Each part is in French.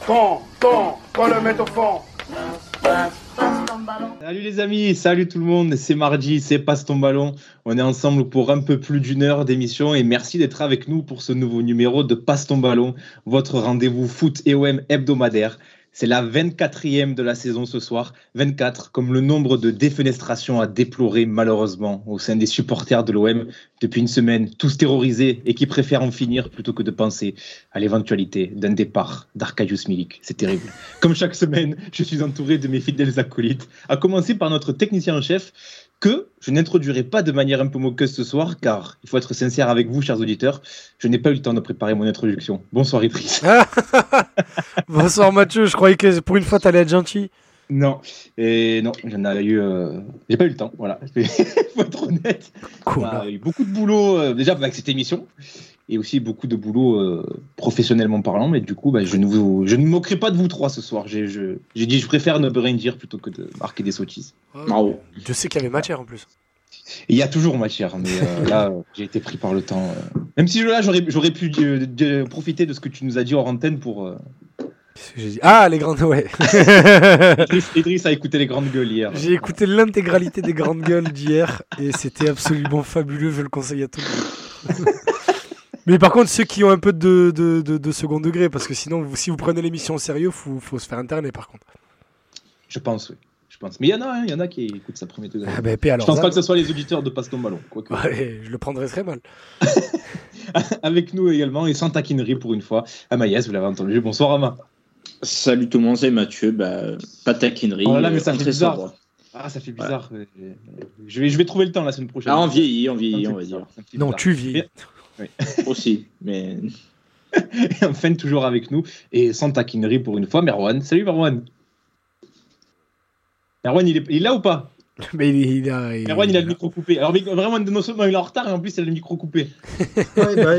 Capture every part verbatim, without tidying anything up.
Quand, quand, quand le met au fond. Salut les amis, salut tout le monde, c'est mardi, c'est Passe ton ballon. On est ensemble pour un peu plus d'une heure d'émission et merci d'être avec nous pour ce nouveau numéro de Passe ton ballon, votre rendez-vous foot et O M hebdomadaire. C'est la vingt-quatrième de la saison ce soir, vingt-quatre, comme le nombre de défenestrations à déplorer malheureusement au sein des supporters de l'O M depuis une semaine, tous terrorisés et qui préfèrent en finir plutôt que de penser à l'éventualité d'un départ d'Arkadiusz Milik. C'est terrible. Comme chaque semaine, je suis entouré de mes fidèles acolytes, à commencer par notre technicien en chef, que je n'introduirai pas de manière un peu moqueuse ce soir, car il faut être sincère avec vous, chers auditeurs, je n'ai pas eu le temps de préparer mon introduction. Bonsoir Idriss. Bonsoir Mathieu, je croyais que pour une fois t'allais être gentil. Non, et non, j'en ai eu, euh... j'ai pas eu le temps, voilà. Il faut être honnête. Cool. On a eu beaucoup de boulot euh, déjà avec cette émission, et aussi beaucoup de boulot euh, professionnellement parlant, mais du coup, bah, je ne vous, je ne me moquerai pas de vous trois ce soir. J'ai, je, j'ai dit, je préfère ne rien dire plutôt que de marquer des sottises. Oh, je sais qu'il y avait matière en plus. Il y a toujours matière, mais euh, là, euh, j'ai été pris par le temps. Euh... Même si là, j'aurais, j'aurais pu euh, de, profiter de ce que tu nous as dit hors antenne pour. Euh... J'ai dit... Ah, les grandes, ouais. Idriss, Idriss a écouté les grandes gueules hier. J'ai écouté l'intégralité des grandes gueules d'hier et c'était absolument fabuleux. Je le conseille à tout le monde. Mais par contre, ceux qui ont un peu de, de, de, de second degré, parce que sinon, vous, si vous prenez l'émission au sérieux, il faut, faut se faire interner par contre. Je pense, oui. Je pense. Mais il y en a, il hein, y en a qui écoutent ça premier degré. Ah ben, alors, je pense ça, pas que ce soit les auditeurs de Passe ton ballon. Quoique. Ouais, je le prendrais très mal. Avec nous également, et sans taquinerie pour une fois, Amaïs, vous l'avez entendu. Bonsoir Ama. Salut tout le monde, c'est Mathieu. Bah, pas de taquinerie. Oh là, mais ça euh, fait bizarre. Sobre. Ah, ça fait bizarre. Ouais. Je, vais, je vais trouver le temps la semaine prochaine. Ah, on vieillit, on vieillit, on va dire. Non, tu vieillis. Oui. Aussi, mais... Et enfin, toujours avec nous, et sans taquinerie pour une fois, Merwan. Salut Merwan. Merwan, il est, il est là ou pas? Mais il, il a, il, Merwan, il a il le micro coupé. Alors, vraiment, non seulement il est en retard, et en plus, il a le micro coupé. Ouais, bah,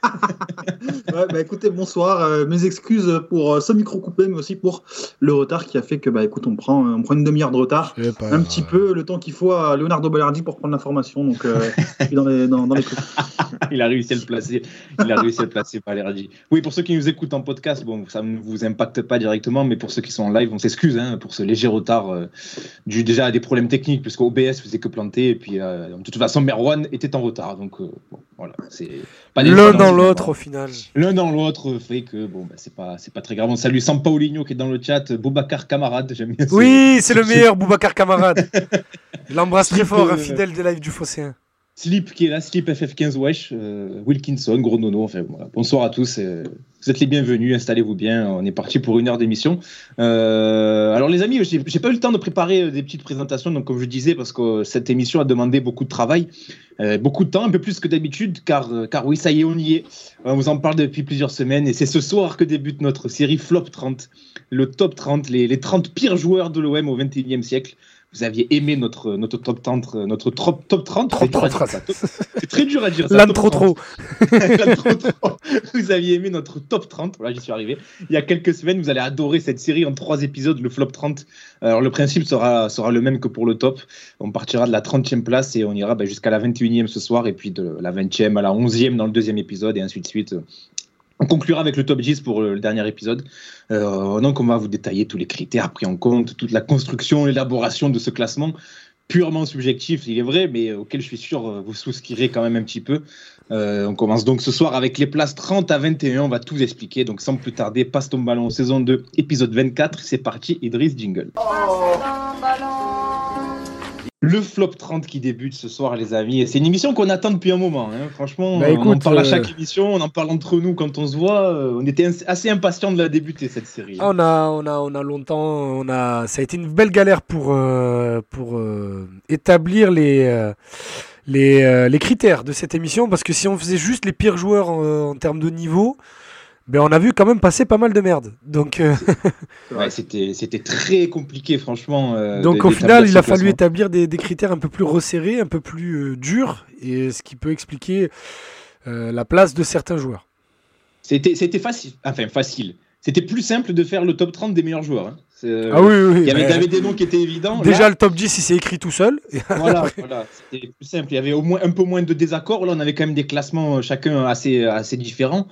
ouais, bah, écoutez, bonsoir. Euh, mes excuses pour euh, ce micro coupé, mais aussi pour le retard qui a fait que, bah, écoute, on prend, on prend une demi-heure de retard. Un grave. Petit peu le temps qu'il faut à Leonardo Ballardi pour prendre l'information. Donc, euh, dans les, dans, dans les coups. Il a réussi à le placer. Il a réussi à le placer, Ballardi. Oui, pour ceux qui nous écoutent en podcast, bon, ça ne vous impacte pas directement, mais pour ceux qui sont en live, on s'excuse hein, pour ce léger retard euh, dû déjà à des problèmes techniques, puisqu'au O B S faisait que planter, et puis euh, de toute façon, Merwan était en retard. Donc, euh, bon, voilà. C'est pas l'un dans l'autre, au final. L'un dans l'autre fait que, bon, bah, c'est pas, c'est pas très grave. On salue Sampaoligno qui est dans le chat, Boubacar Camarade, j'aime bien. Oui, c'est le meilleur, Boubacar Camarade. Je l'embrasse très fort, un fidèle des lives du Phocéen. Slip qui est là, Slip F F quinze Wesh, euh, Wilkinson, Gros Nono, enfin voilà. Bonsoir à tous, euh, vous êtes les bienvenus, installez-vous bien, on est parti pour une heure d'émission. Euh, alors les amis, j'ai, j'ai pas eu le temps de préparer des petites présentations, donc comme je disais, parce que cette émission a demandé beaucoup de travail, euh, beaucoup de temps, un peu plus que d'habitude, car, car oui, ça y est, on y est. On vous en parle depuis plusieurs semaines, et c'est ce soir que débute notre série Flop trente, le top trente, les, les trente pires joueurs de l'O M au vingt et unième siècle. Vous aviez aimé notre, notre top trente, notre top, top trente, c'est, dur à dire ça. C'est très dur à dire ça. L'âne trop trop. L'âne trop trop. Vous aviez aimé notre top trente, voilà, j'y suis arrivé. Il y a quelques semaines, vous allez adorer cette série en trois épisodes, le Flop trente. Alors le principe sera, sera le même que pour le top. On partira de la trentième place et on ira bah, jusqu'à la vingt et unième ce soir, et puis de la vingtième à la onzième dans le deuxième épisode, et ainsi de suite. On conclura avec le top dix pour le dernier épisode. Euh, donc, on va vous détailler tous les critères pris en compte, toute la construction, l'élaboration de ce classement, purement subjectif, il est vrai, mais auquel je suis sûr vous souscrirez quand même un petit peu. Euh, on commence donc ce soir avec les places trente à vingt et un. On va tout expliquer. Donc, sans plus tarder, Passe ton ballon, saison deux, épisode vingt-quatre. C'est parti, Idriss, jingle. Oh. Le Flop trente qui débute ce soir, les amis. Et c'est une émission qu'on attend depuis un moment. Hein. Franchement, bah, écoute, on en parle à chaque euh... émission, on en parle entre nous quand on se voit. On était assez impatients de la débuter, cette série. On a, on a, on a longtemps... On a... Ça a été une belle galère pour, euh, pour euh, établir les, euh, les, euh, les critères de cette émission. Parce que si on faisait juste les pires joueurs en, en termes de niveau... Ben on a vu quand même passer pas mal de merde. Donc, euh... ouais, c'était, c'était très compliqué, franchement. Euh, Donc, au final, il a fallu établir des, des critères un peu plus resserrés, un peu plus euh, durs, et ce qui peut expliquer euh, la place de certains joueurs. C'était, c'était facile. Enfin, facile. C'était plus simple de faire le top trente des meilleurs joueurs. Hein. Euh, ah oui, oui. Il y avait, mais... il y avait des noms qui étaient évidents. Déjà, là, le top dix, il s'est écrit tout seul. Voilà, voilà, c'était plus simple. Il y avait au moins un peu moins de désaccords. Là, on avait quand même des classements chacun assez, assez différents.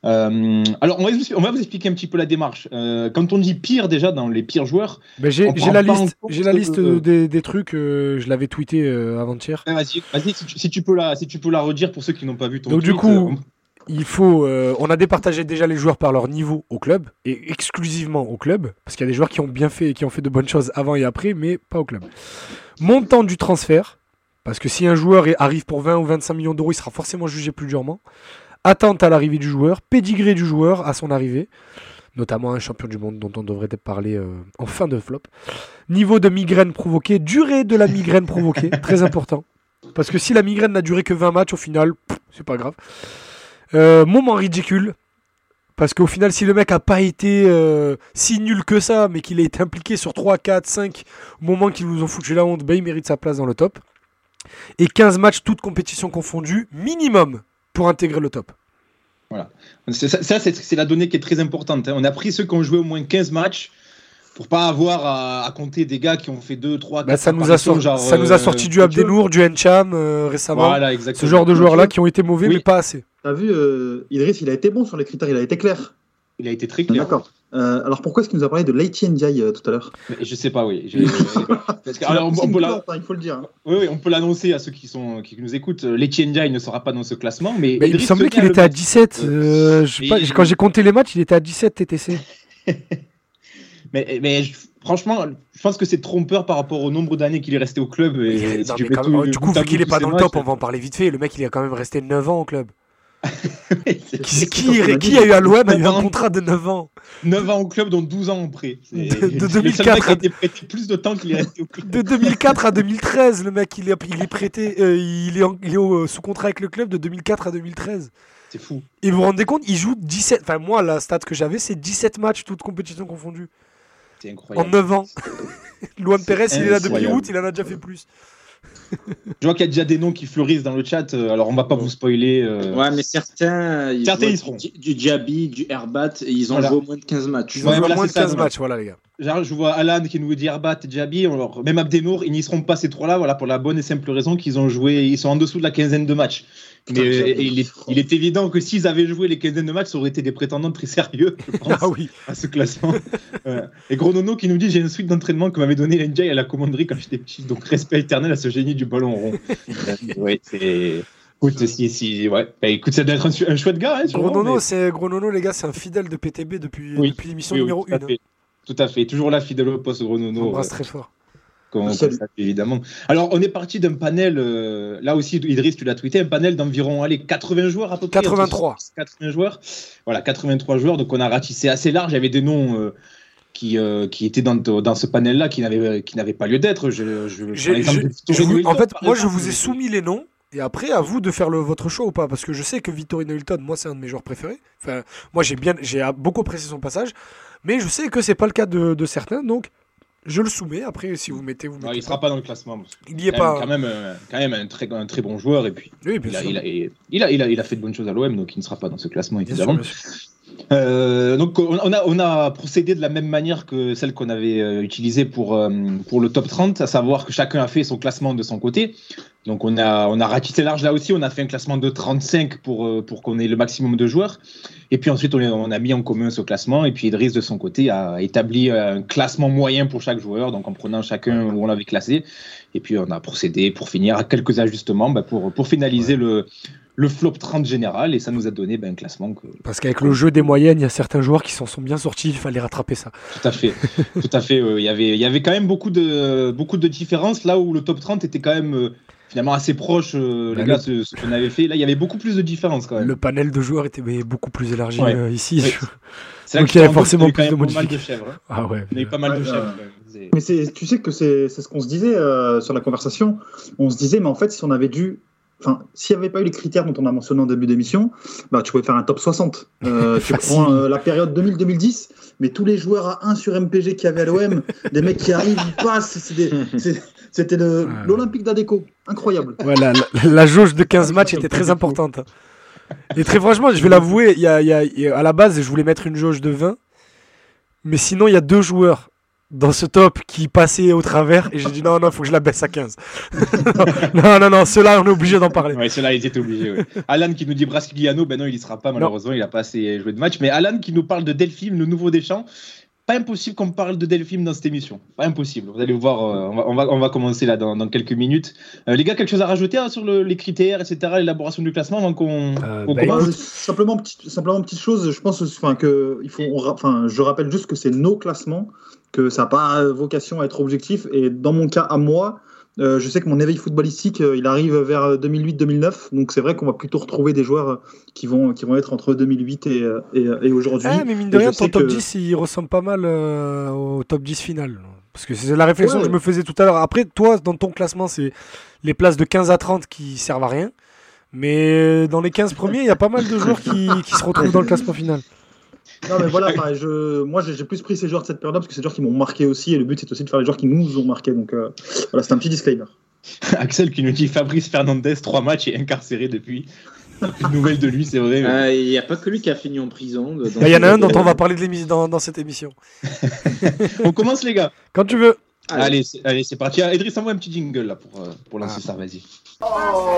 Euh, alors, on va, on va vous expliquer un petit peu la démarche. Euh, quand on dit pire, déjà, dans les pires joueurs... Ben j'ai, j'ai, la liste, j'ai la liste de, des, des trucs, euh, je l'avais tweeté euh, avant-hier. Ouais, vas-y, vas-y si, tu, si, tu peux la, si tu peux la redire pour ceux qui n'ont pas vu ton Donc tweet. Du coup, euh, il faut, euh, on a départagé déjà les joueurs par leur niveau au club, et exclusivement au club, parce qu'il y a des joueurs qui ont bien fait, qui ont fait de bonnes choses avant et après, mais pas au club. Montant du transfert, parce que si un joueur arrive pour vingt ou vingt-cinq millions d'euros, il sera forcément jugé plus durement. Attente à l'arrivée du joueur, pédigré du joueur à son arrivée, notamment un champion du monde dont on devrait parler euh, en fin de flop. Niveau de migraine provoquée, durée de la migraine provoquée, très important. Parce que si la migraine n'a duré que vingt matchs, au final, pff, c'est pas grave. Euh, moment ridicule, parce qu'au final, si le mec a pas été euh, si nul que ça, mais qu'il a été impliqué sur trois, quatre, cinq moments qui nous ont foutu la honte, ben il mérite sa place dans le top. Et quinze matchs, toutes compétitions confondues, minimum, pour intégrer le top. Voilà. C'est, ça, ça c'est, c'est la donnée qui est très importante. Hein. On a pris ceux qui ont joué au moins quinze matchs pour pas avoir à, à compter des gars qui ont fait deux, trois, quatre. Ça nous a sorti, genre, ça euh, nous a sorti du Abdenour, du Encham euh, récemment. Voilà, exactement. Ce genre de joueurs-là qui ont été mauvais, oui. mais pas assez. T'as vu, euh, Idriss, il a été bon sur les critères, il a été clair. Il a été très clair. D'accord. Euh, alors pourquoi est-ce qu'il nous a parlé de Leïti Ndiaye euh, tout à l'heure? Je sais pas, oui. J'ai, parce que, alors, on, on peut la... il faut le dire. Hein. Oui, oui, on peut l'annoncer à ceux qui, sont, qui nous écoutent. Leïti Ndiaye ne sera pas dans ce classement. Mais, mais il me semblait qu'il était à dix-sept. Euh, je sais pas, quand j'ai compté les matchs, il était à dix-sept T T C. mais, mais je, franchement, je pense que c'est trompeur par rapport au nombre d'années qu'il est resté au club. Et non, si mais quand même, du coup, vu qu'il n'est pas dans le top, on va en parler vite fait. Le mec, il est quand même resté neuf ans au club. oui, c'est, qui, c'est qui, qui, qui a eu à l'O M a eu un contrat de neuf ans neuf ans au club, dont douze ans en prêt. C'est, de, de deux mille quatre a été prêté plus de temps qu'il est resté au club. De deux mille quatre à deux mille treize, le mec, il est, il est prêté, euh, il est, en, il est au, sous contrat avec le club de deux mille quatre à deux mille treize. C'est fou. Et vous vous rendez compte, il joue dix-sept. Enfin, moi, la stat que j'avais, c'est dix-sept matchs, toutes compétitions confondues. C'est incroyable. En neuf ans. Luan Pérez, il est là depuis août, il en a déjà fait plus. Je vois qu'il y a déjà des noms qui fleurissent dans le chat, alors on va pas vous spoiler. Euh... Ouais, mais certains, ils certains ils seront. Du, du Diaby, du Herbat, et ils ont voilà. joué au moins de quinze matchs. Ils ont ouais, voilà, moins de quinze ça, matchs, voilà les gars. Genre, je vois Alan qui nous dit Herbat et Diaby, alors, même Abdenour, ils n'y seront pas ces trois-là, voilà, pour la bonne et simple raison qu'ils ont joué, ils sont en dessous de la quinzaine de matchs. Mais euh, il, est, il est évident que s'ils avaient joué les quinzaine de matchs, ça aurait été des prétendants très sérieux, je pense, ah oui. à ce classement. euh, et Gros Nono qui nous dit j'ai une suite d'entraînement que m'avait donné N J à la commanderie quand j'étais petit, donc respect éternel à ce génie du ballon rond. ouais, c'est. Écoute, si, si, ouais. Bah, écoute, ça doit être un, un chouette gars. Hein, Gros Nono, mais... c'est Gros Nono, les gars, c'est un fidèle de P T B depuis, oui, depuis l'émission oui, numéro oui, tout un. À fait. Tout à fait, toujours là, fidèle au poste, Gros Nono. On embrasse euh, très fort. Comme, comme ça, évidemment. Alors, on est parti d'un panel, euh, là aussi, Idriss, tu l'as tweeté, un panel d'environ allez, quatre-vingts joueurs à peu près. quatre-vingt-trois. quatre-vingts joueurs. Voilà, quatre-vingt-trois joueurs. Donc, on a ratissé assez large. Il y avait des noms euh, qui, euh, qui étaient dans, dans ce panel-là qui n'avaient, qui n'avaient pas lieu d'être. Je, je, J'ai, exemple, je, je, Hilton, en fait, moi, exemple, je vous ai soumis les noms. Et après, à vous de faire le, votre choix ou pas. Parce que je sais que Victorino Hilton, moi, c'est un de mes joueurs préférés. Enfin, moi, j'ai, bien, j'ai beaucoup apprécié son passage. Mais je sais que c'est pas le cas de, de certains. Donc, je le soumets. Après, si vous mettez, vous mettez. Non, il ne sera pas dans le classement. Il n'y est pas. Quand même, euh, quand même un, très, un très bon joueur. Et puis, oui, bien il, sûr. A, il, a, il, a, il, a, il a fait de bonnes choses à l'O M. Donc, il ne sera pas dans ce classement, évidemment. Bien sûr, bien sûr. Euh, donc on a, on a procédé de la même manière que celle qu'on avait euh, utilisée pour, euh, pour le top trente, à savoir que chacun a fait son classement de son côté. Donc on a, on a ratissé large là aussi, on a fait un classement de trente-cinq pour, euh, pour qu'on ait le maximum de joueurs. Et puis ensuite on, on a mis en commun ce classement, et puis Idriss de son côté a établi un classement moyen pour chaque joueur, donc en prenant chacun où on l'avait classé. Et puis on a procédé pour finir à quelques ajustements bah, pour, pour finaliser ouais. le... le flop trente général, et ça nous a donné ben, un classement que... Parce qu'avec le jeu des moyennes, il y a certains joueurs qui s'en sont bien sortis, il fallait rattraper ça. Tout à fait, tout à fait. Euh, y avait, il y avait quand même beaucoup de, beaucoup de différences, là où le top trente était quand même euh, finalement assez proche, euh, les gars, ce, ce qu'on avait fait. Là, il y avait beaucoup plus de différences quand même. Le panel de joueurs était beaucoup plus élargi ouais. euh, ici. Ouais. C'est Donc il y avait forcément plus de modifications. De chèvres, hein. Ah ouais. Il y avait pas mal ouais, de chèvres. Euh... Mais c'est, tu sais que c'est, c'est ce qu'on se disait euh, sur la conversation. On se disait, mais en fait, si on avait dû... Enfin, s'il n'y avait pas eu les critères dont on a mentionné en début d'émission, bah, tu pouvais faire un top soixante. Euh, tu prends euh, la période deux mille deux mille dix, mais tous les joueurs à un sur M P G qu'il y avait à l'O M, des mecs qui arrivent, ils passent, c'est des, c'est, c'était le, ah, l'Olympique d'Adéco. Incroyable. Ouais, la, la, la jauge de quinze matchs était très importante. Et très franchement, je vais l'avouer, y a, y a, y a, à la base, je voulais mettre une jauge de vingt, mais sinon, il y a deux joueurs dans ce top qui passait au travers et j'ai dit non, non, il faut que je la baisse à quinze. non, non, non, ceux-là, on est obligé d'en parler. Ouais, ceux-là, ils étaient obligés. Ouais. Alan qui nous dit Brasiliano, ben non, il y sera pas malheureusement, non. Il a pas assez joué de match. Mais Alan qui nous parle de Delphine, le nouveau Deschamps. Pas impossible qu'on parle de Delphine dans cette émission. Pas impossible. Vous allez voir, euh, on, va, on, va, on va commencer là dans, dans quelques minutes. Euh, les gars, quelque chose à rajouter hein, sur le, les critères, et cetera, l'élaboration du classement avant qu'on euh, on bah, commence. Simplement, petite, simplement petite chose, je pense enfin, que il faut, on, enfin, je rappelle juste que c'est nos classements, que ça n'a pas vocation à être objectif. Et dans mon cas, à moi, euh, je sais que mon éveil footballistique, euh, il arrive vers deux mille huit deux mille neuf. Donc c'est vrai qu'on va plutôt retrouver des joueurs qui vont, qui vont être entre deux mille huit et, et, et aujourd'hui. Ah, mais mine de rien, ton top que... dix, il ressemble pas mal euh, au top dix final. Parce que c'est la réflexion ouais, que je me faisais tout à l'heure. Après, toi, dans ton classement, c'est les places de quinze à trente qui servent à rien. Mais dans les quinze premiers, il y a pas mal de joueurs qui, qui se retrouvent dans le classement final. Non mais voilà, enfin, je, moi j'ai plus pris ces joueurs de cette période-là parce que c'est des joueurs qui m'ont marqué aussi et le but c'est aussi de faire les joueurs qui nous ont marqué, donc euh, voilà, c'est un petit disclaimer. Axel qui nous dit Fabrice Fernandez, trois matchs et incarcéré depuis. Une nouvelle de lui, c'est vrai. Il euh, n'y a pas que lui qui a fini en prison. Il bah, y en a un dont on va parler de dans, dans cette émission. On commence les gars. Quand tu veux. Allez, allez, c'est, allez, c'est parti. Ah, Idriss, envoie un petit jingle là pour, euh, pour lancer ah. ça, vas-y. Oh.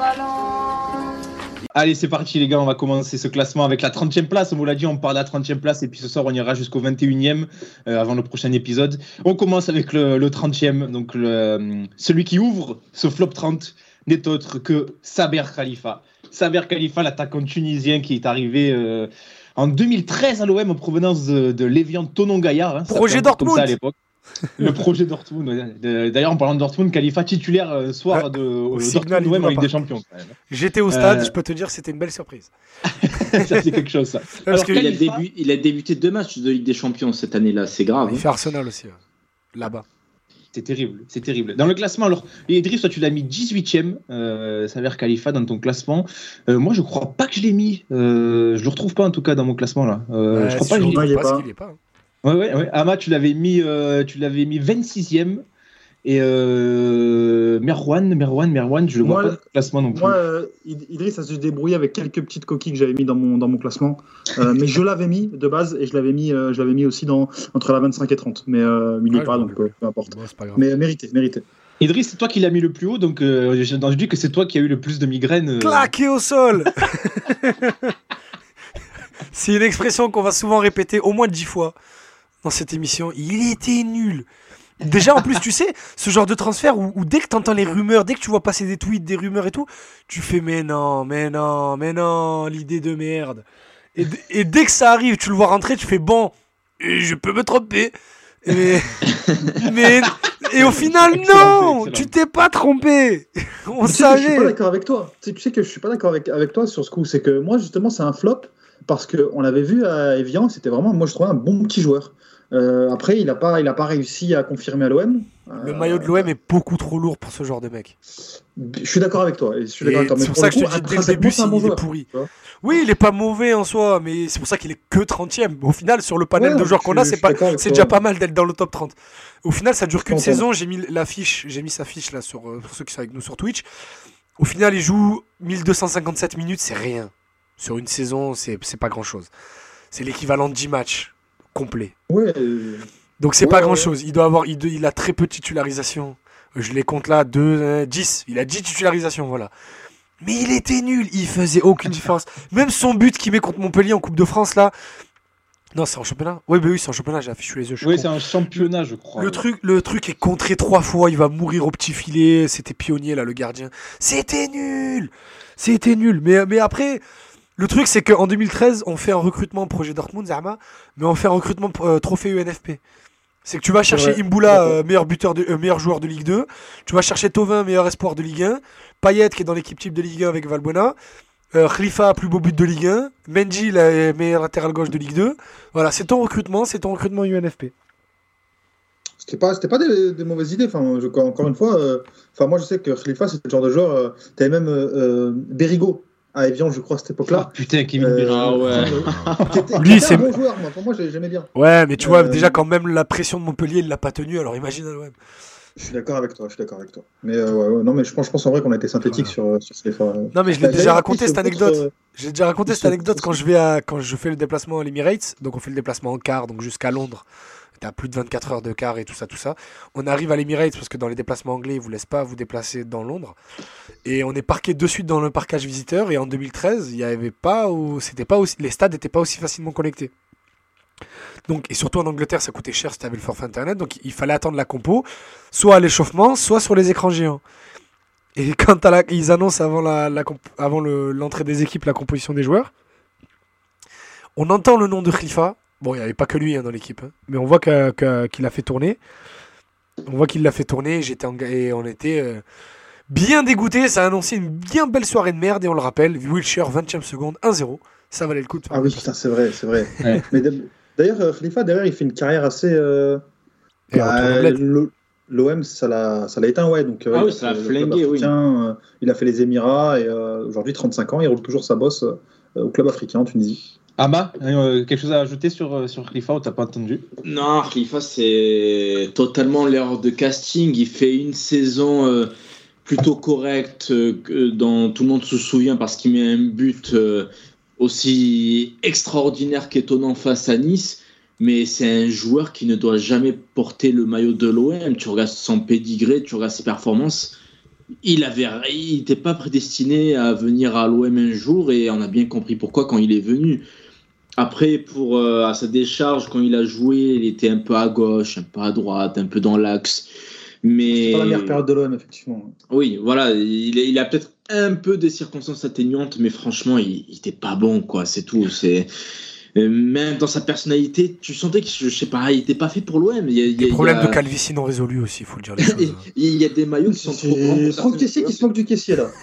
Allez, c'est parti les gars, on va commencer ce classement avec la trentième place. On vous l'a dit, on part de la trentième place et puis ce soir on ira jusqu'au vingt et unième euh, avant le prochain épisode. On commence avec le, le trentième, donc le, celui qui ouvre ce flop trente n'est autre que Saber Khalifa. Saber Khalifa, l'attaquant tunisien qui est arrivé euh, en deux mille treize à l'O M en provenance de, de l'Évian Tonon-Gaillard. Hein, projet Dortmund comme ça à l'époque. Le projet Dortmund. Ouais. D'ailleurs, en parlant de Dortmund, Khalifa titulaire euh, soir ouais, de au Dortmund O M en Ligue des Champions. Quand même. J'étais au stade, euh... je peux te dire, c'était une belle surprise. Ça, c'est quelque chose, ça. Parce qu'il Khalifa... a, débu... il a débuté deux matchs de Ligue des Champions cette année-là, c'est grave. Il hein. fait Arsenal aussi, ouais. Là-bas. C'est terrible, c'est terrible. Dans le classement, alors, Idriss, toi tu l'as mis dix-huitième, euh, Saber Khalifa dans ton classement. Euh, moi je crois pas que je l'ai mis, euh, je le retrouve pas en tout cas dans mon classement là. Euh, ouais, je crois pas que je l'ai pas. Qu'il est pas. Ouais, ouais, ouais. Ama, tu l'avais mis, euh, tu l'avais mis vingt-sixième. Et euh, Merwan, Merwan, Merwan, je le moi, vois pas dans le classement non plus. Moi, euh, Idriss a se débrouillé avec quelques petites coquilles que j'avais mis dans mon, dans mon classement. Euh, mais je l'avais mis de base et je l'avais mis, euh, je l'avais mis aussi dans, entre la vingt-cinq et trente. Mais euh, il n'y est pas, donc euh, peu importe. Bon, pas mais euh, mérité, mérité. Idriss, c'est toi qui l'as mis le plus haut, donc euh, je, je dis que c'est toi qui as eu le plus de migraines. Euh... Claqué au sol. C'est une expression qu'on va souvent répéter au moins dix fois dans cette émission. Il était nul. Déjà, en plus, tu sais, ce genre de transfert où, où dès que tu entends les rumeurs, dès que tu vois passer des tweets, des rumeurs et tout, tu fais mais non, mais non, mais non, l'idée de merde. Et, et dès que ça arrive, tu le vois rentrer, tu fais bon, je peux me tromper. Et, mais, et au final, excellent, non, excellent. Tu t'es pas trompé. On tu savait. Sais que je suis pas d'accord avec toi. Tu sais, tu sais que je suis pas d'accord avec, avec toi sur ce coup. C'est que moi, justement, c'est un flop parce qu'on l'avait vu à Evian, c'était vraiment, moi, je trouvais un bon petit joueur. Euh, après, il n'a pas, il a pas réussi à confirmer à l'O M. Le euh, maillot de l'O M est beaucoup trop lourd pour ce genre de mec. Je suis d'accord avec toi. Je suis d'accord avec toi. C'est pour, pour ça que coup, je te dis dès le début, c'est bon il est pourri. Oui, il est pas mauvais en soi, mais c'est pour ça qu'il est que trentième. Au final, sur le panel ouais, de joueurs qu'on a, c'est, pas, c'est déjà pas mal d'être dans le top trente. Au final, ça dure qu'une saison. J'ai mis la fiche, j'ai mis sa fiche là sur, pour ceux qui sont avec nous sur Twitch. Au final, il joue mille deux cent cinquante-sept minutes, c'est rien. Sur une saison, c'est, c'est pas grand chose. C'est l'équivalent de dix matchs complets. Ouais. Donc c'est ouais, pas grand ouais. chose. Il doit avoir, il, il a très peu de titularisation. Je les compte là, deux, euh, dix. Il a dix titularisations, voilà. Mais il était nul, il faisait aucune différence. Même son but qu'il met contre Montpellier en Coupe de France là. Non, c'est en championnat. Oui, bah oui, c'est en championnat. J'ai affiché les yeux. Oui, con. C'est un championnat, je crois. Le truc, le truc est contré trois fois. Il va mourir au petit filet. C'était Pionnier là, le gardien. C'était nul. C'était nul. Mais mais après. Le truc, c'est qu'en deux mille treize, on fait un recrutement projet Dortmund, Zama, mais on fait un recrutement euh, trophée U N F P. C'est que tu vas chercher ouais. Imboula, euh, meilleur buteur, de, euh, meilleur joueur de Ligue deux. Tu vas chercher Thauvin, meilleur espoir de Ligue un. Payet, qui est dans l'équipe type de Ligue un avec Valbuena. Euh, Khalifa, plus beau but de Ligue un. Mendy, la meilleur latéral gauche de Ligue deux. Voilà, c'est ton recrutement, c'est ton recrutement U N F P. C'était pas, c'était pas des, des mauvaises idées. Enfin, je, encore une fois, euh, enfin, moi je sais que Khalifa, c'est le genre de joueur. Euh, t'avais même euh, euh, Berigo. À Evian, je crois, à cette époque-là. Oh, putain, Kevin euh, Berigo. Ah ouais. Qui était, Lui, qui c'est un bon joueur, moi. Pour moi, j'aimais bien. Ouais, mais tu vois, euh... déjà, quand même, la pression de Montpellier, il l'a pas tenu, alors imagine à l'O M. Je suis d'accord avec toi, je suis d'accord avec toi. Mais euh, ouais, ouais, non, mais je pense, je pense en vrai qu'on a été synthétique voilà. sur, sur ces fois. Non, mais je l'ai bah, déjà raconté cette anecdote. Euh... J'ai déjà raconté cette anecdote quand je vais à, quand je fais le déplacement à l'Emirates. Donc, on fait le déplacement en car, donc jusqu'à Londres. T'as plus de vingt-quatre heures de car et tout ça, tout ça. On arrive à l'Emirates parce que dans les déplacements anglais, ils vous laissent pas vous déplacer dans Londres. Et on est parqué de suite dans le parkage visiteur. Et en deux mille treize, il y avait pas, où, c'était pas aussi, les stades n'étaient pas aussi facilement connectés. Donc, et surtout en Angleterre, ça coûtait cher si tu avais le forfait internet. Donc il fallait attendre la compo, soit à l'échauffement, soit sur les écrans géants. Et quand la, ils annoncent avant, la, la, avant le, l'entrée des équipes la composition des joueurs, on entend le nom de Khalifa. Bon, il n'y avait pas que lui hein, dans l'équipe, hein. Mais on voit que, que, qu'il a fait tourner. On voit qu'il l'a fait tourner. J'étais en, et on était euh, bien dégoûtés. Ça a annoncé une bien belle soirée de merde. Et on le rappelle, Wilshere, vingtième seconde, un zéro. Ça valait le coup de faire. Ah oui, ça, c'est vrai, c'est vrai. Ouais. Mais d'ailleurs, Khalifa, derrière, il fait une carrière assez. Euh... Bah, L'O M, ça l'a, ça l'a éteint, ouais. Donc, ah ouais, oui, ça l'a flingué, oui. Euh, il a fait les Émirats et euh, aujourd'hui, trente-cinq ans, il roule toujours sa bosse euh, au club africain en Tunisie. Ama, euh, quelque chose à ajouter sur, sur Khalifa ou t'as pas entendu? Non, Khalifa, c'est totalement l'erreur de casting. Il fait une saison euh, plutôt correcte, euh, dont tout le monde se souvient parce qu'il met un but euh, aussi extraordinaire qu'étonnant face à Nice. Mais c'est un joueur qui ne doit jamais porter le maillot de l'O M. Tu regardes son pédigré, tu regardes ses performances. Il avait, il n'était pas prédestiné à venir à l'O M un jour et on a bien compris pourquoi quand il est venu. Après, pour, euh, à sa décharge, quand il a joué, il était un peu à gauche, un peu à droite, un peu dans l'axe. Mais... C'est pas la meilleure période de l'O M, effectivement. Oui, voilà, il, il a peut-être un peu des circonstances atténuantes, mais franchement, il n'était pas bon, quoi, c'est tout. C'est... Même dans sa personnalité, tu sentais que, je sais pas, il n'était pas fait pour l'O M. Il y a, il y a, des problèmes il y a... de calvitie non résolus aussi, il faut le dire les choses. Il y a des maillots qui sont trop grands. Franck Caissier qui se moque du caissier, là.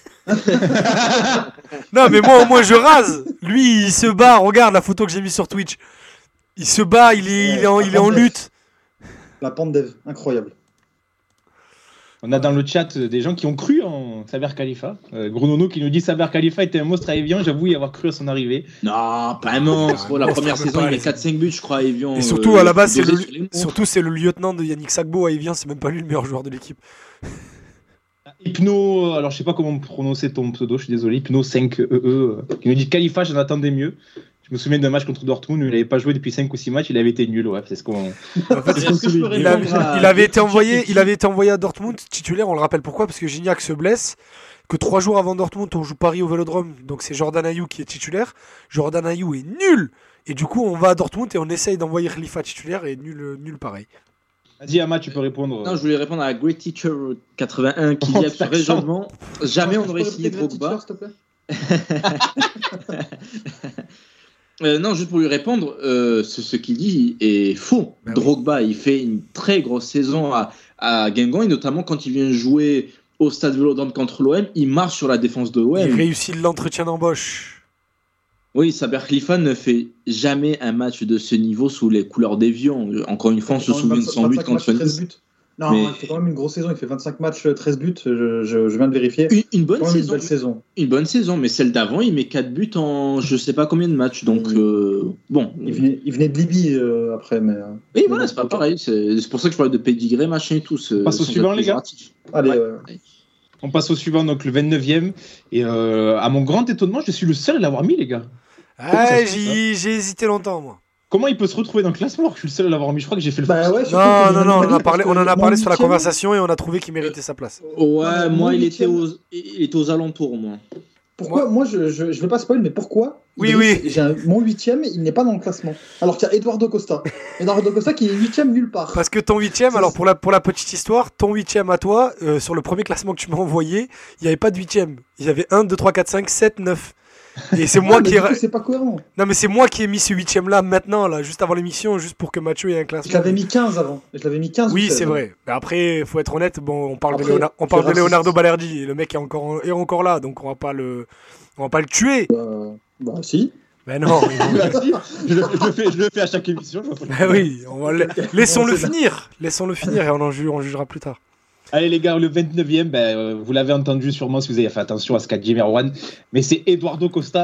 Non, mais moi, au moins, je rase. Lui, il se bat. Regarde la photo que j'ai mise sur Twitch. Il se bat, il est, ouais, il est, en, il est en lutte. La Pandev, incroyable. On a dans le chat des gens qui ont cru en Saber Khalifa. Euh, Gronono qui nous dit Saber Khalifa était un monstre à Evian. J'avoue y avoir cru à son arrivée. Non, pas un monstre. Oh, la première saison, il met quatre cinq buts, je crois, à Evian. Et surtout, euh, à la base, c'est le, surtout, c'est le lieutenant de Yannick Sagbo à Evian. C'est même pas lui le meilleur joueur de l'équipe. Hypno, alors je sais pas comment prononcer ton pseudo, je suis désolé. Hypno cinq E E qui nous dit Khalifa, j'en attendais mieux. Je me souviens d'un match contre Dortmund où il n'avait pas joué depuis cinq ou six matchs, il avait été nul. Ouais, c'est ce qu'on. En fait, c'est ce il, il, avait, il, avait été envoyé, il avait été envoyé à Dortmund titulaire, on le rappelle pourquoi, parce que Gignac se blesse. Que trois jours avant Dortmund, on joue Paris au Vélodrome, donc c'est Jordan Ayew qui est titulaire. Jordan Ayew est nul, et du coup on va à Dortmund et on essaye d'envoyer Khalifa titulaire et nul, nul pareil. Vas-y Ama, tu peux répondre. Non, je voulais répondre à Great Teacher quatre-vingt-un qui dit absolument jamais on aurait signé Drogba. Euh, non, juste pour lui répondre, euh, ce, ce qu'il dit est faux. Ben Drogba, oui. Il fait une très grosse saison à, à Guingamp, et notamment quand il vient jouer au Stade Vélodrome contre l'O M, il marche sur la défense de l'O M. Il réussit l'entretien d'embauche. Oui, Saber Khalifa ne fait jamais un match de ce niveau sous les couleurs d'Evian. Encore une fois, on se souvient de son but contre Nice. Non, mais... il fait quand même une grosse saison. Il fait vingt-cinq matchs, treize buts. Je, je, je viens de vérifier. Une, une bonne saison. Une belle saison. Une bonne saison, mais celle d'avant, il met quatre buts en je sais pas combien de matchs. Donc, oui. euh, bon. Il venait, il venait de Libye euh, après. Mais, euh, oui, voilà, c'est pas pareil. C'est, c'est pour ça que je parlais de pédigré, machin et tout. On passe au suivant, les gars. Allez. Ouais. Euh... On passe au suivant, donc le vingt-neuvième. Et euh, à mon grand étonnement, je suis le seul à l'avoir mis, les gars. Ah, j'ai, j'ai hésité longtemps, moi. Comment il peut se retrouver dans le classement alors que je suis le seul à l'avoir mis? Je crois que j'ai fait le bah ouais, Non, non, non, on en a parlé, on en a parlé sur la conversation et on a trouvé qu'il méritait sa place. Ouais, moi, il était, aux, il était aux alentours, moi. Pourquoi Moi, moi je, je, je veux pas spoil, mais pourquoi Oui, il, oui. J'ai un, mon huitième, il n'est pas dans le classement. Alors qu'il y a Eduardo Costa. Eduardo Costa qui est huitième nulle part. Parce que ton huitième, alors pour la, pour la petite histoire, ton huitième à toi, euh, sur le premier classement que tu m'as envoyé, il n'y avait pas de huitième. Il y avait un, deux, trois, quatre, cinq, sept, neuf. Et c'est moi ouais, qui ai... coup, c'est pas cohérent. Non mais c'est moi qui ai mis ce huitième là maintenant là, juste avant l'émission, juste pour que Mathieu ait un classement. Je l'avais mis quinze avant. Je l'avais mis quinze. Oui, c'est vrai. Mais après, faut être honnête, bon, on parle après, de, Léonard... on parle de Leonardo Balerdi et le mec est encore est encore là, donc on va pas le on va pas le tuer. Bah, bah si. Mais non. je, le, je, le fais, je le fais à chaque émission. Bah oui, on va le... laissons-le finir, laissons-le finir et on en ju... on jugera plus tard. Allez les gars, le vingt-neuvième, ben, euh, vous l'avez entendu sûrement si vous avez fait attention à ce qu'a dit Merwan, mais c'est Eduardo Costa.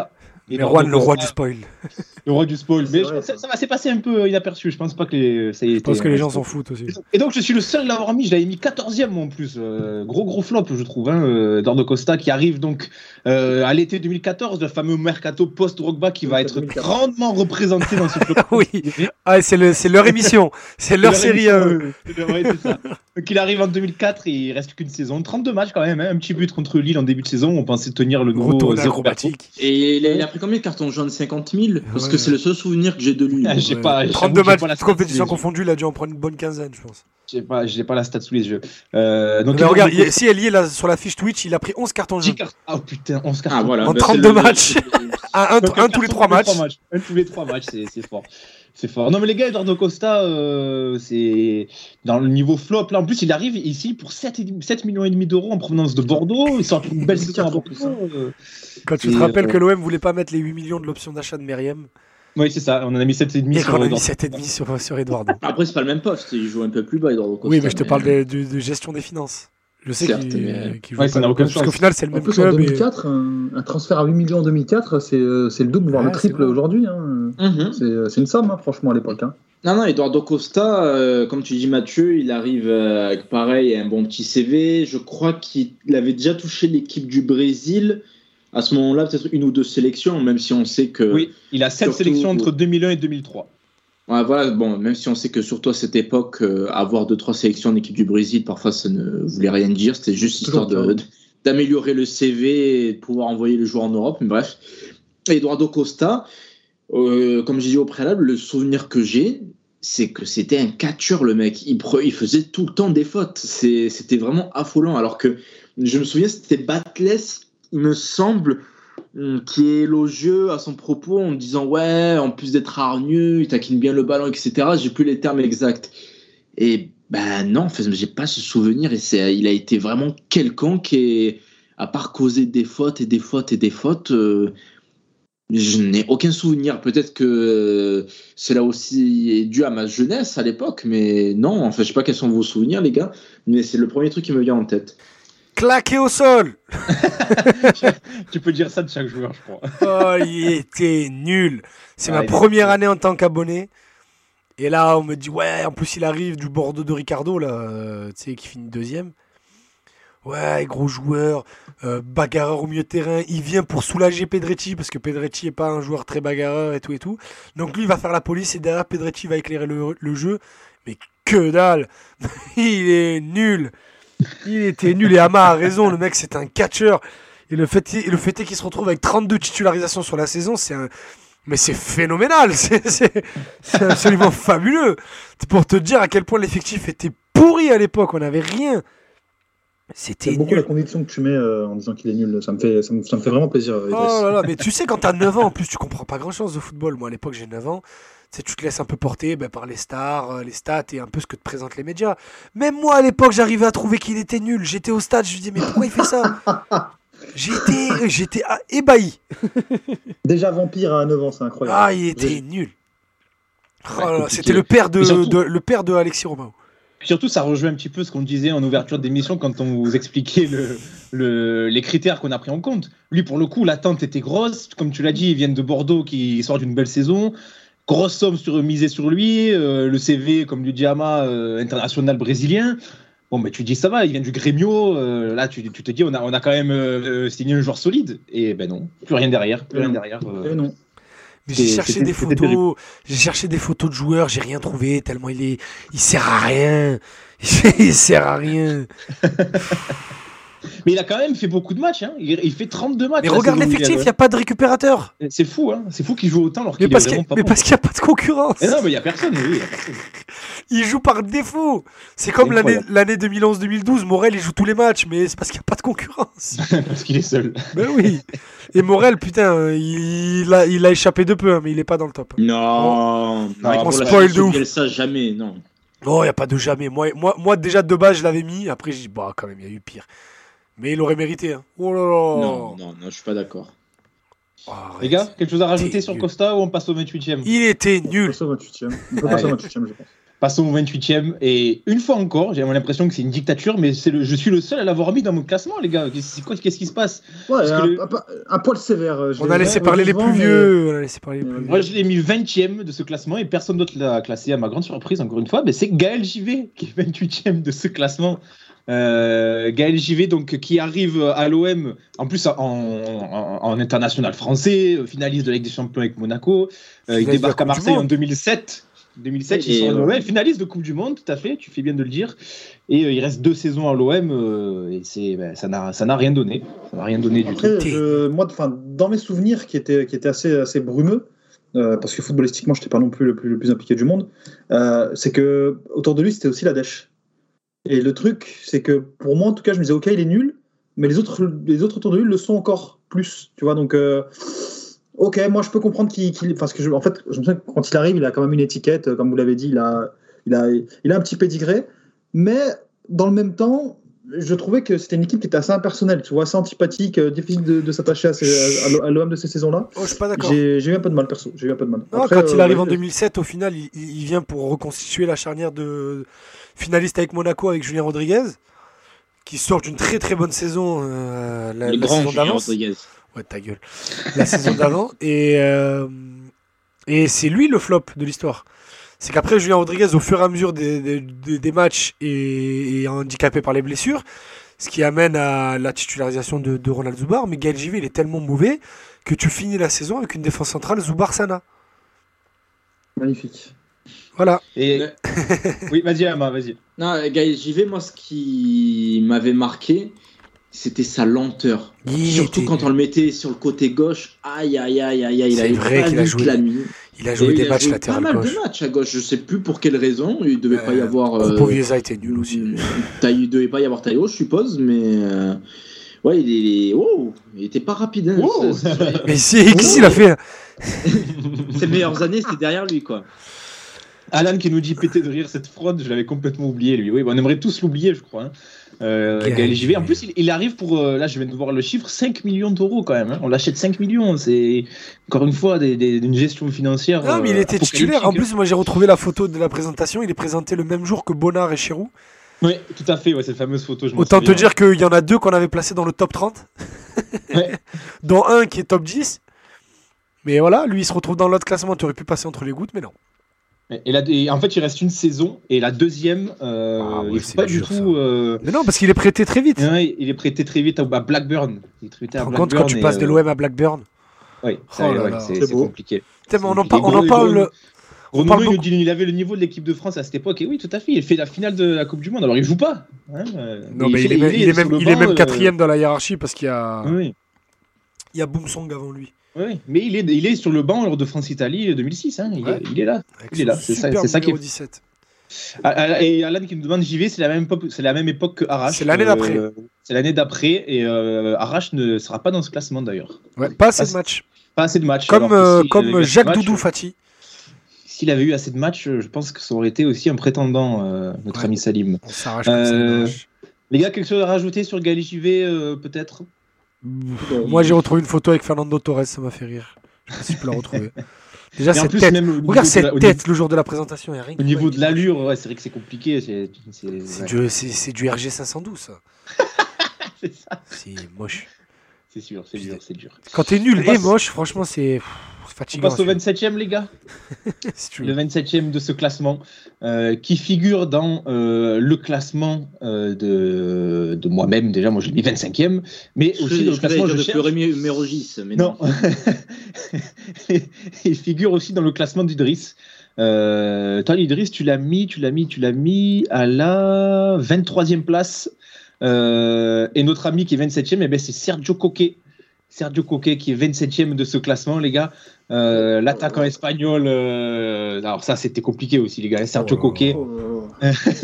Mais Juan, le roi du spoil. Le roi du spoil. C'est Mais vrai, je pense que ça. ça, ça va s'est passé un peu inaperçu. Je pense pas que les, ça ait Je été. pense que les euh, gens s'en foutent aussi. Et donc, je suis le seul à l'avoir mis. Je l'avais mis quatorzième, moi, en plus. Euh, gros, gros flop, je trouve. Hein, euh, Eduardo Costa qui arrive donc euh, à l'été deux mille quatorze, le fameux mercato post-Drogba qui va être deux mille quatorze. grandement représenté dans ce flop. Oui, ah, c'est, le, c'est leur émission. C'est leur série à eux. Ouais, c'est ça. Donc, il arrive en deux mille quatre et il reste qu'une saison. trente-deux matchs quand même. Hein, un petit but contre Lille en début de saison. On pensait tenir le nouveau Retour zéro acrobatique. Et il a, il a pris combien de cartons jaunes? cinquante mille? Parce Ouais. que c'est le seul souvenir que j'ai de lui. Ah, j'ai Ouais. pas, trente-deux j'avoue que j'ai matchs, pas la de stat compétition sous les yeux. confondue, il a dû en prendre une bonne quinzaine, je pense. J'ai pas, j'ai pas la stat sous les yeux. Euh, donc Mais il regarde, donc- il- si elle y est là, sur la fiche Twitch, il a pris onze cartons dix jaunes. cartons. Oh putain, onze cartons. Ah voilà. En bah, trente-deux c'est le- matchs. Un, un- Donc, un tous les trois matchs. Un tous les trois matchs, c'est, c'est fort. C'est fort. Non, mais les gars, Eduardo Costa, euh, c'est dans le niveau flop. Là, en plus, il arrive ici pour sept millions et demi d'euros en provenance de Bordeaux. Il sort une belle saison à Bordeaux. Euh, Quand tu Et, te rappelles euh, que l'O M voulait pas mettre les huit millions de l'option d'achat de Meriem, Oui, c'est ça. On en a mis sept virgule cinq et sur qu'on a mis Eduardo. sept virgule cinq sur, sur Eduardo. Après, c'est pas le même poste. Il joue un peu plus bas, Eduardo Costa. Oui, mais je te parle de, de- de gestion des finances. Je sais Certes, qu'il mais- qu'il joue Ouais, pas ça n'a le aucun poste, parce sens. qu'au final, c'est le En même plus, en club. et- deux mille quatre, un, un transfert à huit millions en deux mille quatre, c'est, euh, c'est le double, voire Ouais, le c'est triple vrai. aujourd'hui. Hein. Mhm. C'est, c'est une somme, hein, franchement, à l'époque. Hein. Non, non, Eduardo Costa, euh, comme tu dis, Mathieu, il arrive euh, avec pareil, un bon petit C V. Je crois qu'il avait déjà touché l'équipe du Brésil. À ce moment-là, peut-être une ou deux sélections, même si on sait que. Oui, il a sept Surtout- sélections entre deux mille un et deux mille trois. Ouais, voilà, bon, même si on sait que surtout à cette époque, euh, avoir deux trois sélections en équipe du Brésil, parfois ça ne voulait rien dire. C'était juste Toujours histoire de, de- d'améliorer le C V et de pouvoir envoyer les joueurs en Europe. Mais bref. Et Eduardo Costa, euh, comme j'ai dit au préalable, le souvenir que j'ai, c'est que c'était un catcheur, le mec. Il, pre- il faisait tout le temps des fautes. C'est, c'était vraiment affolant. Alors que je me souviens, c'était Batless, il me semble, hum, qui est élogieux à son propos en disant ouais, en plus d'être hargneux, il taquine bien le ballon, et cetera. J'ai plus les termes exacts. Et ben non, en fait, j'ai pas ce souvenir. Et c'est, il a été vraiment quelconque et à part causer des fautes et des fautes et des fautes. Euh, je n'ai aucun souvenir. Peut-être que euh, cela aussi est dû à ma jeunesse à l'époque, mais non, enfin, je sais pas quels sont vos souvenirs, les gars, mais c'est le premier truc qui me vient en tête. Claqué au sol. Tu peux dire ça de chaque joueur, je crois. Oh, il était nul. C'est Ah, ma il est première nul. année en tant qu'abonné. Et là, on me dit, ouais, en plus, il arrive du Bordeaux de Ricardo, là, euh, tu sais, qui finit deuxième. Ouais, gros joueur, euh, bagarreur au milieu de terrain. Il vient pour soulager Pedretti, parce que Pedretti n'est pas un joueur très bagarreur et tout et tout. Donc lui, il va faire la police et derrière, Pedretti va éclairer le, le jeu. Mais que dalle. Il est nul. Il était nul et Ama a raison. Le mec, c'est un catcheur. Et le fait, et le fait est qu'il se retrouve avec trente-deux titularisations sur la saison, c'est un... Mais c'est phénoménal. C'est, c'est, c'est absolument fabuleux. C'est pour te dire à quel point l'effectif était pourri à l'époque. On n'avait rien. C'était J'aime beaucoup la nul. conviction que tu mets euh, en disant qu'il est nul. Ça me fait, ça me, ça me fait vraiment plaisir. Idriss. Oh là là, mais tu sais, quand t'as neuf ans, en plus, tu comprends pas grand chose de football. Moi, à l'époque, j'ai neuf ans. Tu sais, tu te laisses un peu porter ben, par les stars, euh, les stats et un peu ce que te présentent les médias. Même moi, à l'époque, j'arrivais à trouver qu'il était nul. J'étais au stade, je me disais, mais pourquoi il fait ça? J'étais, j'étais ah, ébahi. Déjà vampire à neuf ans, c'est incroyable. Ah, il était nul. Oh là là, compliqué. c'était le père de, Mais surtout- de- le père de Alexis Romao. Surtout, ça rejoint un petit peu ce qu'on disait en ouverture d'émission quand on vous expliquait le, le- les critères qu'on a pris en compte. Lui, pour le coup, l'attente était grosse. Comme tu l'as dit, ils viennent de Bordeaux qui sort d'une belle saison. Grosse somme sur, misée sur lui. Euh, le C V, comme du Diama, euh, international brésilien. Bon, mais tu dis ça va, il vient du Grêmio. Euh, là, tu, tu te dis, on a, on a quand même euh, signé un joueur solide. Et ben non, plus rien derrière. Plus Et rien non. derrière. euh. Et non. Mais j'ai C'est- cherché c'était- des c'était terrible. photos, j'ai cherché des photos de joueurs, j'ai rien trouvé tellement il est, il sert à rien, il sert à rien. Mais il a quand même fait beaucoup de matchs. Hein. Il, il fait trente-deux matchs. Mais la regarde saison où il l'effectif, il est- n'y a pas de récupérateur. C'est fou, hein. C'est fou qu'il joue autant alors Mais qu'il est parce qu'il vraiment pas mais bon. parce qu'il n'y a pas de concurrence. Mais non, mais il n'y a personne, oui, il y a personne. Il joue par défaut. C'est comme l'année, Incroyable. l'année deux mille onze deux mille douze, Morel il joue tous les matchs, mais c'est parce qu'il n'y a pas de concurrence. Parce qu'il est seul. Ben oui. Et Morel, putain, il a, il a échappé de peu, hein, mais il est pas dans le top. Non, Non, avec on pour la spoil chance de ouf. Bielsa, jamais, non. Oh, il n'y a pas de jamais. Moi, moi, moi, déjà de base, je l'avais mis. Après, j'ai dit, bah, quand même, il y a eu pire. Mais il aurait mérité. Hein. Oh là là. Non, non, non, je suis pas d'accord. Oh, arrête. Les gars, quelque chose à rajouter T'es sur nul. Costa ou on passe au vingt-huitième? Il était On peut nul. passer au vingt-huitième. On peut passer au Allez. vingt-huitième, je pense. Passons au vingt-huitième. Et une fois encore, j'ai l'impression que c'est une dictature, mais c'est le, je suis le seul à l'avoir mis dans mon classement, les gars. C'est quoi, qu'est-ce qui se passe? Ouais, un, le... un, un poil sévère. On a laissé parler les plus vieux. On a laissé parler les plus vieux. Moi, je l'ai mis vingtième de ce classement et personne d'autre l'a classé, à ma grande surprise, encore une fois. Mais c'est Gaël Givet qui est vingt-huitième de ce classement. Euh, Gaël Givet, donc, qui arrive à l'O M, en plus en, en, en international français, finaliste de la Ligue des Champions avec Monaco. Euh, il débarque à Marseille en deux mille sept. deux mille sept, ils sont euh, ouais, finalistes de Coupe du Monde, tout à fait, tu fais bien de le dire. Et euh, il reste deux saisons à l'O M euh, et c'est, ben, ça, n'a, ça n'a rien donné. Ça n'a rien donné du Après, tout. Je, moi, dans mes souvenirs qui étaient, qui étaient assez, assez brumeux, euh, parce que footballistiquement, je n'étais pas non plus le plus, le plus impliqué du monde, euh, c'est que autour de lui, c'était aussi la dèche. Et le truc, c'est que pour moi, en tout cas, je me disais, ok, il est nul, mais les autres, les autres autour de lui le sont encore plus. Tu vois, donc, euh, ok, moi, je peux comprendre qu'il. qu'il parce que, je, en fait, je me souviens que quand il arrive, il a quand même une étiquette, comme vous l'avez dit, il a, il a, il a un petit pédigré, mais dans le même temps, je trouvais que c'était une équipe qui était assez impersonnelle, tu vois, assez antipathique, euh, difficile de, de s'attacher à, ces, à, à l'O M de ces saisons-là. Oh, je suis pas d'accord. J'ai, j'ai eu un peu de mal, perso. J'ai eu un peu de mal. Non, Après, quand il euh, arrive ouais, en deux mille sept, au final, il, il vient pour reconstituer la charnière de finaliste avec Monaco, avec Julien Rodriguez, qui sort d'une très très bonne saison euh, la, Le la grand saison Julien d'avant. Rodriguez. Ouais, ta gueule. La saison d'avant. Et, euh, et c'est lui le flop de l'histoire. C'est qu'après, Julien Rodriguez, au fur et à mesure des, des, des, des matchs, est, est handicapé par les blessures, ce qui amène à la titularisation de, de Ronald Zubar. Mais Gaël Givet, il est tellement mauvais que tu finis la saison avec une défense centrale Zubar-Sana. Magnifique. Voilà. Et... oui, vas-y, Ama, vas-y. Non, Gaël Givet, moi, ce qui m'avait marqué, c'était sa lenteur. Il Surtout était... quand on le mettait sur le côté gauche. Aïe, aïe, aïe, aïe, aïe. C'est il vrai qu'il a joué. La nuit. Il a joué Et des il matchs joué latéral pas mal gauche. de matchs à gauche. Je sais plus pour quelle raison. Il devait euh, pas y avoir. Koupovieza euh, était nul aussi. Il devait pas y avoir Taillot, je suppose, mais. Euh... Ouais, il est. Oh, il était pas rapide. Hein, oh. ça, ça... Mais c'est qui s'il a fait? Ses meilleures années, c'était derrière lui, quoi. Alan qui nous dit péter de rire cette fraude, je l'avais complètement oublié lui. Oui, on aimerait tous l'oublier, je crois. Hein. Euh, Gaël Givet. En plus, il, il arrive pour, euh, là je viens de voir le chiffre, cinq millions d'euros quand même. Hein. On l'achète cinq millions. C'est encore une fois des, des, une gestion financière. Non, mais il était euh, titulaire. En plus, moi j'ai retrouvé la photo de la présentation. Il est présenté le même jour que Bonnard et Chirou. Oui, tout à fait, ouais, cette fameuse photo. Je Autant te dire qu'il y en a deux qu'on avait placés dans le top trente, ouais. dont un qui est top dix. Mais voilà, lui il se retrouve dans l'autre classement. Tu aurais pu passer entre les gouttes, mais non. Et, la, et en fait, il reste une saison et la deuxième, euh, ah ouais, il faut pas du tout. Euh... Mais non, parce qu'il est prêté très vite. Ouais, il est prêté très vite à Blackburn. Il est prêté à Blackburn. Compte quand tu passes euh... de l'O M à Blackburn. Oui, oh ouais, c'est, c'est, c'est compliqué. C'est on, en par, on en parle. On parle nous dit il avait le niveau de l'équipe de France à cette époque. Et oui, tout à fait. Il fait la finale de la Coupe du Monde. Alors il joue pas. Hein, non, mais, mais il, il, est, il, est, il est même, il est même quatrième euh... dans la hiérarchie parce qu'il y a. Oui. Il y a Boumsong avant lui. Oui, mais il est, il est sur le banc lors de France-Italie deux mille six. Hein. Il, ouais. est, il est là. Avec il est là. C'est ça, c'est ça qui est. dix-sept. Et Alan qui nous demande J V, c'est la même époque, c'est la même époque que Arrache. C'est l'année d'après. Euh, c'est l'année d'après et euh, Arrache ne sera pas dans ce classement d'ailleurs. Ouais, pas assez pas de matchs. Pas assez de matchs. Comme, euh, comme Jacques Doudou Fati. S'il avait eu assez de matchs, je pense que ça aurait été aussi un prétendant, euh, notre ouais. ami Salim. On s'arrache comme euh, ça. Les gars, quelque chose à rajouter sur Gaël Givet, euh, peut-être? Moi, j'ai retrouvé une photo avec Fernando Torres, ça m'a fait rire. Je sais pas si tu peux la retrouver. Déjà, cette plus, tête. Regarde cette la, tête niveau, le jour de la présentation. Rien au niveau de l'allure, ouais, c'est vrai que c'est compliqué. C'est, c'est, c'est, ouais. du, c'est, c'est du R G cinq cent douze, ça. C'est ça. C'est moche. C'est sûr, c'est dur, c'est dur. Quand t'es nul et moche, franchement, c'est fatigant. On passe au vingt-septième, les gars. Si le vingt-septième de ce classement, euh, qui figure dans euh, le classement euh, de, de moi-même. Déjà, moi, je l'ai mis vingt-cinquième, mais je aussi dans le classement de cherche... Mérogis, mais non. non. Il figure aussi dans le classement d'Idriss. Euh, toi, Idriss, tu l'as mis, tu l'as mis, tu l'as mis à la vingt-troisième place. Euh, et notre ami qui est vingt-septième, eh ben, c'est Sergio Coquet. Sergio Coquet qui est vingt-septième de ce classement, les gars. Euh, l'attaquant espagnol. Euh... Alors, ça, c'était compliqué aussi, les gars. Sergio oh, Coquet. Oh, oh.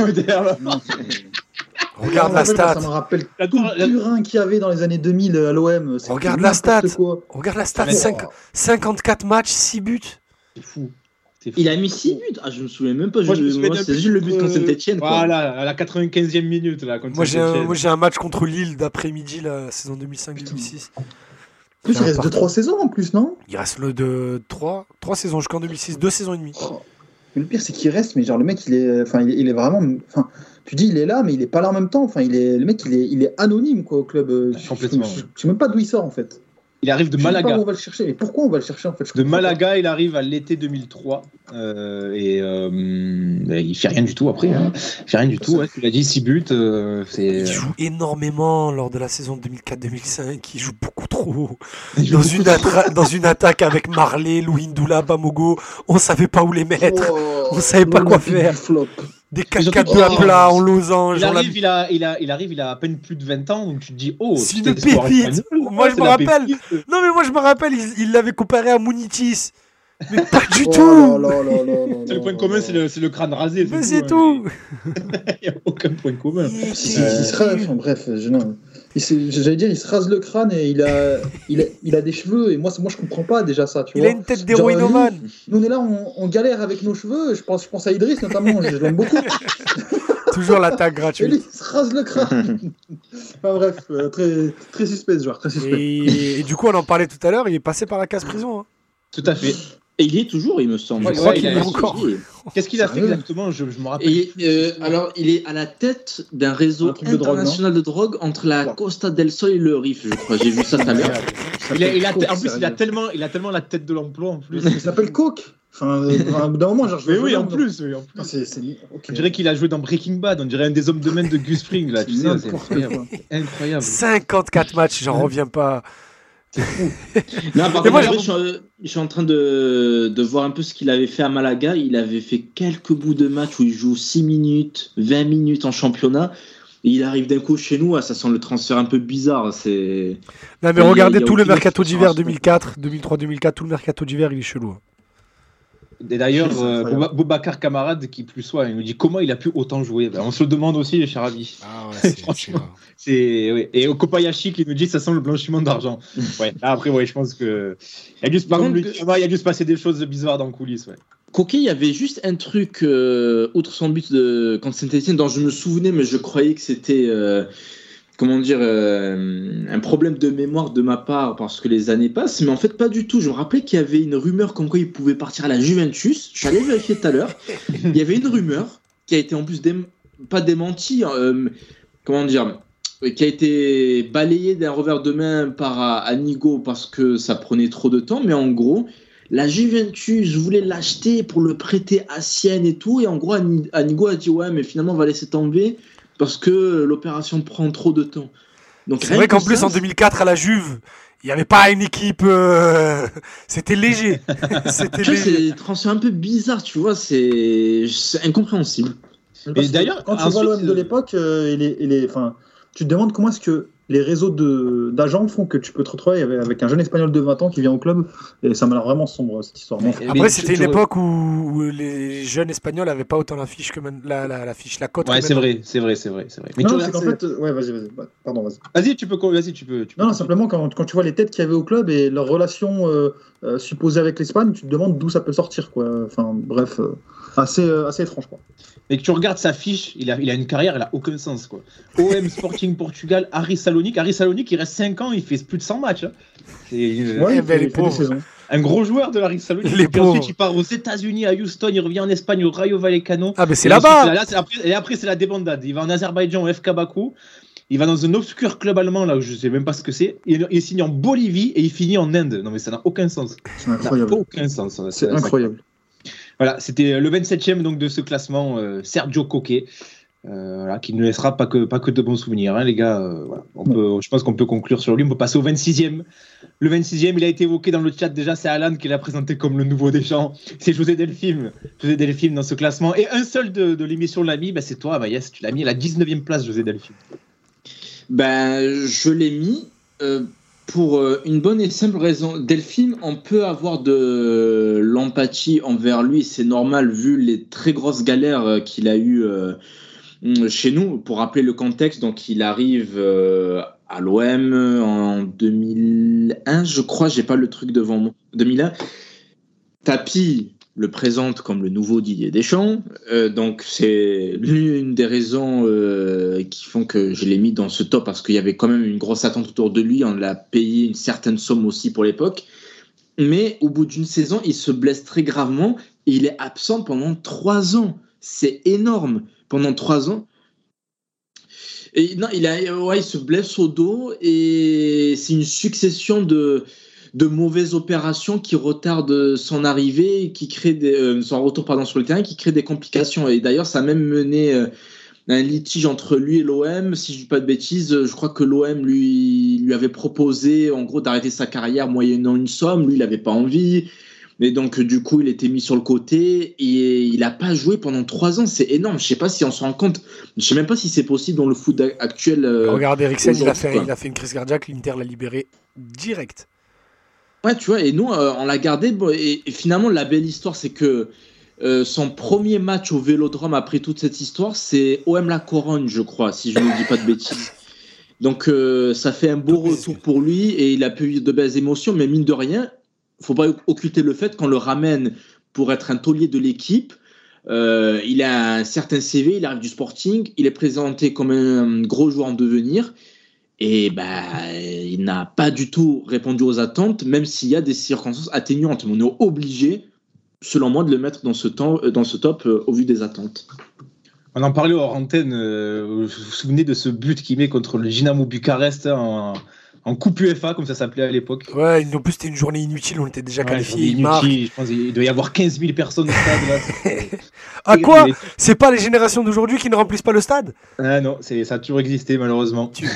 Regarde la stat. Ça me rappelle tout le purin qu'il y avait dans les années deux mille à l'O M. C'est Regarde la stat. Regarde la stat. cinquante-quatre matchs, six buts. C'est fou. Il a mis six buts. Ah, je me souviens même pas. Moi, je me souviens moi, c'est juste le but contre Saint-Etienne. Voilà, à la quatre-vingt-quinzième minute. Là, contre moi, j'ai un, moi, j'ai un match contre Lille d'après-midi, la saison deux mille cinq deux mille six. En plus, il reste deux trois saisons en plus, non? Il reste le de trois saisons jusqu'en deux mille six, deux saisons et demie. Oh. Mais le pire, c'est qu'il reste, mais genre le mec, il est, enfin, il, il est vraiment, enfin, tu dis il est là, mais il est pas là en même temps. Enfin, il est, le mec, il est, il est anonyme quoi au club. Complètement. Je, je, je sais même pas d'où il sort en fait. Il arrive de je Malaga. sais pas où on va le chercher. Et pourquoi on va le chercher en fait? De Malaga, pas. Il arrive à l'été deux mille trois euh, et euh, il fait rien du tout après. Hein. Il fait rien du tout. Ouais, tu l'as dit, six buts. Euh, c'est... Il joue énormément lors de la saison deux mille quatre deux mille cinq. Il joue beaucoup trop. Dans une, attra- dans une attaque avec Marley, Louindoula, Bamogo, on savait pas où les mettre. Oh, on savait pas quoi faire. Des quatre quatre deux à plat en losange. Il arrive, la... il, a, il, a, il arrive, il a à peine plus de vingt ans, donc tu te dis, oh, c'est une pépite. Moi, je me rappelle. Pépite. Non, mais moi, je me rappelle, il, il l'avait comparé à Mounitis. Mais pas du oh tout. Là, là, là, là, là, le point là, commun, là. C'est, le, c'est le crâne rasé. Mais c'est tout. Il n'y a aucun point commun. Il, il, euh... il se rase, enfin, bref, je, non. Il se, j'allais dire, il se rase le crâne et il a, il a, il a des cheveux. Et moi, moi, je comprends pas déjà ça. Tu il vois. a une tête d'héroïnomane. Nous, on est là, on, on galère avec nos cheveux. Je pense, je pense à Idriss notamment. Je l'aime beaucoup. Toujours l'attaque gratuite. Et lui, il se rase le crâne. Enfin bref, euh, très, très suspect ce joueur. Très suspect. Et, et du coup, on en parlait tout à l'heure, il est passé par la case prison. Hein. Tout à fait. Et il y est toujours, il me semble. Je crois ouais, qu'il il est encore. Qu'est-ce qu'il a fait exactement? Je, je me rappelle. Et, euh, alors, il est à la tête d'un réseau international de drogue, de drogue entre la Costa del Sol et le Rif, je crois. J'ai vu ça tout à l'heure. Il a, il a, en plus, il a, tellement, il a tellement la tête de l'emploi en plus. Il s'appelle Coke. Enfin, euh, d'un moment, genre, je mais oui, en plus, oui, en plus. Ah, c'est, c'est... Okay. On dirait qu'il a joué dans Breaking Bad. On dirait un des hommes de main de Gus Fring là. Tu sais, c'est incroyable. incroyable. cinquante-quatre matchs, j'en reviens pas. C'est fou. Non, par contre, moi, je... Je, suis, je suis en train de, de voir un peu ce qu'il avait fait à Malaga. Il avait fait quelques bouts de match où il joue six minutes, vingt minutes en championnat. Et il arrive d'un coup chez nous, ça sent le transfert un peu bizarre. C'est... Non, mais regardez tout le mercato d'hiver deux mille quatre, deux mille trois deux mille quatre, tout le mercato d'hiver, il est chelou. Et d'ailleurs, euh, Boubacar Camarade, qui plus soit, il nous dit comment il a pu autant jouer. Ben, on se le demande aussi, les Charabi. Ah ouais, c'est, franchement. C'est, ouais. Et Kobayashi qui nous dit que ça sent le blanchiment d'argent. Ouais. Là, après, ouais, je pense que. Il y a dû se, par exemple, que... il y a dû se passer des choses bizarres dans le coulisses. Ouais. Coquet, il y avait juste un truc, euh, outre son but de... contre Saint-Etienne, dont je me souvenais, mais je croyais que c'était. Euh... comment dire, euh, un problème de mémoire de ma part parce que les années passent, mais en fait pas du tout. Je me rappelais qu'il y avait une rumeur comme quoi il pouvait partir à la Juventus. Je suis allé vérifier tout à l'heure. Il y avait une rumeur qui a été en plus dé- pas démentie, euh, comment dire, qui a été balayée d'un revers de main par Anigo parce que ça prenait trop de temps, mais en gros, la Juventus voulait l'acheter pour le prêter à Sienne et tout, et en gros Anigo a dit ouais, mais finalement on va laisser tomber parce que l'opération prend trop de temps. Donc, c'est vrai qu'en plus, ça, en deux mille quatre, à la Juve, il n'y avait pas une équipe... Euh... C'était léger. C'était tu léger. Vois, c'est des transferts un peu bizarres, tu vois, c'est, c'est incompréhensible. Et d'ailleurs, quand tu vois l'O M de l'époque, euh, il est, il est, tu te demandes comment est-ce que les réseaux de, d'agents font que tu peux te retrouver avec, avec un jeune Espagnol de vingt ans qui vient au club, et ça m'a l'air vraiment sombre, cette histoire. Mais, Après, mais c'était une époque où, où les jeunes Espagnols n'avaient pas autant la fiche que man... la, la, la fiche, la cote. Ouais, c'est vrai, c'est vrai, c'est vrai, c'est vrai. Mais non, c'est qu'en fait, ouais, vas-y, vas-y, pardon, vas-y. Vas-y, tu peux, vas-y, tu peux. Tu peux non, non, simplement quand, quand tu vois les têtes qu'il y avait au club et leur relation euh, euh, supposée avec l'Espagne, tu te demandes d'où ça peut sortir, quoi. Enfin, bref, euh, assez, euh, assez étrange, quoi. Mais que tu regardes sa fiche, il a, il a une carrière, elle a aucun sens, quoi. O M Sporting Portugal, Aris Salonique. Aris Salonique, il reste cinq ans, il fait plus de cent matchs. Hein. C'est une... ouais, il fait, il fait des saisons. Un gros joueur de l'Aris Salonique. Et puis ensuite, il part aux États-Unis, à Houston, il revient en Espagne, au Rayo Vallecano. Ah, mais c'est et là-bas ensuite, là, c'est après, Et après, c'est la débandade. Il va en Azerbaïdjan, au F K Bakou. Il va dans un obscur club allemand, là où je sais même pas ce que c'est. Il, il signe en Bolivie et il finit en Inde. Non, mais ça n'a aucun sens. C'est incroyable. Ça n'a aucun sens. C'est, c'est incroyable. Voilà, c'était le vingt-septième donc, de ce classement, euh, Sergio Coquet, euh, voilà, qui ne laissera pas que, pas que de bons souvenirs, hein, les gars. Euh, voilà. On peut, je pense qu'on peut conclure sur lui. On peut passer au vingt-sixième. Le vingt-sixième, il a été évoqué dans le chat déjà, c'est Alan qui l'a présenté comme le nouveau Deschamps. C'est José Delphine, José Delphine dans ce classement. Et un seul de, de l'émission l'a mis, bah, c'est toi, Maïs, tu l'as mis à la dix-neuvième place, José Delphine. Ben, je l'ai mis... Euh... Pour une bonne et simple raison, Delphine, on peut avoir de l'empathie envers lui, c'est normal vu les très grosses galères qu'il a eues chez nous. Pour rappeler le contexte, donc il arrive à l'O M en deux mille un, je crois, j'ai pas le truc devant moi, deux mille un. Tapi le présente comme le nouveau Didier Deschamps, euh, donc c'est l'une des raisons euh, qui font que je l'ai mis dans ce top, parce qu'il y avait quand même une grosse attente autour de lui, on l'a payé une certaine somme aussi pour l'époque. mais au bout d'une saison, il se blesse très gravement et il est absent pendant trois ans. C'est énorme. Pendant trois ans. Et non, il, a, ouais, il se blesse au dos et c'est une succession de, de mauvaises opérations qui retardent son arrivée, qui crée des, euh, son retour pardon, sur le terrain, qui crée des complications. Et d'ailleurs, ça a même mené euh, un litige entre lui et l'O M. Si je ne dis pas de bêtises, je crois que l'O M lui, lui avait proposé en gros d'arrêter sa carrière moyennant une somme. Lui, il n'avait pas envie. Mais donc, du coup, il était mis sur le côté et il n'a pas joué pendant trois ans. C'est énorme. Je ne sais pas si on se rend compte. Je ne sais même pas si c'est possible dans le foot actuel. Euh, Regarde, Eriksen, il a, fait, il a fait une crise cardiaque. L'Inter l'a libéré direct. Ouais, tu vois. Et nous, euh, on l'a gardé. Bon, et, et finalement, la belle histoire, c'est que euh, son premier match au Vélodrome après toute cette histoire, c'est O M La Corogne, je crois, si je ne dis pas de bêtises. Donc, euh, ça fait un beau retour pour lui et il a pu eu de belles émotions. Mais mine de rien, faut pas occulter le fait qu'on le ramène pour être un taulier de l'équipe. Euh, il a un certain C V, il arrive du Sporting, il est présenté comme un gros joueur en devenir et bah, il n'a pas du tout répondu aux attentes, même s'il y a des circonstances atténuantes. On est obligé, selon moi, de le mettre dans ce, temps, dans ce top euh, au vu des attentes. On en parlait hors antenne, euh, vous vous souvenez de ce but qu'il met contre le Dynamo Bucarest hein, en... En coupe U F A, comme ça s'appelait à l'époque. Ouais, en plus c'était une journée inutile, on était déjà ouais, qualifiés. Inutile, je pense qu'il doit y avoir quinze mille personnes au stade. Là. À quoi ? C'est pas les générations d'aujourd'hui qui ne remplissent pas le stade ? Ah non, c'est, ça a toujours existé malheureusement. Tu...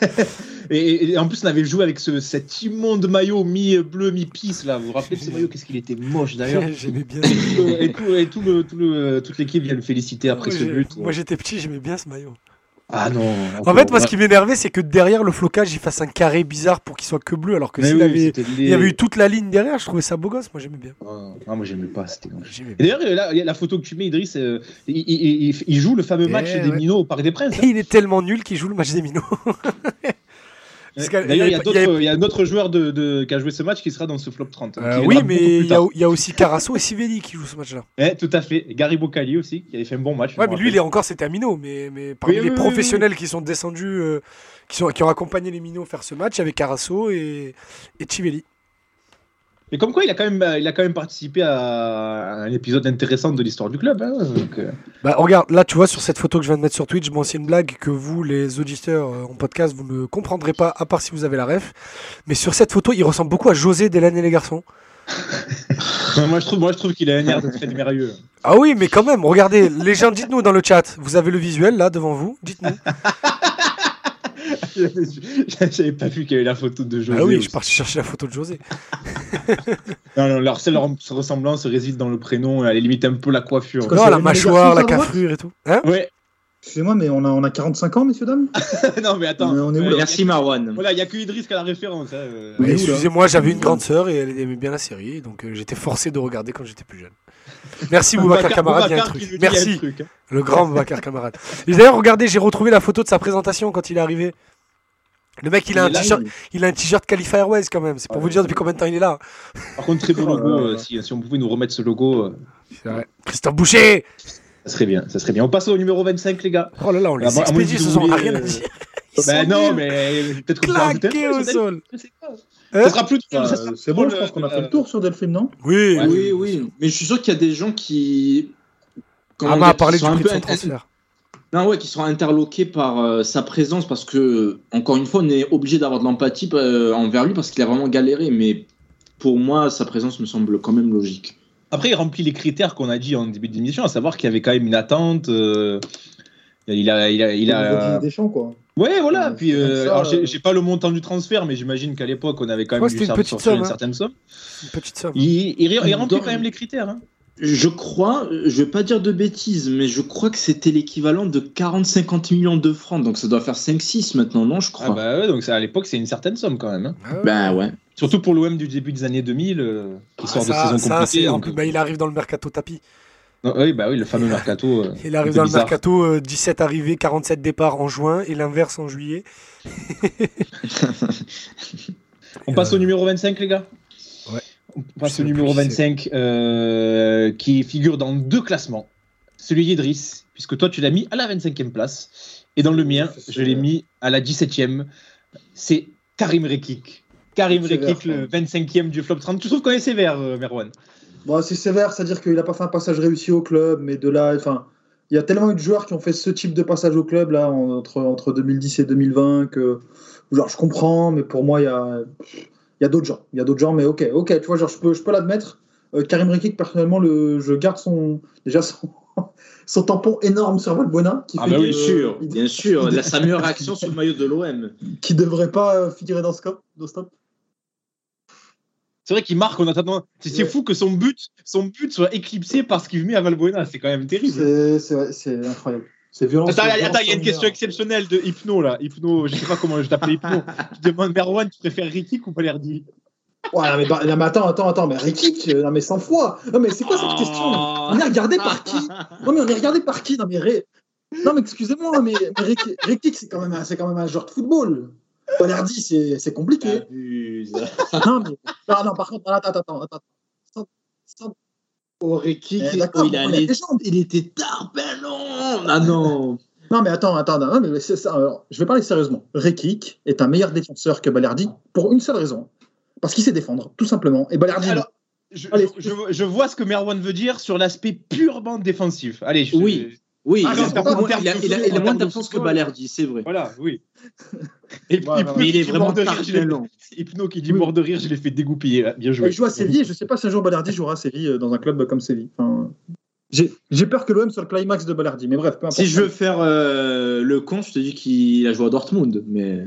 et, et en plus on avait joué avec ce, cet immonde maillot mi-bleu, mi-pisse là. Vous vous rappelez de ce maillot ? Qu'est-ce qu'il était moche d'ailleurs. J'aimais bien. et tout, et tout le, tout le, toute l'équipe vient le féliciter après ouais, ce but. Moi j'étais petit, j'aimais bien ce maillot. Ah non. En fait, moi, ce qui m'énervait, c'est que derrière le flocage, il fasse un carré bizarre pour qu'il soit que bleu, alors que s'il oui, avait, il y avait eu toute la ligne derrière, je trouvais ça beau gosse. Moi, j'aimais bien. Oh, non, moi, j'aimais pas. C'était. J'aimais et d'ailleurs, là, il y a la photo que tu mets, Idriss, euh, il, il, il, il joue le fameux match eh, des ouais. Minots au Parc des Princes. Hein. Il est tellement nul qu'il joue le match des Minots. D'ailleurs, il y, a il, y a... il y a un autre joueur de, de, qui a joué ce match qui sera dans ce flop trente. Euh, oui, mais il y, a, il y a aussi Carasso et Sivelli qui jouent ce match-là. Ouais, tout à fait. Et Gary Boccali aussi, qui avait fait un bon match. Ouais, mais lui, il est encore, c'était un minot. Mais, mais parmi oui, les oui, professionnels oui, oui. qui sont descendus, euh, qui, sont, qui ont accompagné les minots faire ce match, il y avait Carasso et, et Sivelli. Mais comme quoi, il a quand même, il a quand même participé à un épisode intéressant de l'histoire du club. Hein, donc, euh... bah, regarde, là, tu vois, sur cette photo que je viens de mettre sur Twitch, bon, c'est une blague que vous, les auditeurs euh, en podcast, vous ne comprendrez pas, à part si vous avez la ref. Mais sur cette photo, il ressemble beaucoup à José d'Hélène et les garçons. moi, je trouve, moi, je trouve qu'il a un air de très merveilleux. Ah oui, mais quand même, regardez, les gens, dites-nous dans le chat. Vous avez le visuel, là, devant vous. Dites-nous. J'avais pas vu qu'il y avait la photo de José. Ah oui, aussi. je suis parti chercher la photo de José. non, non, leur seule ressemblance réside dans le prénom, à la limite un peu la coiffure. Non, la mâchoire, la coiffure et tout. Hein ouais. Excusez-moi, mais on a, on a quarante-cinq ans, messieurs, dames. Non, mais attends. Mais on est où, là Merci, Marwan. Voilà, il n'y a que Idriss qui a la référence. Hein. Oui, excusez-moi, j'avais une grande sœur et elle aimait bien la série, donc euh, j'étais forcé de regarder quand j'étais plus jeune. Merci, Boubacar Camarade, il y a un truc. Merci, un truc, hein. Le grand Boubacar Camarade. Et d'ailleurs, regardez, j'ai retrouvé la photo de sa présentation quand il est arrivé. Le mec, il a, un t-shirt, il a un t-shirt Khalifa Airways quand même. C'est pour ah, vous dire depuis combien de temps il est là. Par contre, très beau logo. Euh, si, si on pouvait nous remettre ce logo. Euh... C'est vrai. Christophe Boucher. Ça serait bien, ça serait bien. On passe au numéro vingt-cinq, les gars. Oh là là, on les expédie, ce sont rien à dire. Ben non, mais peut-être que claqué au sol. Ça sera plus. C'est bon, je pense qu'on a fait le tour sur Delphine, non ? Oui, oui, oui. Mais je suis sûr qu'il y a des gens qui. Ah, m'a parlé du prix de son transfert. Non, ouais, qui seront interloqués par euh, sa présence parce que, encore une fois, on est obligé d'avoir de l'empathie euh, envers lui parce qu'il a vraiment galéré. Mais pour moi, sa présence me semble quand même logique. Après, il remplit les critères qu'on a dit en début d'émission, à savoir qu'il y avait quand même une attente. Euh, il a, il a, il a. Des champs, quoi. Ouais, voilà. Ouais, puis, euh, ça, alors, j'ai, j'ai pas le montant du transfert, mais j'imagine qu'à l'époque, on avait quand même dû sortir somme, une hein. certaine somme. Une petite somme. Il, il, il, il remplit quand même les critères. Hein. Je crois, je vais pas dire de bêtises, mais je crois que c'était l'équivalent de quarante à cinquante millions de francs, donc ça doit faire cinq six maintenant, non, je crois. Ah bah ouais, donc ça, à l'époque, c'est une certaine somme quand même. Hein. Ah ouais. Bah ouais. Surtout pour l'O M du début des années deux mille, euh, qui ah, sort ça, de saison ça, compliquée. Donc... Bah, il arrive dans le mercato tapis. Non, oui, bah oui, le fameux mercato. Euh, il arrive dans bizarre. Le mercato, euh, dix-sept arrivées, quarante-sept départs en juin, et l'inverse en juillet. On passe euh... au numéro vingt-cinq, les gars. Ouais. On passe au numéro vingt-cinq, euh, qui figure dans deux classements. Celui d'Idriss, puisque toi, tu l'as mis à la vingt-cinquième place. Et dans le mien, je l'ai mis à la dix-septième. C'est Karim Rekik. Karim Rekik, le vingt-cinquième du flop trente. Tu trouves qu'on est sévère, euh, Merwan? Bon, c'est sévère, c'est-à-dire qu'il n'a pas fait un passage réussi au club, mais de là, enfin, il y a tellement eu de joueurs qui ont fait ce type de passage au club là entre, entre deux mille dix et deux mille vingt que, genre, je comprends, mais pour moi, il y a, il y a d'autres gens. Il y a d'autres gens, mais ok, ok, tu vois, genre, je peux, je peux l'admettre. Euh, Karim Rekik, personnellement, le, je garde son, déjà son, son tampon énorme sur Valbuena. Qui ah, fait bah oui, bien sûr, il, bien sûr. Il a sa meilleure réaction sur le maillot de l'O M. Qui devrait pas figurer dans ce top. Dans ce top. C'est vrai qu'il marque en attendant. C'est ouais. fou que son but, son but soit éclipsé par ce qu'il met à Valbuena. C'est quand même terrible. C'est, c'est, c'est incroyable. C'est violent. Attends, attends, il y a une question exceptionnelle de Hypno là. Hypno, je sais pas comment je t'appelle Hypno. Je demande Merwan, tu préfères Rekik ou Balerdi? Ouais, non mais, bah, non mais attends, attends, attends, mais Rekik, non mais cent fois. Non mais c'est quoi cette question? On est regardé par qui? Non mais on est regardé par qui? Non mais, Ré... non, mais excusez-moi, mais, mais Rekik, c'est quand même, c'est quand même un joueur de football. Balerdi, c'est, c'est compliqué. non, mais, non, non, par contre, attends, attends, attends. Sans, sans... Oh, Rekik, eh, oh, il, a les... il était tard, ben non. Ah non. Non, mais attends, attends, non, mais c'est ça. Alors, je vais parler sérieusement. Rekik est un meilleur défenseur que Balerdi pour une seule raison. Parce qu'il sait défendre, tout simplement. Et Balerdi. Alors, je, Allez, je, je, je vois ce que Merwan veut dire sur l'aspect purement défensif. Allez, je, oui. Je... Oui, ah, non, pas, moi, il, a, il, a, il a moins d'absence que Balerdi, c'est vrai. Voilà, oui. Et ouais, Hypno, mais il est vraiment de rire, je l'ai... Hypno qui dit oui. mort de rire, je l'ai fait dégoupiller. Bien joué. Il joue à Séville, et je ne sais pas si un jour Balerdi jouera à Séville dans un club comme Séville. Enfin, j'ai, j'ai peur que l'O M soit le climax de Balerdi, mais bref, peu importe. Si je veux faire euh, le con, je te dis qu'il a joué à Dortmund, mais.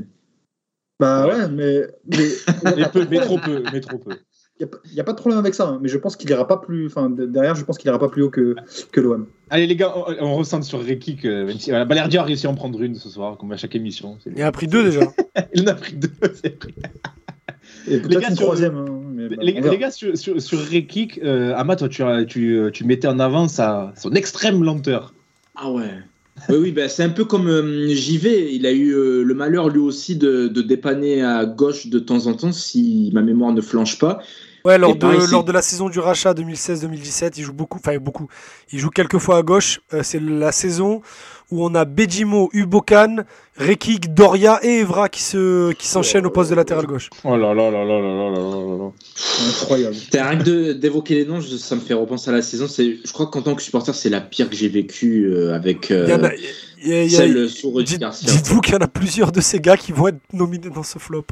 Bah ouais, mais. Mais, mais, peu, mais trop peu, mais trop peu. Il n'y a, a pas de problème avec ça, hein, mais je pense qu'il ira pas plus. Enfin, derrière, je pense qu'il ira pas plus haut que, que l'O M. Allez, les gars, on, on ressent sur Rekik. Euh, même si, voilà, Balerdi a réussi à en prendre une ce soir, comme à chaque émission. C'est, il a pris deux déjà. Il en a pris deux, c'est vrai. Et peut-être les gars, une sur, troisième. Hein, mais bah, les, les gars, sur, sur, sur Rekik, euh, Ama, toi, tu, tu, tu mettais en avant sa, son extrême lenteur. Ah ouais. Oui, oui, bah, c'est un peu comme euh, J V. Il a eu euh, le malheur lui aussi de, de dépanner à gauche de temps en temps, si ma mémoire ne flanche pas. Ouais, lors de, pareil, lors de la saison du rachat deux mille seize deux mille dix-sept, il joue beaucoup, enfin beaucoup. Il joue quelques fois à gauche. Euh, c'est la saison où on a Bedjimo, Ubokan, Rekik, Doria et Evra qui, se, qui s'enchaînent au poste de latéral gauche. Oh là là là là là là là là. Incroyable. Rien que de, d'évoquer les noms, ça me fait repenser à la saison. C'est, je crois qu'en tant que supporter, c'est la pire que j'ai vécue euh, avec euh, y en a, y a, y a, celle sur Rudy Garcia. Dites-vous qu'il y en a plusieurs de ces gars qui vont être nominés dans ce flop.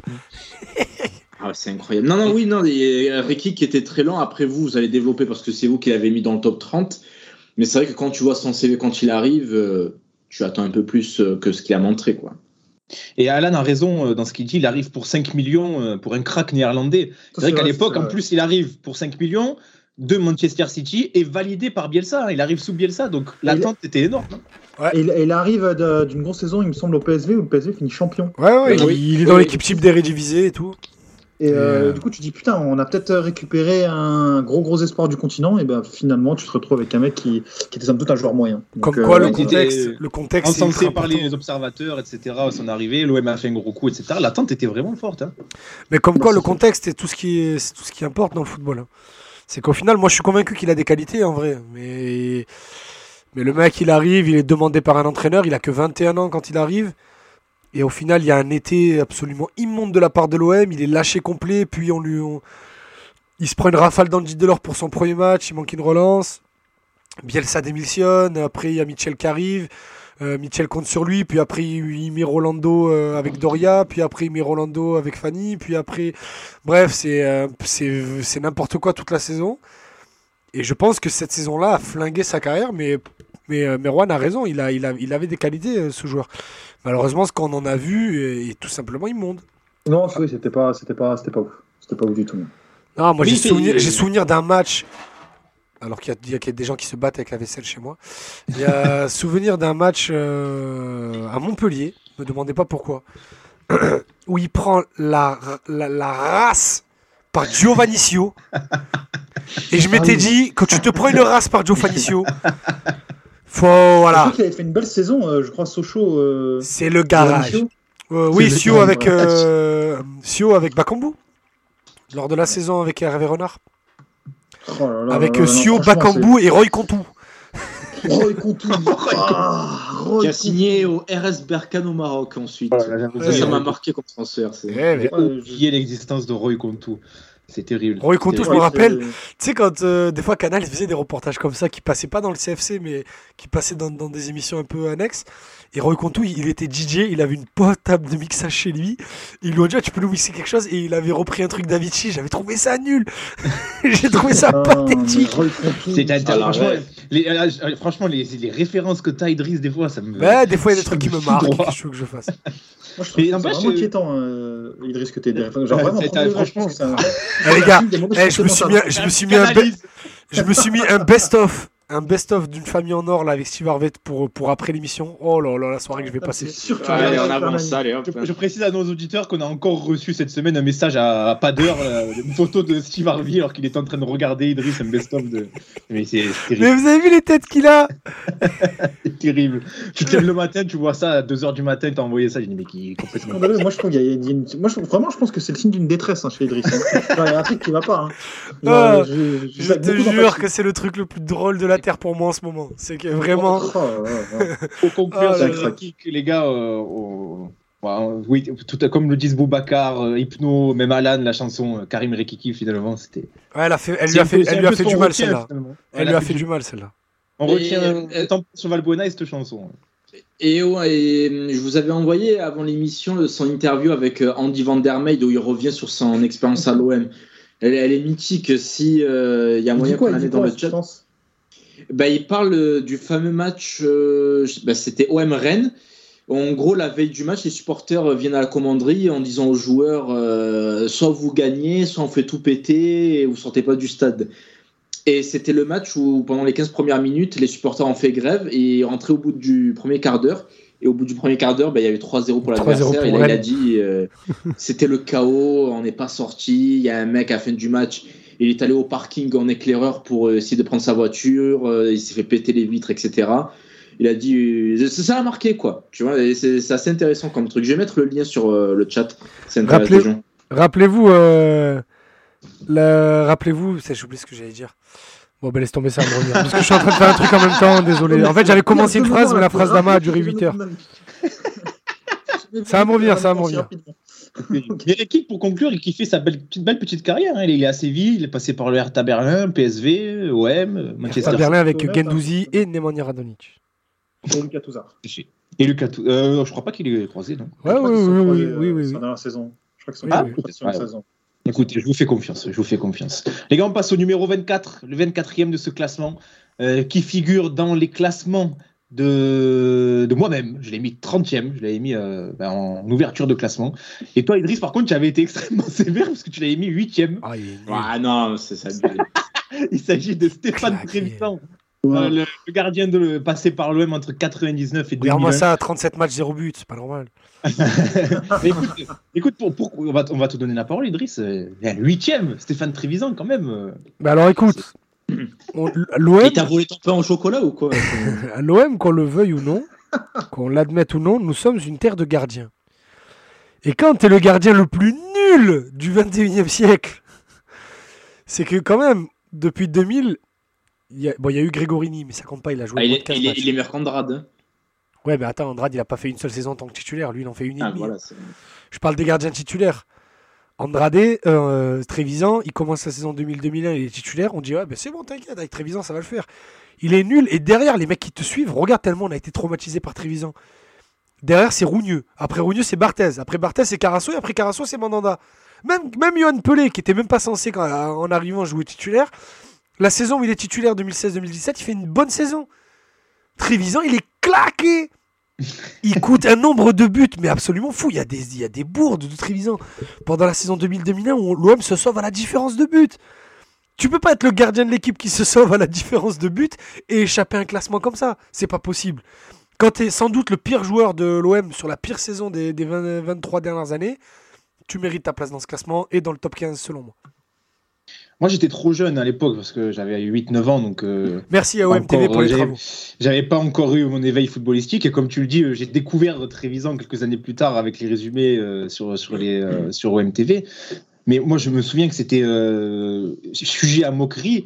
Ah, c'est incroyable. Non, non, oui, non, Rekik qui était très lent. Après vous, vous allez développer parce que c'est vous qui l'avez mis dans le top trente. Mais c'est vrai que quand tu vois son C V quand il arrive, euh, tu attends un peu plus euh, que ce qu'il a montré, quoi. Et Alan a raison euh, dans ce qu'il dit. Il arrive pour cinq millions euh, pour un crack néerlandais. C'est, c'est vrai qu'à l'époque, en plus, il arrive pour cinq millions de Manchester City et validé par Bielsa. Il arrive sous Bielsa, donc l'attente il... était énorme. Hein. Ouais. Et il, il arrive de, d'une grosse saison, il me semble, au P S V, où le P S V finit champion. Ouais, ouais, oui. il, il est dans oui. l'équipe type d'Eredivisie et tout. Et, et euh, euh... du coup, tu dis putain, on a peut-être récupéré un gros gros espoir du continent, et ben finalement, tu te retrouves avec un mec qui, qui était somme toute un joueur moyen. Donc, Comme quoi, euh, le contexte, le contexte, encensé par les observateurs, et cetera. À son arrivée, l'O M a fait un gros coup, et cetera. L'attente était vraiment forte. Hein. Mais comme bah, quoi, le contexte est tout ce qui est, c'est tout ce qui importe dans le football. Hein. C'est qu'au final, moi, je suis convaincu qu'il a des qualités en vrai, mais mais le mec, il arrive, il est demandé par un entraîneur, il a que vingt et un ans quand il arrive. Et au final, il y a un été absolument immonde de la part de l'O M. Il est lâché complet. Puis on lui, on... il se prend une rafale dans le Delors pour son premier match. Il manque une relance. Bielsa démissionne. Après, il y a Mitchell qui arrive. Euh, Mitchell compte sur lui. Puis après, il met Rolando euh, avec Doria. Puis après, il met Rolando avec Fanny. Puis après, bref, c'est, euh, c'est, c'est n'importe quoi toute la saison. Et je pense que cette saison-là a flingué sa carrière. Mais, mais euh, Merwan a raison. Il, a, il, a, il avait des qualités, euh, ce joueur. Malheureusement, ce qu'on en a vu est tout simplement immonde. Non, oui, c'était pas, c'était pas, c'était pas ouf. C'était pas ouf du tout. Non, moi, oui, j'ai, souvenir, j'ai souvenir d'un match, alors qu'il y, a, qu'il y a des gens qui se battent avec la vaisselle chez moi. Il y a souvenir d'un match euh, à Montpellier, ne me demandez pas pourquoi, où il prend la, la, la race par Giovannicio. Et je m'étais dit, quand tu te prends une race par Giovannicio, faut, voilà. Je crois qu'il avait fait une belle saison, euh, je crois, Sochaux. Euh, c'est le garage. Euh, oui, Sio avec, euh, Sio avec Bakambu, lors de la saison avec Hervé Renard. Oh là là, avec Sio, Bakambu et Roy Contou. Roy Contou. Ah, Roy qui a Contou. signé au R S Berkane au Maroc ensuite. Voilà, ça, ça m'a marqué comme transfert. C'est... J'ai oublié l'existence de Roy Contou. C'est terrible. Roy Contou, je me Ouais, rappelle, c'est- tu sais, quand euh, des fois Canal faisait des reportages comme ça qui passaient pas dans le C F C, mais qui passaient dans, dans des émissions un peu annexes. Et Roy Contou, il, il était D J, il avait une bonne table de mixage chez lui. Ils lui ont dit, ah, tu peux nous mixer quelque chose? Et il avait repris un truc d'Avicii. J'avais trouvé ça nul. J'ai trouvé ça Ah, pathétique. mais Roy Contou. C'est Ah, là, franchement, ouais. les, euh, franchement les, les références que t'as, Idriss, des fois, ça me. Ouais, des fois, il y a des ça trucs qui me fout marquent. droit. Qu'est-ce que tu veux que je fasse? Moi, je trouve Mais que c'est n'empêche, vraiment euh, inquiétant, euh, Idriss, que t'es des références. Genre, Ouais, vraiment, c'est- premier degré, franchement, je pense que c'est un- Eh, les gars, des mauvaises eh, je me suis mis, complémentaires. je me suis mis un, be- je me suis mis un best-of, un best-of d'une famille en or là avec Steve Harvey pour pour après l'émission. Oh là là, la soirée que je vais passer. C'est sûr que tu Allez, regardes on Superman. avance, allez, hop. Je, je précise à nos auditeurs qu'on a encore reçu cette semaine un message à, à pas d'heure, euh, une photo de Steve Harvey alors qu'il est en train de regarder Idriss, un best-of de. Mais c'est c'est terrible. Mais vous avez vu les têtes qu'il a? C'est terrible. Tu te lèves le matin, tu vois ça à deux heures du matin, t'as envoyé ça, j'ai dit, mais qui est complètement. Scandaleux. Moi, je trouve qu'il y a, il y a une... Moi, je... vraiment, je pense que c'est le signe d'une détresse hein, chez Idriss. hein. Genre, il y a un truc qui va pas. Hein. Genre, Ah, je, Je te jure que c'est le truc le plus drôle de la terre pour moi en ce moment. C'est que vraiment. Oh, ouais, ouais. Faut conclure Ah, sur là, le là. kick, les gars. Euh, au- ouais, oui, tout à- comme le disent Boubacar, euh, Hypno, même Alan, la chanson euh, Karim Rekiki, finalement, c'était. Ouais, elle a fait, elle lui C'est a un fait, peu- c'est elle un lui a peu fait ce du qu'on mal retient, celle-là. finalement. Elle lui a fait du mal celle-là. On Et- retient et- euh, tant sur Valbuena et cette chanson. Et, ouais, et je vous avais envoyé avant l'émission son interview avec euh, Andy Van Der Meijden où il revient sur son expérience à l'O M. Elle, elle est mythique. Si euh, il y a Il dit moyen quoi, qu'on il la dit mette dans quoi, le je chat. pense Bah, il parle euh, du fameux match. euh, je- bah, c'était O M Rennes. En gros, la veille du match, les supporters euh, viennent à la commanderie en disant aux joueurs euh, soit vous gagnez, soit on fait tout péter et vous sortez pas du stade. Et c'était le match où, pendant les quinze premières minutes, les supporters ont fait grève et rentraient au bout du premier quart d'heure. Et au bout du premier quart d'heure, bah, il y avait trois zéro pour trois zéro l'adversaire. pour Et là, il a Rennes. dit euh, c'était le chaos, on n'est pas sorti. Il y a un mec à la fin du match, il est allé au parking en éclaireur pour euh, essayer de prendre sa voiture. euh, il s'est fait péter les vitres, et cetera. Il a dit euh, ça a marqué, quoi. Tu vois, et c'est c'est assez intéressant comme truc. Je vais mettre le lien sur euh, le chat. Ça intéresse Rappelez- les gens. Rappelez-vous, euh, la- rappelez-vous, c'est- j'ai oublié ce que j'allais dire. Bon, ben laisse tomber, ça va me revenir. Parce que je suis en train de faire un truc en même temps, désolé. En fait, j'avais commencé une phrase, mais la phrase d'Ama a duré huit heures. Ça va me revenir, ça va me revenir. Mais Rekik, pour conclure, il fait sa belle, petite, belle petite carrière. Hein. Il est à Séville, il est passé par le Hertha Berlin, P S V, O M, Manchester À Berlin avec City. Gendouzi et Nemanja Radonic. Et Lucas Touzard. City. Et Lucas, Tou- euh, je crois pas qu'il est croisé, non. Ouais, Je crois oui, qu'ils se oui, sont oui, croisés, oui, euh, oui, oui, sur oui. la dernière saison. Je crois qu'ils sont Ah, croisés peut-être, sur une ouais. saison. Écoutez, je vous fais confiance, je vous fais confiance. Les gars, on passe au numéro vingt-quatre, le vingt-quatrième de ce classement, euh, qui figure dans les classements de, de moi-même. Je l'ai mis trentième, je l'avais mis euh, ben, en ouverture de classement. Et toi, Idriss, par contre, tu avais été extrêmement sévère parce que tu l'avais mis huitième. Ah, il est nul. Ah non, c'est ça. Il s'agit de Stéphane Claqué. Trévisan, Ouais. euh, le, le gardien de le, passé par l'O M entre quatre-vingt-dix-neuf et deux mille un. Regarde-moi ça, trente-sept matchs, zéro but, c'est pas normal. Mais écoute, écoute pour, pour- on, va, on va te donner la parole, Idriss. Euh, Il y a le huitième, Stéphane Trévisan, quand même. euh. Bah alors écoute, on- l'O M, Et t'as volé ton pain au chocolat ou quoi? à l'O M, qu'on le veuille ou non, qu'on l'admette ou non, nous sommes une terre de gardiens. Et quand t'es le gardien le plus nul du vingt et unième siècle, c'est que quand même, depuis deux mille, il y a, bon, il y a eu Grégorini, mais ça compte pas, il a joué Ah, il, moins est, de quinze il, est, matchs. il est meilleur qu'Andrade. hein. Ouais, mais attends, Andrade, il a pas fait une seule saison en tant que titulaire, lui, il en fait une et Ah, demie. voilà, c'est- Je parle des gardiens titulaires. Andrade, euh, Trévisan, il commence sa saison deux mille deux mille un, il est titulaire. On dit, ouais, ben c'est bon, t'inquiète, avec Trévisan, ça va le faire. Il est nul. Et derrière, les mecs qui te suivent, regarde tellement on a été traumatisé par Trévisan. Derrière, c'est Rougneux. Après Rougneux, c'est Barthez. Après Barthez, c'est Carasso. Et après Carasso, c'est Mandanda. Même, même Johan Pelé, qui était même pas censé, quand, en arrivant, jouer titulaire. La saison où il est titulaire deux mille seize deux mille dix-sept, il fait une bonne saison. Trévisan, il est claqué. Il coûte un nombre de buts, mais absolument fou. Il y a des, il y a des bourdes de Trévisan pendant la saison deux mille deux mille un où l'O M se sauve à la différence de but. Tu peux pas être le gardien de l'équipe qui se sauve à la différence de but et échapper à un classement comme ça. C'est pas possible. Quand tu es sans doute le pire joueur de l'O M sur la pire saison des, des vingt, vingt-trois dernières années, tu mérites ta place dans ce classement et dans le top quinze selon moi. Moi, j'étais trop jeune à l'époque parce que j'avais huit neuf ans, donc. Euh, Merci à O M T V encore, pour les j'avais- travaux. J'avais pas encore eu mon éveil footballistique et comme tu le dis, euh, j'ai découvert Trévisan quelques années plus tard avec les résumés euh, sur sur les euh, sur O M T V. Mais moi, je me souviens que c'était euh, sujet à moquerie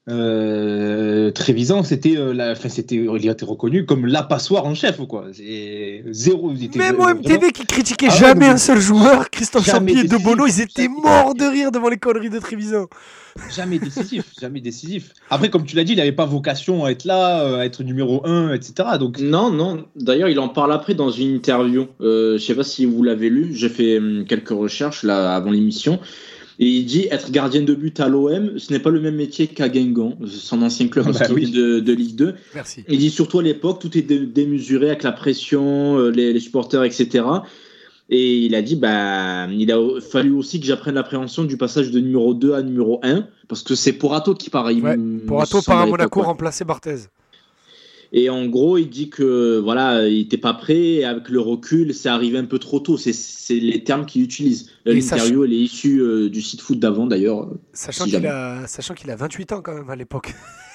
euh, Trevisan, c'était, euh, la, enfin, c'était, il a été reconnu comme la passoire en chef, quoi. C'est zéro. Même au M T V qui critiquait ah, jamais ouais, un seul joueur, Christophe Champy et De Bono, ils étaient morts de rire devant les conneries de Trevisan. Jamais décisif, jamais décisif. Après, comme tu l'as dit, il n'avait pas vocation à être là, à être numéro un, et cetera. Donc... Non, non. D'ailleurs, il en parle après dans une interview. Euh, je ne sais pas si vous l'avez lu. J'ai fait hum, quelques recherches là avant l'émission. Et il dit être gardien de but à l'O M, ce n'est pas le même métier qu'à Guingamp, son ancien club bah, oui. de, de Ligue deux. Merci. Il dit surtout à l'époque, tout est dé- démesuré avec la pression, les, les supporters, et cetera. Et il a dit, bah, il a fallu aussi que j'apprenne l'appréhension du passage de numéro deux à numéro un, parce que c'est Porato qui part. Ouais, Porato part à Monaco remplacer Barthez. Et en gros, il dit que voilà, il n'était pas prêt. Et avec le recul, c'est arrivé un peu trop tôt. C'est, c'est les termes qu'il utilise. L'interview, sach... elle est issue euh, du site foot d'avant, d'ailleurs. Sachant, si qu'il a... Sachant qu'il a vingt-huit ans quand même à l'époque.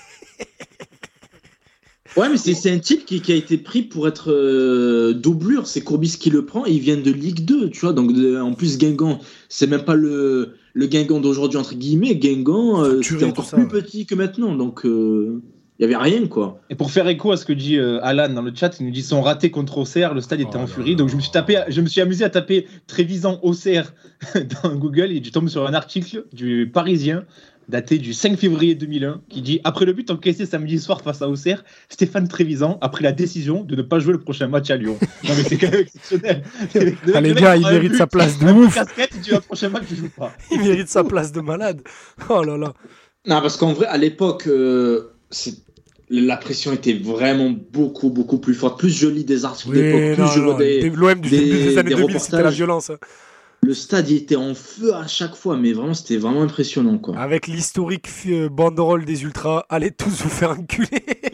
Ouais, mais c'est, c'est un type qui, qui a été pris pour être euh, doublure. C'est Courbis qui le prend et il vient de Ligue deux, tu vois. Donc, de, en plus, Guingamp, c'est même pas le, le Guingamp d'aujourd'hui, entre guillemets. Guingamp, euh, c'était encore ça, plus ouais. petit que maintenant. Donc, euh, il n'y avait rien, quoi. Et pour faire écho à ce que dit euh, Alan dans le chat, il nous dit son raté contre Auxerre, le stade était oh en furie. Donc, je me suis tapé, je me suis amusé à taper Trevisan Auxerre dans Google et je tombe sur un article du Parisien daté du cinq février deux mille un, qui dit « Après le but encaissé samedi soir face à Auxerre, Stéphane Trevisan a pris la décision de ne pas jouer le prochain match à Lyon. » Non mais c'est quand même exceptionnel. Ah, les gars, il mérite sa place de ouf. Casquette, il dit « Le prochain match, je joue pas. » Il mérite sa place de malade. Oh là là. Non, parce qu'en vrai, à l'époque, euh, c'est... la pression était vraiment beaucoup, beaucoup plus forte. Plus je lis des articles oui, d'époque, plus non, je non, vois des, l'O M du des, début des années des deux mille, c'était la violence. Le stade il était en feu à chaque fois, mais vraiment c'était vraiment impressionnant, quoi. Avec l'historique euh, banderole des ultras, allez tous vous faire enculer.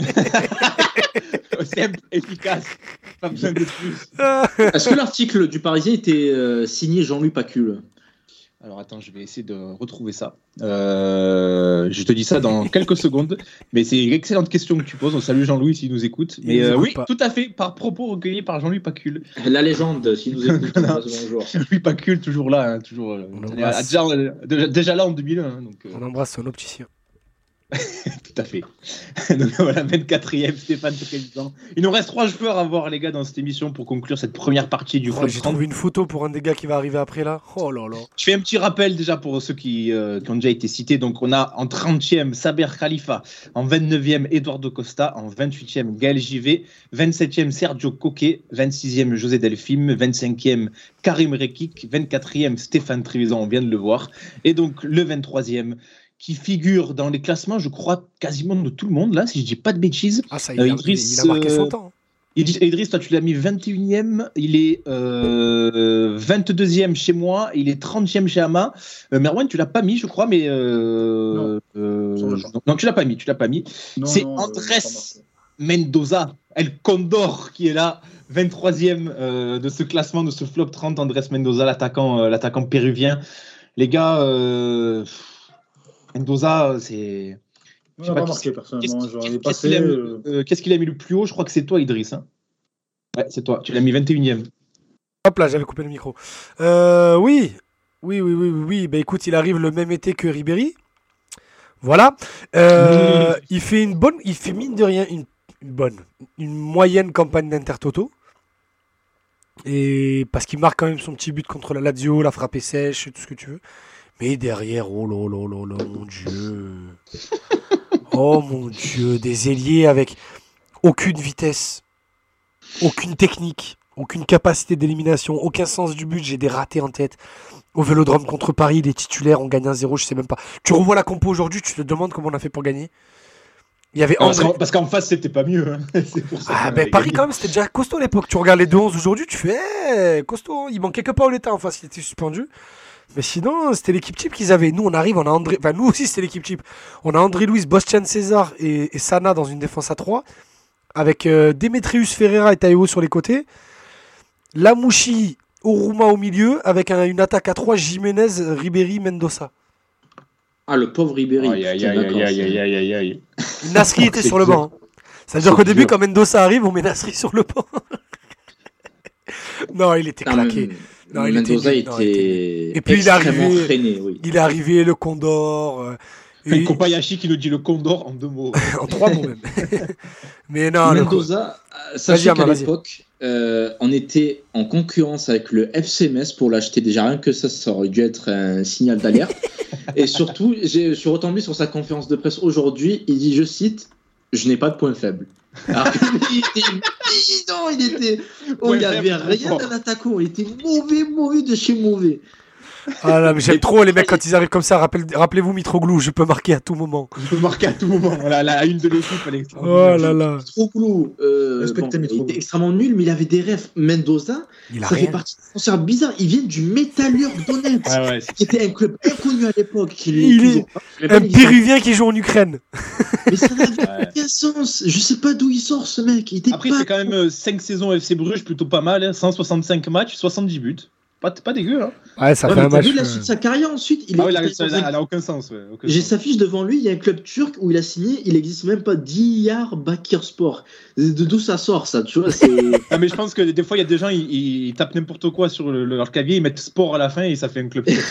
Simple, efficace, pas besoin de plus. Est-ce que l'article du Parisien était euh, signé Jean-Louis Pacul ? Alors attends, je vais essayer de retrouver ça. Euh, je te dis ça dans quelques secondes, mais c'est une excellente question que tu poses. On salue Jean-Louis s'il nous écoute. Mais euh, oui, pas. Tout à fait, par propos recueillis par Jean-Louis Pacul. La légende, s'il nous écoute. Bonjour. Jean-Louis Pacul, toujours là, hein, toujours. Euh, déjà, déjà, déjà là en deux mille un. Hein, donc, euh... On embrasse son opticien. Tout à fait. Donc voilà, vingt-quatrième Stéphane Trevisan. Il nous reste trois joueurs à voir, les gars, dans cette émission pour conclure cette première partie du oh, J'ai trouvé une photo pour un des gars qui va arriver après là. Oh là là. Je fais un petit rappel déjà pour ceux qui, euh, qui ont déjà été cités. Donc on a en trentième Saber Khalifa, en vingt-neuvième Eduardo Costa, en vingt-huitième Gaël Givet, vingt-septième Sergio Coquet, vingt-sixième José Delphine, vingt-cinquième Karim Rekik, vingt-quatrième Stéphane Trevisan, on vient de le voir. Et donc le vingt-troisième qui figure dans les classements, je crois, quasiment de tout le monde, là, si je dis pas de bêtises. Ah, ça, il, euh, a, Idriss, il a marqué son temps. Idriss, toi, tu l'as mis vingt et unième, il est euh, vingt-deuxième chez moi, il est trentième chez Ama. Euh, Merwan, tu l'as pas mis, je crois, mais... Euh, non. Euh, non, tu l'as pas mis, tu l'as pas mis. Non, c'est non, Andrés euh, Mendoza, El Condor, qui est là, vingt-troisième euh, de ce classement, de ce flop trente, Andrés Mendoza, l'attaquant, euh, l'attaquant péruvien. Les gars... Euh, Mendoza, c'est. Je sais pas, pas marqué, personnellement. Qu'est-ce, qu'est-ce, passé, qu'est-ce, qu'il euh... Euh, qu'est-ce qu'il a mis le plus haut ? Je crois que c'est toi, Idriss. Hein ouais, c'est toi. Tu l'as mis vingt et unième. Hop là, j'avais coupé le micro. Euh, oui. Oui, oui, oui, oui, oui. Bah écoute, il arrive le même été que Ribéry. Voilà. Euh, mmh. Il fait une bonne. Il fait mine de rien une, une bonne. Une moyenne campagne d'Intertoto. Et parce qu'il marque quand même son petit but contre la Lazio, la frappe est sèche, tout ce que tu veux. Mais derrière, oh là là là là, mon Dieu. Oh mon Dieu, des ailiers avec aucune vitesse, aucune technique, aucune capacité d'élimination, aucun sens du but. J'ai des ratés en tête. Au Vélodrome contre Paris, les titulaires ont gagné un zéro, je sais même pas. Tu revois la compo aujourd'hui, tu te demandes comment on a fait pour gagner. Il y avait André... parce, qu'en, parce qu'en face, c'était pas mieux. Hein. C'est pour ça ah, ben Paris, gagné. Quand même, c'était déjà costaud à l'époque. Tu regardes les deux onze aujourd'hui, tu fais hey, costaud. Il manquait que Paoletta en face, il était suspendu. Mais sinon, c'était l'équipe type qu'ils avaient. Nous, on arrive, on a André... Enfin, nous aussi, c'était l'équipe type. On a André Luiz, Bostian César et, et Sana dans une défense à trois. Avec euh, Demetrius Ferreira et Taïwo sur les côtés. Lamouchi, Oruma au milieu. Avec un, une attaque à trois, Jiménez, Ribéry, Mendoza. Ah, le pauvre Ribéry. Aïe, aïe, aïe, aïe, aïe, aïe, aïe, aïe. Nasri était sur le banc. Hein. Ça veut dire qu'au début, quand Mendoza arrive, on met Nasri sur le banc. Non, il était claqué. Non, il Mendoza était, non, était... Et puis il est arrivé, freiné, oui. il est arrivé le Condor, euh, Et Kobayashi qui nous dit le Condor en deux mots. En trois mots même. Mais non, Mendoza, le... sachez qu'à l'époque, euh, on était en concurrence avec le F C Metz pour l'acheter. Déjà rien que ça, ça aurait dû être un signal d'alerte. Et surtout, je suis retombé sur sa conférence de presse aujourd'hui. Il dit, je cite, je n'ai pas de point faible. Alors il était bidon, il était. Oh, il n'y avait rien d'un attaquant. Il était mauvais, mauvais de chez mauvais. Ah là, mais j'aime trop les mecs quand ils arrivent comme ça. Rappel... Rappelez-vous Mitroglou, je peux marquer à tout moment. Je peux marquer à tout moment. Voilà, la une de l'équipe, elle est extraordinaire. Oh là là. Mitroglou, euh, bon, il était extrêmement nul, mais il avait des rêves. Mendoza, il a ça rien. Fait partie de concert bizarre. Il vient du Metalurg Donetsk, ah ouais, qui était un club inconnu à l'époque. Il, il est il un Péruvien qui joue en Ukraine. Mais ça n'avait ouais. aucun sens. Je sais pas d'où il sort ce mec. Il était Après, pas... c'est quand même cinq saisons F C Bruges, plutôt pas mal. Hein. cent soixante-cinq matchs, soixante-dix buts. Pas, pas dégueu, hein. Ouais, ça ouais, fait un match. Vu la suite de sa carrière ensuite. Il ah oui, est, ça n'a aucun sens. Ouais, aucun J'ai sens. sa fiche devant lui, il y a un club turc où il a signé, il n'existe même pas Diyarbakırspor. De d'où ça sort, ça, tu vois. Ah, mais je pense que des fois, il y a des gens, ils, ils tapent n'importe quoi sur le, leur clavier, ils mettent sport à la fin et ça fait un club turc.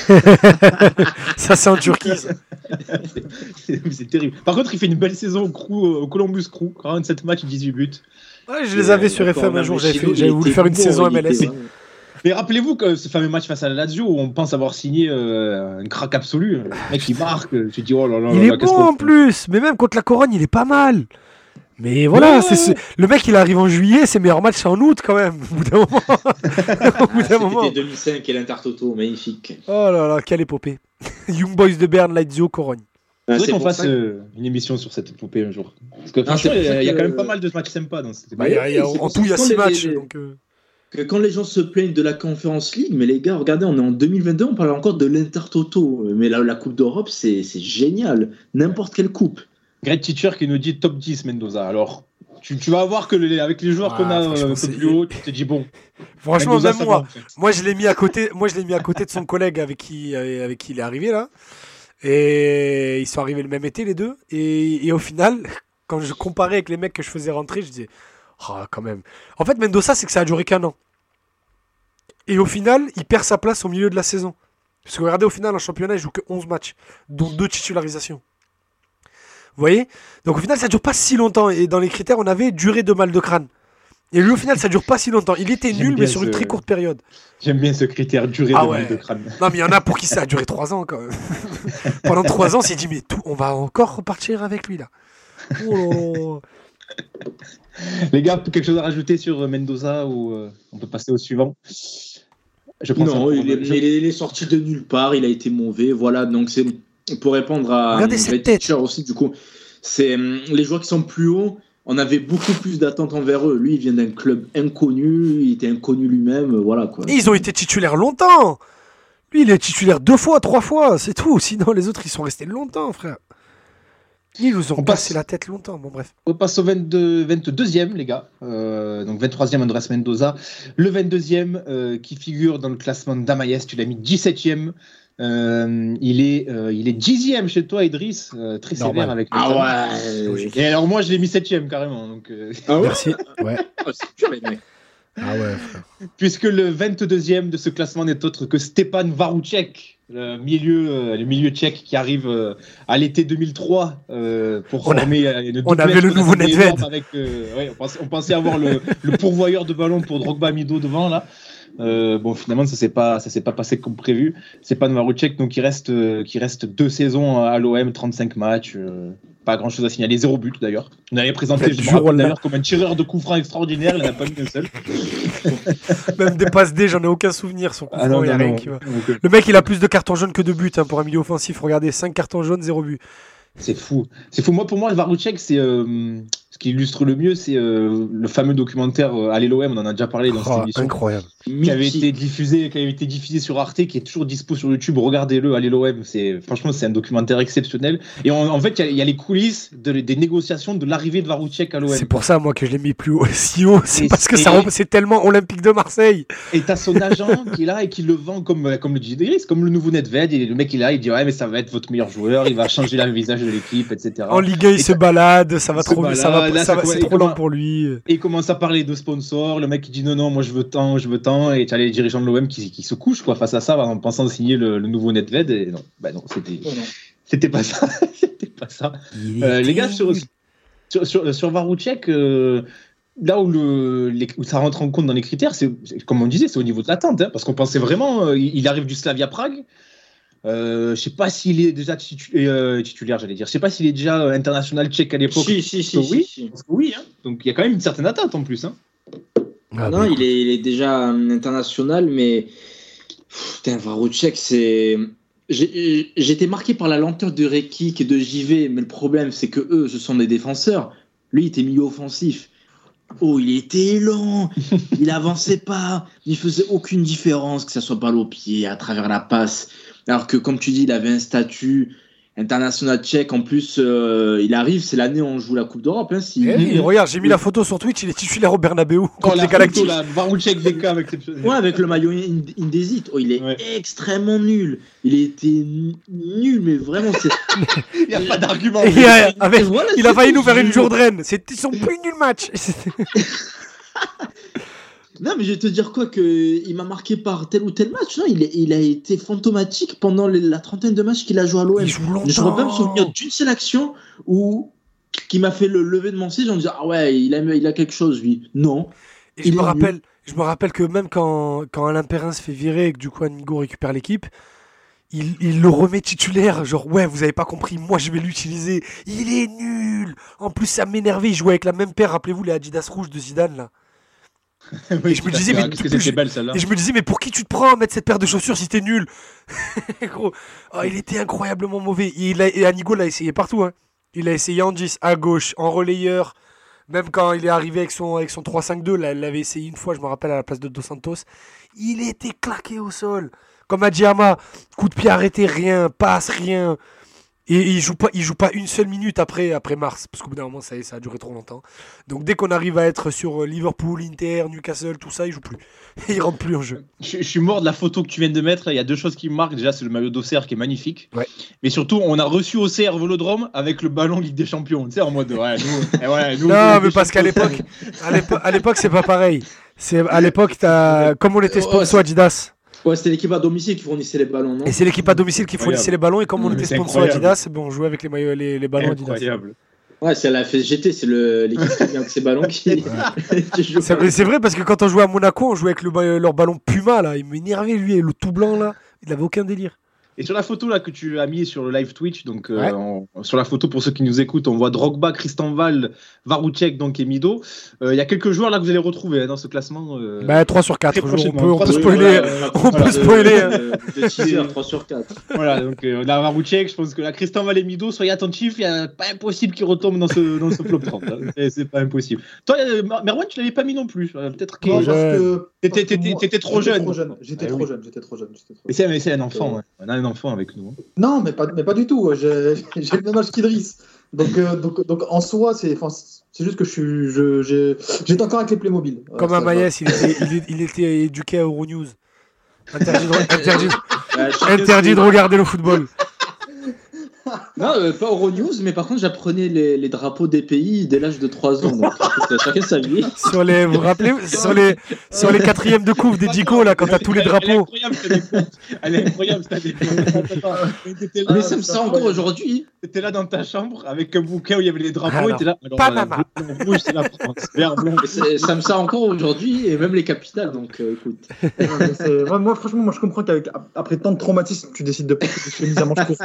Ça, c'est en Turquie. c'est, c'est, c'est terrible. Par contre, il fait une belle saison au, Crew, au Columbus Crew, quarante-sept matchs, dix-huit buts. Ouais, je les avais euh, sur F M un jour, j'avais, fait, j'avais voulu faire une bon, saison M L S. Mais rappelez-vous que ce fameux match face à la Lazio où on pense avoir signé euh, un crack absolu, le mec qui marque, tu dis oh là là. Il là, est là, bon en plus, mais même contre la Corogne, il est pas mal. Mais voilà, ouais. c'est, c'est... le mec il arrive en juillet, ses meilleurs matchs c'est en août quand même, au bout d'un moment. au bout d'un moment. C'était deux mille cinq et l'Intertoto, magnifique. Oh là là, quelle épopée. Young Boys de Berne, Lazio, Corogne. Il faudrait qu'on fasse euh, une émission sur cette épopée un jour. Parce que franchement, il y, a, y a quand même pas mal de matchs sympas dans cette épopée. Bah, y a, y a, en tout, il y a six matchs. Les... Donc, euh... que quand les gens se plaignent de la Conference League, mais les gars, regardez, on est en deux mille vingt-deux, on parle encore de l'Intertoto. Mais la, la Coupe d'Europe, c'est, c'est génial. N'importe quelle coupe. Great Teacher qui nous dit top dix Mendoza. Alors, tu, tu vas voir que les, avec les joueurs ah, qu'on a un peu plus haut, tu te dis bon. Franchement, Mendoza, même moi, va, en fait. moi, je l'ai mis à côté. Moi, je l'ai mis à côté de son collègue avec qui, avec qui il est arrivé là. Et ils sont arrivés le même été les deux. Et, et au final, quand je comparais avec les mecs que je faisais rentrer, je disais. Ah, oh, quand même. En fait, Mendoza, c'est que ça a duré qu'un an. Et au final, il perd sa place au milieu de la saison. Parce que regardez, au final, en championnat, il joue que onze matchs, dont deux titularisations. Vous voyez ? Donc au final, ça dure pas si longtemps. Et dans les critères, on avait durée de mal de crâne. Et lui, au final, ça dure pas si longtemps. Il était J'aime nul, mais sur ce... une très courte période. J'aime bien ce critère, durée ah de ouais. mal de crâne. Non, mais il y en a pour qui ça a duré trois ans, quand même. Pendant trois ans, il s'est dit, mais tout, on va encore repartir avec lui, là. Oh. Les gars, quelque chose à rajouter sur Mendoza ou euh, on peut passer au suivant? Je pense non, il est, je... il est sorti de nulle part, il a été mauvais. Voilà, donc c'est pour répondre à Red Teacher aussi, du coup, c'est les joueurs qui sont plus hauts. On avait beaucoup plus d'attentes envers eux. Lui, il vient d'un club inconnu, il était inconnu lui-même, voilà quoi. Et ils ont été titulaires longtemps. Lui, il est titulaire deux fois, trois fois, c'est tout. Sinon, les autres, ils sont restés longtemps, frère. Ils nous ont on passé passe... la tête longtemps, bon bref. On passe au vingt-deux, vingt-deuxième, les gars. Euh, donc vingt-troisième, Andrés Mendoza. Le vingt-deuxième, euh, qui figure dans le classement d'Amaïs, tu l'as mis dix-septième. Euh, il, est, euh, il est dixième chez toi, Idriss. Euh, très sévère Normal. Avec le Ah ouais. Et alors moi, je l'ai mis septième carrément. Donc, euh... ah ouais Merci. Ouais. Oh, c'est dur, les mecs. Ah ouais, frère. Puisque le vingt-deuxième de ce classement n'est autre que Stepan Varouček, le milieu, euh, le milieu tchèque qui arrive euh, à l'été deux mille trois euh, pour on former a, une On avait le nouveau Nedved. Avec, euh, ouais, on, pensait, on pensait avoir le, le pourvoyeur de ballon pour Drogba Mido devant là. Euh, bon, finalement, ça s'est pas, ça s'est pas passé comme prévu. Stepan Varouček, donc il reste, euh, qui reste deux saisons à l'O M, trente-cinq matchs. Euh, Pas grand chose à signaler, zéro but d'ailleurs. On avait présenté je me rappelle, d'ailleurs comme un tireur de coup franc extraordinaire, il n'a pas mis un seul. Même des passes D, j'en ai aucun souvenir. Son coup ah non, franc, non, rien non. qui va. Okay. Le mec, il a plus de cartons jaunes que de buts hein, pour un milieu offensif. Regardez, cinq cartons jaunes, zéro but. C'est fou. C'est fou. Moi, pour moi, Varouček, c'est euh, ce qui illustre le mieux, c'est euh, le fameux documentaire euh, Allez l'O M. On en a déjà parlé dans oh, cette émission. Incroyable. Qui avait été diffusé, qui avait été diffusé sur Arte, qui est toujours dispo sur YouTube. Regardez-le, Allez l'O M. C'est franchement, c'est un documentaire exceptionnel. Et en, en fait, il y, y a les coulisses de, des négociations de l'arrivée de Varouček à l'O M. C'est pour ça, moi, que je l'ai mis plus haut, si haut. C'est et parce que ça, c'est tellement Olympique de Marseille. Et t'as son agent qui est là et qui le vend comme comme le dit Idriss, comme le nouveau Nedved. Et le mec, il est là, il dit ouais, mais ça va être votre meilleur joueur. Il va changer le visage de l'équipe, et cetera. En Ligue un, il se balade, ça va trop, balade, ça va, là, ça va, c'est trop lent pour lui. Et il commence à parler de sponsors. Le mec qui dit non, non, moi je veux tant, je veux tant. Et tu as les dirigeants de l'O M qui, qui se couchent quoi face à ça en pensant de signer le, le nouveau Nedved. Et non, bah non, c'était, oh non. C'était pas ça. C'était pas ça. Euh, les gars, sur, sur, sur, sur Varouček, euh, là où, le, les, où ça rentre en compte dans les critères, c'est, c'est comme on disait, c'est au niveau de l'attente. Hein, parce qu'on pensait vraiment, euh, il arrive du Slavia Prague. Euh, je sais pas s'il est déjà titu- euh, titulaire, j'allais dire. Je sais pas s'il est déjà euh, international tchèque à l'époque. Si, si, si. Oui, si, si. oui hein. Donc il y a quand même une certaine attente en plus. Hein. Ah, non, il est, il est déjà euh, international, mais putain, Varouček, c'est. J'ai, j'étais marqué par la lenteur de Rekic et de J V, mais le problème, c'est que eux, ce sont des défenseurs. Lui, il était milieu offensif. Oh, il était lent, il avançait pas, il faisait aucune différence, que ça soit balle au pied, à travers la passe. Alors que, comme tu dis, il avait un statut international tchèque. En plus, euh, il arrive, c'est l'année où on joue la Coupe d'Europe. Hein, si... eh oui, regarde, j'ai mis la photo sur Twitch, il est titulaire au Bernabeu contre les Galactiques. Varouček V K avec ses... Ouais, avec le maillot Indesit. Oh, il est ouais. extrêmement nul. Il était nul, mais vraiment, c'est... il n'y a pas d'argument. Il a, avec, voilà, il a failli nous faire une Jourdain. C'était son plus nul match. Non, mais je vais te dire quoi, que il m'a marqué par tel ou tel match. Non, il, est, il a été fantomatique pendant les, la trentaine de matchs qu'il a joué à l'O M. Il joue longtemps. Je ne pourrais pas me souvenir d'une seule action où, qui m'a fait le lever de mon siège en me disant ah ouais, il a, il a quelque chose, lui. Non. Et je me rappelle, je me rappelle que même quand, quand Alain Perrin se fait virer et que du coup Anigo récupère l'équipe, il, il le remet titulaire. Genre ouais, vous avez pas compris, moi je vais l'utiliser. Il est nul. En plus, ça m'énervait. Il jouait avec la même paire. Rappelez-vous les Adidas rouges de Zidane là. Oui, et je me disais mais que c'était belle, celle-là. Et je me disais mais pour qui tu te prends à mettre cette paire de chaussures si t'es nul. Gros, oh, il était incroyablement mauvais. Et, il a, et Anigo l'a essayé partout. Hein. Il a essayé en dix, à gauche, en relayeur. Même quand il est arrivé avec son, avec son trois cinq deux, là, il l'avait essayé une fois, je me rappelle, à la place de Dos Santos. Il était claqué au sol. Comme Adjama, coup de pied arrêté, rien, passe, rien. Et il joue pas, il joue pas une seule minute après, après mars, parce qu'au bout d'un moment, ça, ça a duré trop longtemps. Donc dès qu'on arrive à être sur Liverpool, Inter, Newcastle, tout ça, il joue plus. Il rentre plus en jeu. Je, je suis mort de la photo que tu viens de mettre. Il y a deux choses qui me marquent. Déjà, c'est le maillot d'Auxerre qui est magnifique. Ouais. Mais surtout, on a reçu Auxerre Vélodrome avec le ballon Ligue des Champions. Tu sais, en mode, ouais, nous, et ouais, nous non, mais parce qu'à l'époque, à l'époque, à l'époque, c'est pas pareil. C'est à l'époque, t'as, comme on était sponsor Adidas. Ouais, c'était l'équipe à domicile qui fournissait les ballons, non ? Et c'est l'équipe à domicile qui fournissait les ballons, et comme on était sponsor Adidas, bon, on jouait avec les maillots, les, les ballons Adidas. Incroyable. Ouais, c'est la F S G T, c'est le, l'équipe qui vient avec ses ballons qui, qui joue. C'est, c'est vrai parce que quand on jouait à Monaco, on jouait avec le, leur ballon Puma là, il m'énervait lui, le tout blanc là, il avait aucun délire. Et sur la photo là que tu as mis sur le live Twitch, donc euh, ouais. on, sur la photo pour ceux qui nous écoutent, on voit Drogba, Kristanval, Varouček donc et Mido. Il euh, y a quelques joueurs là que vous allez retrouver hein, dans ce classement. Euh, bah trois sur quatre, on peut, on peut spoiler. On peut spoiler. trois sur quatre. Voilà, donc euh, on a Varouček, je pense que la Kristanval et Mido, soyez attentifs, il n'est pas impossible qu'ils retombent dans ce, dans ce flop trente. Hein. C'est, c'est pas impossible. Toi, euh, Merwan, tu l'avais pas mis non plus. Peut-être que. Non, parce que t'étais, t'étais, moi, t'étais trop, jeune. trop jeune. J'étais ah, trop oui. jeune. J'étais trop jeune. J'étais trop mais, c'est, mais c'est un enfant. Euh... Ouais. On a un enfant avec nous. Hein. Non, mais pas, mais pas du tout. J'ai, j'ai le même âge qu'Idriss. Donc, euh, donc, donc, en soi, c'est, c'est juste que je suis, je, j'ai, j'étais encore avec les Playmobil. Comme à Maïs, il était, il, il était éduqué à Euronews. Interdit de, interdit, interdit de regarder le football. Non, euh, pas Euronews, mais par contre, j'apprenais les, les drapeaux des pays dès l'âge de trois ans. Donc, chacun sa vie. Sur les, vous vous rappelez, sur les, sur les quatrièmes de couve des Dico, là, quand t'as tous les drapeaux. Elle est incroyable, cette anecdote. Mais ça me sent encore aujourd'hui. T'étais là dans ta chambre avec un bouquin où il y avait les drapeaux. Alors, et t'es là. Alors, Panama. Bleu, rouge, c'est la France. Vert, blanc. Ça me sent encore aujourd'hui, et même les capitales. Donc, euh, écoute. moi, moi, franchement, moi, je comprends qu'après tant de traumatismes, tu décides de pas te mise à manche courte.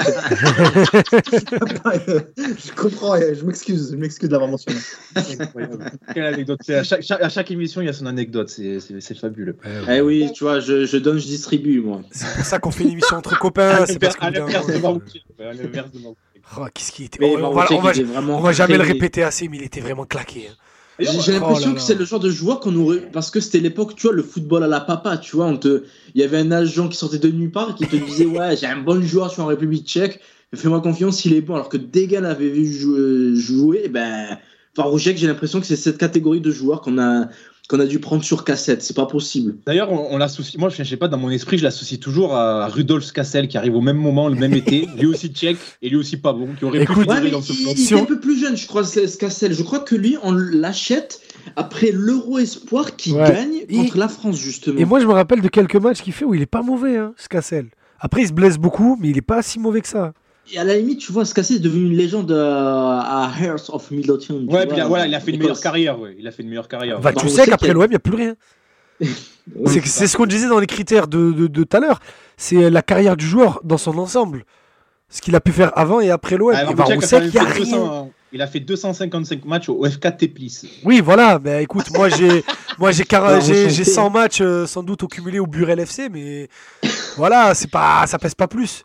Je comprends, je m'excuse, je m'excuse d'avoir mentionné. Quelle anecdote. C'est à, chaque, chaque, à chaque émission, il y a son anecdote, c'est, c'est, c'est fabuleux. Eh oui, tu vois, je, je donne, je distribue, moi. C'est pour ça qu'on fait une émission entre copains. C'est parce à l'inverse de Varouček. Oh, qu'est-ce qu'il était. Mais on, on va, on va, on va jamais le répéter assez, mais il était vraiment claqué. Hein. J'ai, j'ai l'impression oh que c'est le genre de joueur qu'on aurait. Parce que c'était l'époque, tu vois, le football à la papa, tu vois. On te... Il y avait un agent qui sortait de nulle part et qui te disait ouais, j'ai un bon joueur, je suis en République tchèque. Fais-moi confiance, il est bon. Alors que Dega l'avait vu jouer, jouer ben, Varouček, j'ai l'impression que c'est cette catégorie de joueurs qu'on a, qu'on a dû prendre sur cassette. C'est pas possible. D'ailleurs, on, on l'associe. Moi, je sais pas, dans mon esprit, je l'associe toujours à Rudolf Kassel qui arrive au même moment, le même été. Lui aussi tchèque et lui aussi pas bon, qui aurait Écoute, pu ouais, dans ce il, plan. il était un peu plus jeune, je crois, Kassel. Je crois que lui, on l'achète après l'Euro Espoir qui ouais. gagne contre et, la France, justement. Et moi, je me rappelle de quelques matchs qu'il fait où il est pas mauvais, hein, ce Kassel. Après, il se blesse beaucoup, mais il est pas si mauvais que ça. Et à la limite, tu vois, Scassi est devenu une légende à, à Hearts of Midlothian. Ouais, puis là, voilà, il a fait une meilleure carrière. Ouais. Il a fait une meilleure carrière. Bah, tu sais qu'après l'O M, il n'y a plus rien. c'est, c'est ce qu'on disait dans les critères de, de, de tout à l'heure. C'est la carrière du joueur dans son ensemble. Ce qu'il a pu faire avant et après l'O M. Ah, bah, on sait qu'il n'y a rien. deux cents, il a fait deux cent cinquante-cinq matchs au F K Teplice. Oui, voilà. Mais écoute, moi, j'ai, moi, j'ai, car... j'ai, j'ai cent matchs euh, sans doute au cumulé au Burel F C, mais voilà, c'est pas, ça pèse pas plus.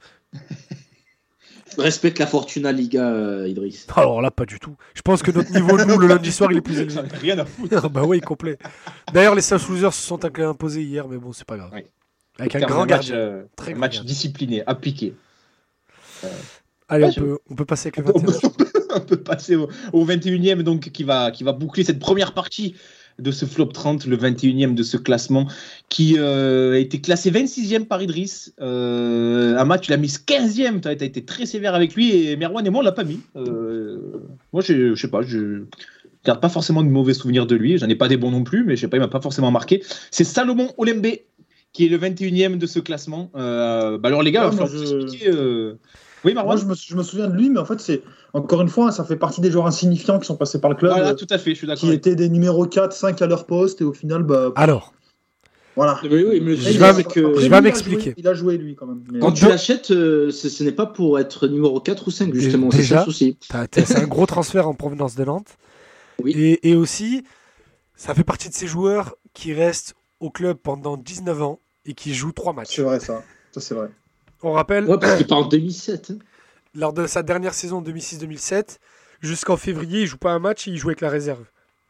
Respecte la Fortuna Liga, euh, Idriss. Alors là, pas du tout. Je pense que notre niveau, nous, le lundi soir, il est plus élevé. Rien à foutre. Bah oui, complet. D'ailleurs, les South Losers se sont imposés hier, mais bon, c'est pas grave. Oui. Avec un grand gardien. Euh, Très grand match gardien. Discipliné, appliqué. Euh... Allez, on, peut, on peut passer avec le vingt et un. On peut, on peut passer au, au vingt et unième, donc, qui va, qui va boucler cette première partie de ce flop trente, le vingt et unième de ce classement, qui euh, a été classé vingt-sixième par Idriss. Euh, un match, tu l'as mis quinzième, tu as été très sévère avec lui, et Merwan et moi, on l'a pas mis. Euh, moi, je sais pas, je garde pas forcément de mauvais souvenirs de lui, j'en ai pas des bons non plus, mais je sais pas, il m'a pas forcément marqué. C'est Salomon Olembe, qui est le vingt et unième de ce classement. Euh, bah alors les gars, il va falloir je... expliquer... Euh... Oui, Marwan. Moi, je me, je me souviens de lui, mais en fait, c'est encore une fois, ça fait partie des joueurs insignifiants qui sont passés par le club. Voilà, tout à fait, je suis d'accord. Qui étaient des numéros quatre, cinq à leur poste, et au final, bah. Alors. Voilà. Mais oui, mais je vais, avec, euh, je vais m'expliquer. Il a joué, lui, quand même. Mais... Quand tu de... l'achètes, euh, ce, ce n'est pas pour être numéro quatre ou cinq, justement. Déjà, c'est ça le souci. C'est un gros transfert en provenance de Nantes. Oui. Et, et aussi, ça fait partie de ces joueurs qui restent au club pendant dix-neuf ans et qui jouent trois matchs. C'est vrai, ça. Ça, c'est vrai. On rappelle. Ouais, parce qu'il part en deux mille sept. Hein. Lors de sa dernière saison deux mille six deux mille sept, jusqu'en février, il joue pas un match et il joue avec la réserve.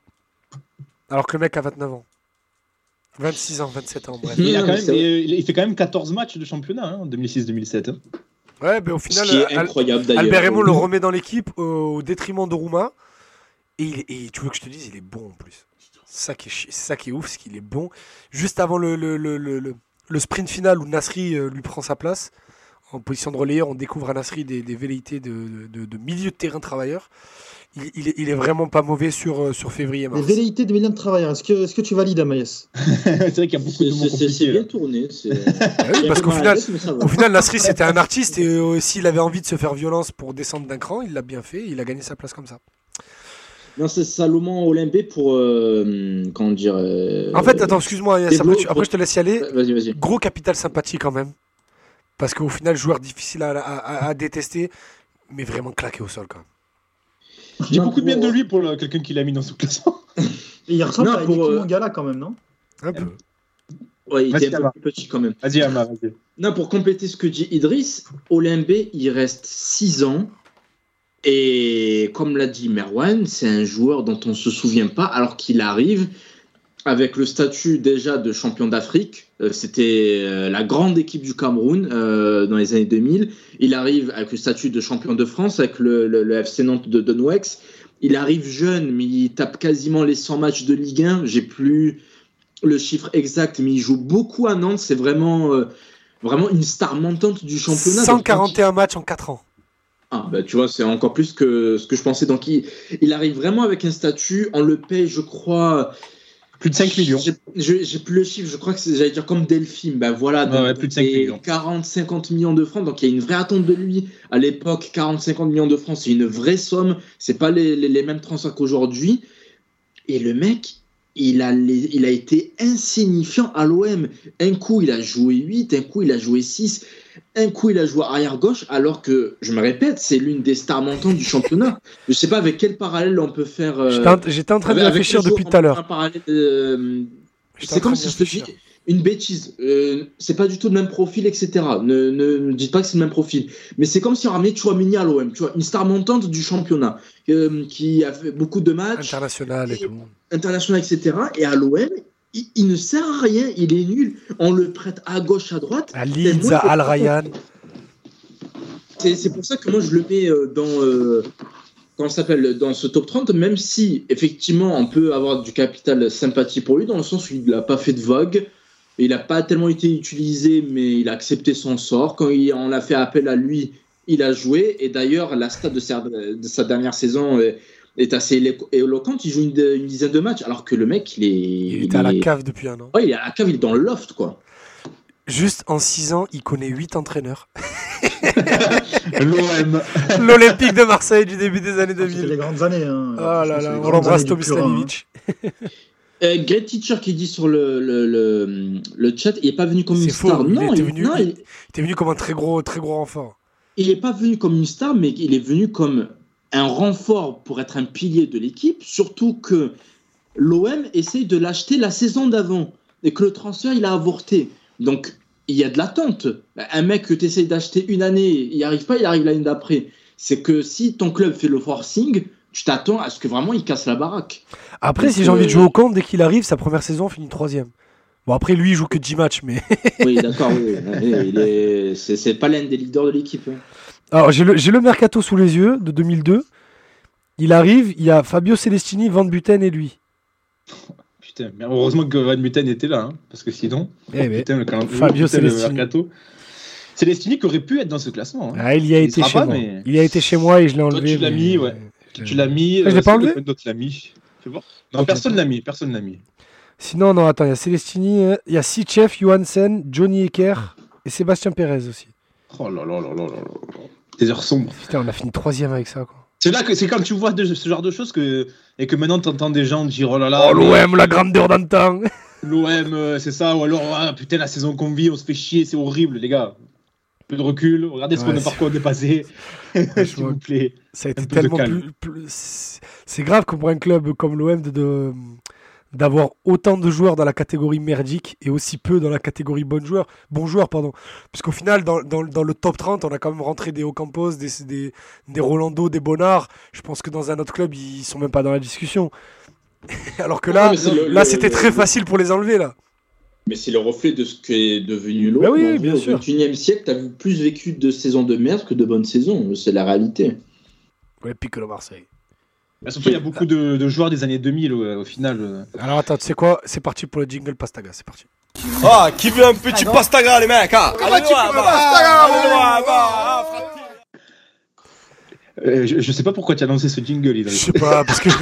Alors que le mec a vingt-neuf ans. vingt-six ans, vingt-sept ans, bref. Il, a quand même, il, il fait quand même quatorze matchs de championnat, hein, deux mille six deux mille sept. Hein. Ouais, mais au final, Ce qui est incroyable, Al- Albert Raymond le remet dans l'équipe au, au détriment de Rouma. Et, il, et tu veux que je te dise, il est bon en plus. C'est ça qui est, chi- c'est ça qui est ouf, c'est qu'il est bon. Juste avant le, le, le, le, le, le sprint final où Nasri euh, lui prend sa place, en position de relayeur, on découvre à Nasri des, des velléités de, de, de milieu de terrain travailleur. Il, il, est, il est vraiment pas mauvais sur, sur février-mars. Les velléités de milieu de travailleur, est-ce que, est-ce que tu valides, Amaïs? C'est vrai qu'il y a beaucoup de mots compliqués. C'est bien tourné. C'est... Ah oui, parce qu'au final, au final, Nasri c'était un artiste et euh, s'il avait envie de se faire violence pour descendre d'un cran, il l'a bien fait, il a gagné sa place comme ça. Non, c'est Salomon Olembe pour. Euh, comment dire. Euh, en fait, attends, excuse-moi, Yass, après, tu, après je te laisse y aller. Vas-y, vas-y. Gros capital sympathie quand même. Parce qu'au final, joueur difficile à, à, à détester, mais vraiment claqué au sol quand même. J'ai beaucoup de bien de lui pour le, quelqu'un qui l'a mis dans ce classement. Il ressemble non, à Hideki euh... Mangala quand même, non? Un peu. Ouais, il est un peu petit quand même. Vas-y, Ama, vas-y. Non, pour compléter ce que dit Idriss, Olembe, il reste six ans. Et comme l'a dit Merwan, c'est un joueur dont on ne se souvient pas, alors qu'il arrive avec le statut déjà de champion d'Afrique. Euh, c'était euh, la grande équipe du Cameroun euh, dans les années deux mille. Il arrive avec le statut de champion de France, avec le, le, le F C Nantes de Donwex. Il arrive jeune, mais il tape quasiment les cent matchs de Ligue un. J'ai plus le chiffre exact, mais il joue beaucoup à Nantes. C'est vraiment, euh, vraiment une star montante du championnat. cent quarante et un matchs en quatre ans. Ah, bah, tu vois, c'est encore plus que ce que je pensais. Donc, il, il arrive vraiment avec un statut. On le paye, je crois... Plus de cinq millions. J'ai, j'ai, j'ai plus le chiffre, je crois que c'est, j'allais dire comme Delphine. Ben voilà, ouais, ouais, plus de cinq millions. quarante à cinquante millions de francs. Donc il y a une vraie attente de lui. À l'époque, quarante à cinquante millions de francs, c'est une vraie somme. C'est pas les, les, les mêmes transferts qu'aujourd'hui. Et le mec, il a, les, il a été insignifiant à l'O M. Un coup, il a joué huit, un coup, il a joué six, un coup, il a joué arrière-gauche, alors que, je me répète, c'est l'une des stars montantes du championnat. Je sais pas avec quel parallèle on peut faire... Euh, j'étais, j'étais en train de réfléchir depuis tout à l'heure. Euh, c'est comme si je te dis une bêtise. Euh, c'est pas du tout le même profil, et cetera. Ne, ne, ne dites pas que c'est le même profil. Mais c'est comme si on ramenait Tchouaméni à l'O M. Tu vois, une star montante du championnat, euh, qui a fait beaucoup de matchs. International et, et tout. International, et cetera. Et à l'O M, il, il ne sert à rien. Il est nul. On le prête à gauche, à droite. À Leeds, à Al Rayyan. C'est, c'est pour ça que moi, je le mets dans... Euh, Comment ça s'appelle, dans ce top trente, même si effectivement on peut avoir du capital sympathie pour lui, dans le sens où il n'a pas fait de vague, il n'a pas tellement été utilisé, mais il a accepté son sort. Quand il, on a fait appel à lui, il a joué. Et d'ailleurs, la stat de sa, de sa dernière saison est, est assez éloquente. Il joue une, une dizaine de matchs, alors que le mec, il est. Il, il est à la est... cave depuis un an. Ouais, il est à la cave, il est dans le loft, quoi. Juste en six ans, il connaît huit entraîneurs. L'O M. L'Olympique de Marseille du début des années deux mille. C'est les grandes années. Hein. Oh là là, on l'embrasse Tomislavovic. Euh, Great Teacher qui dit sur le, le, le, le chat, il n'est pas venu comme c'est une faux. star. Il Non, était il, venu, non, il, il, il était venu comme un très gros, très gros renfort. Il n'est pas venu comme une star, mais il est venu comme un renfort pour être un pilier de l'équipe, surtout que l'O M essaye de l'acheter la saison d'avant et que le transfert, il a avorté. Donc, il y a de l'attente. Un mec que tu essayes d'acheter une année, il n'y arrive pas, il arrive l'année d'après. C'est que si ton club fait le forcing, tu t'attends à ce que vraiment il casse la baraque. Après, donc, si j'ai euh... envie de jouer au camp, dès qu'il arrive, sa première saison finit troisième. Bon, après, lui, il joue que dix matchs, mais... oui, d'accord, oui. Il est... c'est, c'est pas l'un des leaders de l'équipe. Hein. Alors, j'ai le, j'ai le mercato sous les yeux de deux mille deux. Il arrive, il y a Fabio Celestini, Van Buten et lui. Putain, mais heureusement que Van Buten était là, hein, parce que sinon... Eh putain, ben, le Fabio Celestini. Celestini qui aurait pu être dans ce classement. Hein. Ah, il y a il été chez pas, moi. Mais... Il y a été chez moi et je l'ai enlevé. Toi, tu l'as mais... mis, ouais. Tu, tu l'as mis. Ah, je l'ai pas enlevé. D'autres l'a mis. Fais voir. Non, okay, personne l'a mis. Personne l'a mis. Sinon, non, attends, il y a Celestini, il y a Sichev, Johansen, Johnny Ecker et Sébastien Pérez aussi. Oh là là là là là là. Des heures sombres. Putain, on a fini troisième avec ça, quoi. C'est là que c'est quand tu vois de, ce genre de choses que et que maintenant tu entends des gens dire oh là là. Oh l'O M, la grandeur d'antan. L'O M, euh, c'est ça, ou alors ah, putain la saison qu'on vit, on se fait chier, c'est horrible les gars. Un peu de recul, regardez ce ouais, qu'on a par quoi on est passé. S'il vous plaît. Ça a été tellement plus, plus. C'est grave que pour un club comme l'O M de, de d'avoir autant de joueurs dans la catégorie merdique et aussi peu dans la catégorie bon joueur, bon joueur pardon. Puisqu'au final, dans, dans, dans le top trente, on a quand même rentré des Ocampos, des, des, des Rolando, des Bonnard. Je pense que dans un autre club, ils sont même pas dans la discussion. Alors que là, ouais, le, là le, c'était le, très le... facile pour les enlever là. Mais c'est le reflet de ce qu'est devenu l'O M. Bah oui, bien au sûr. Au vingt et unième siècle, tu as plus vécu de saisons de merde que de bonnes saisons. C'est la réalité. Ouais, puis que le Marseille. Bah, surtout, il y a beaucoup de, de joueurs des années deux mille au, au final. Alors attends, tu sais quoi ? C'est parti pour le jingle Pastaga, c'est parti. Ah, qui veut un petit ah, Pastaga, les mecs hein. Comment tu veux Pastaga euh, je, je sais pas pourquoi tu as lancé ce jingle, Idriss. Je sais pas, parce que...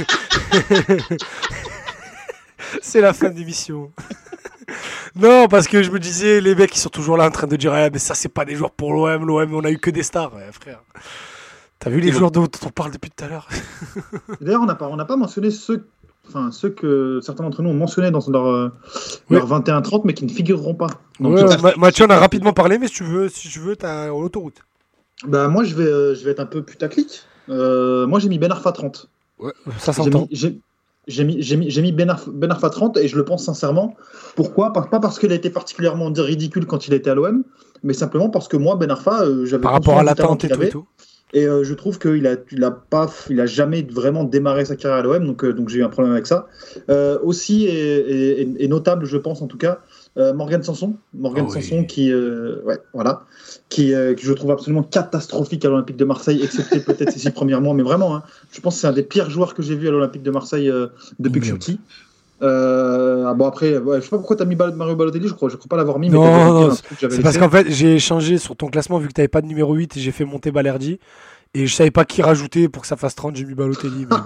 c'est la fin de l'émission. Non, parce que je me disais, les mecs, ils sont toujours là en train de dire ah, mais ça, c'est pas des joueurs pour l'O M. L'O M, on a eu que des stars, ouais, frère. T'as vu les joueurs dont on parle depuis tout à l'heure? D'ailleurs, on n'a pas, on n'a pas mentionné ceux, enfin, ceux que certains d'entre nous ont mentionné dans leur, euh, oui. leur vingt et un trente, mais qui ne figureront pas. Donc, ouais, euh, Mathieu en a rapidement parlé, mais si tu veux, si tu veux, t'as l'autoroute. Bah, moi, je vais, euh, je vais être un peu putaclic. Euh, moi, j'ai mis Ben Arfa trente. Ouais, ça s'entend. J'ai mis, j'ai mis, j'ai mis, j'ai mis Ben, Arfa, Ben Arfa trente et je le pense sincèrement. Pourquoi ? Pas parce qu'il a été particulièrement ridicule quand il était à l'O M, mais simplement parce que moi, Ben Arfa, euh, j'avais par rapport à l'attente et tout et tout. Et euh, je trouve qu'il a, il a pas, il a jamais vraiment démarré sa carrière à l'O M, donc, euh, donc j'ai eu un problème avec ça. Euh, aussi, et, et, et notable, je pense en tout cas, euh, Morgan Sanson, Morgan oh Sanson oui. qui, euh, ouais, voilà, qui, euh, que je trouve absolument catastrophique à l'Olympique de Marseille, excepté peut-être ses six premiers mois, mais vraiment, hein, je pense que c'est un des pires joueurs que j'ai vu à l'Olympique de Marseille euh, depuis que je suis petit. Euh, ah bon après, ouais, je sais pas pourquoi t'as mis Mario Balotelli, je crois, je crois pas l'avoir mis. Non, mais non, non c'est laissé. Parce qu'en fait j'ai changé sur ton classement vu que t'avais pas de numéro huit et j'ai fait monter Balerdi et je savais pas qui rajouter pour que ça fasse trente, j'ai mis Balotelli. Mais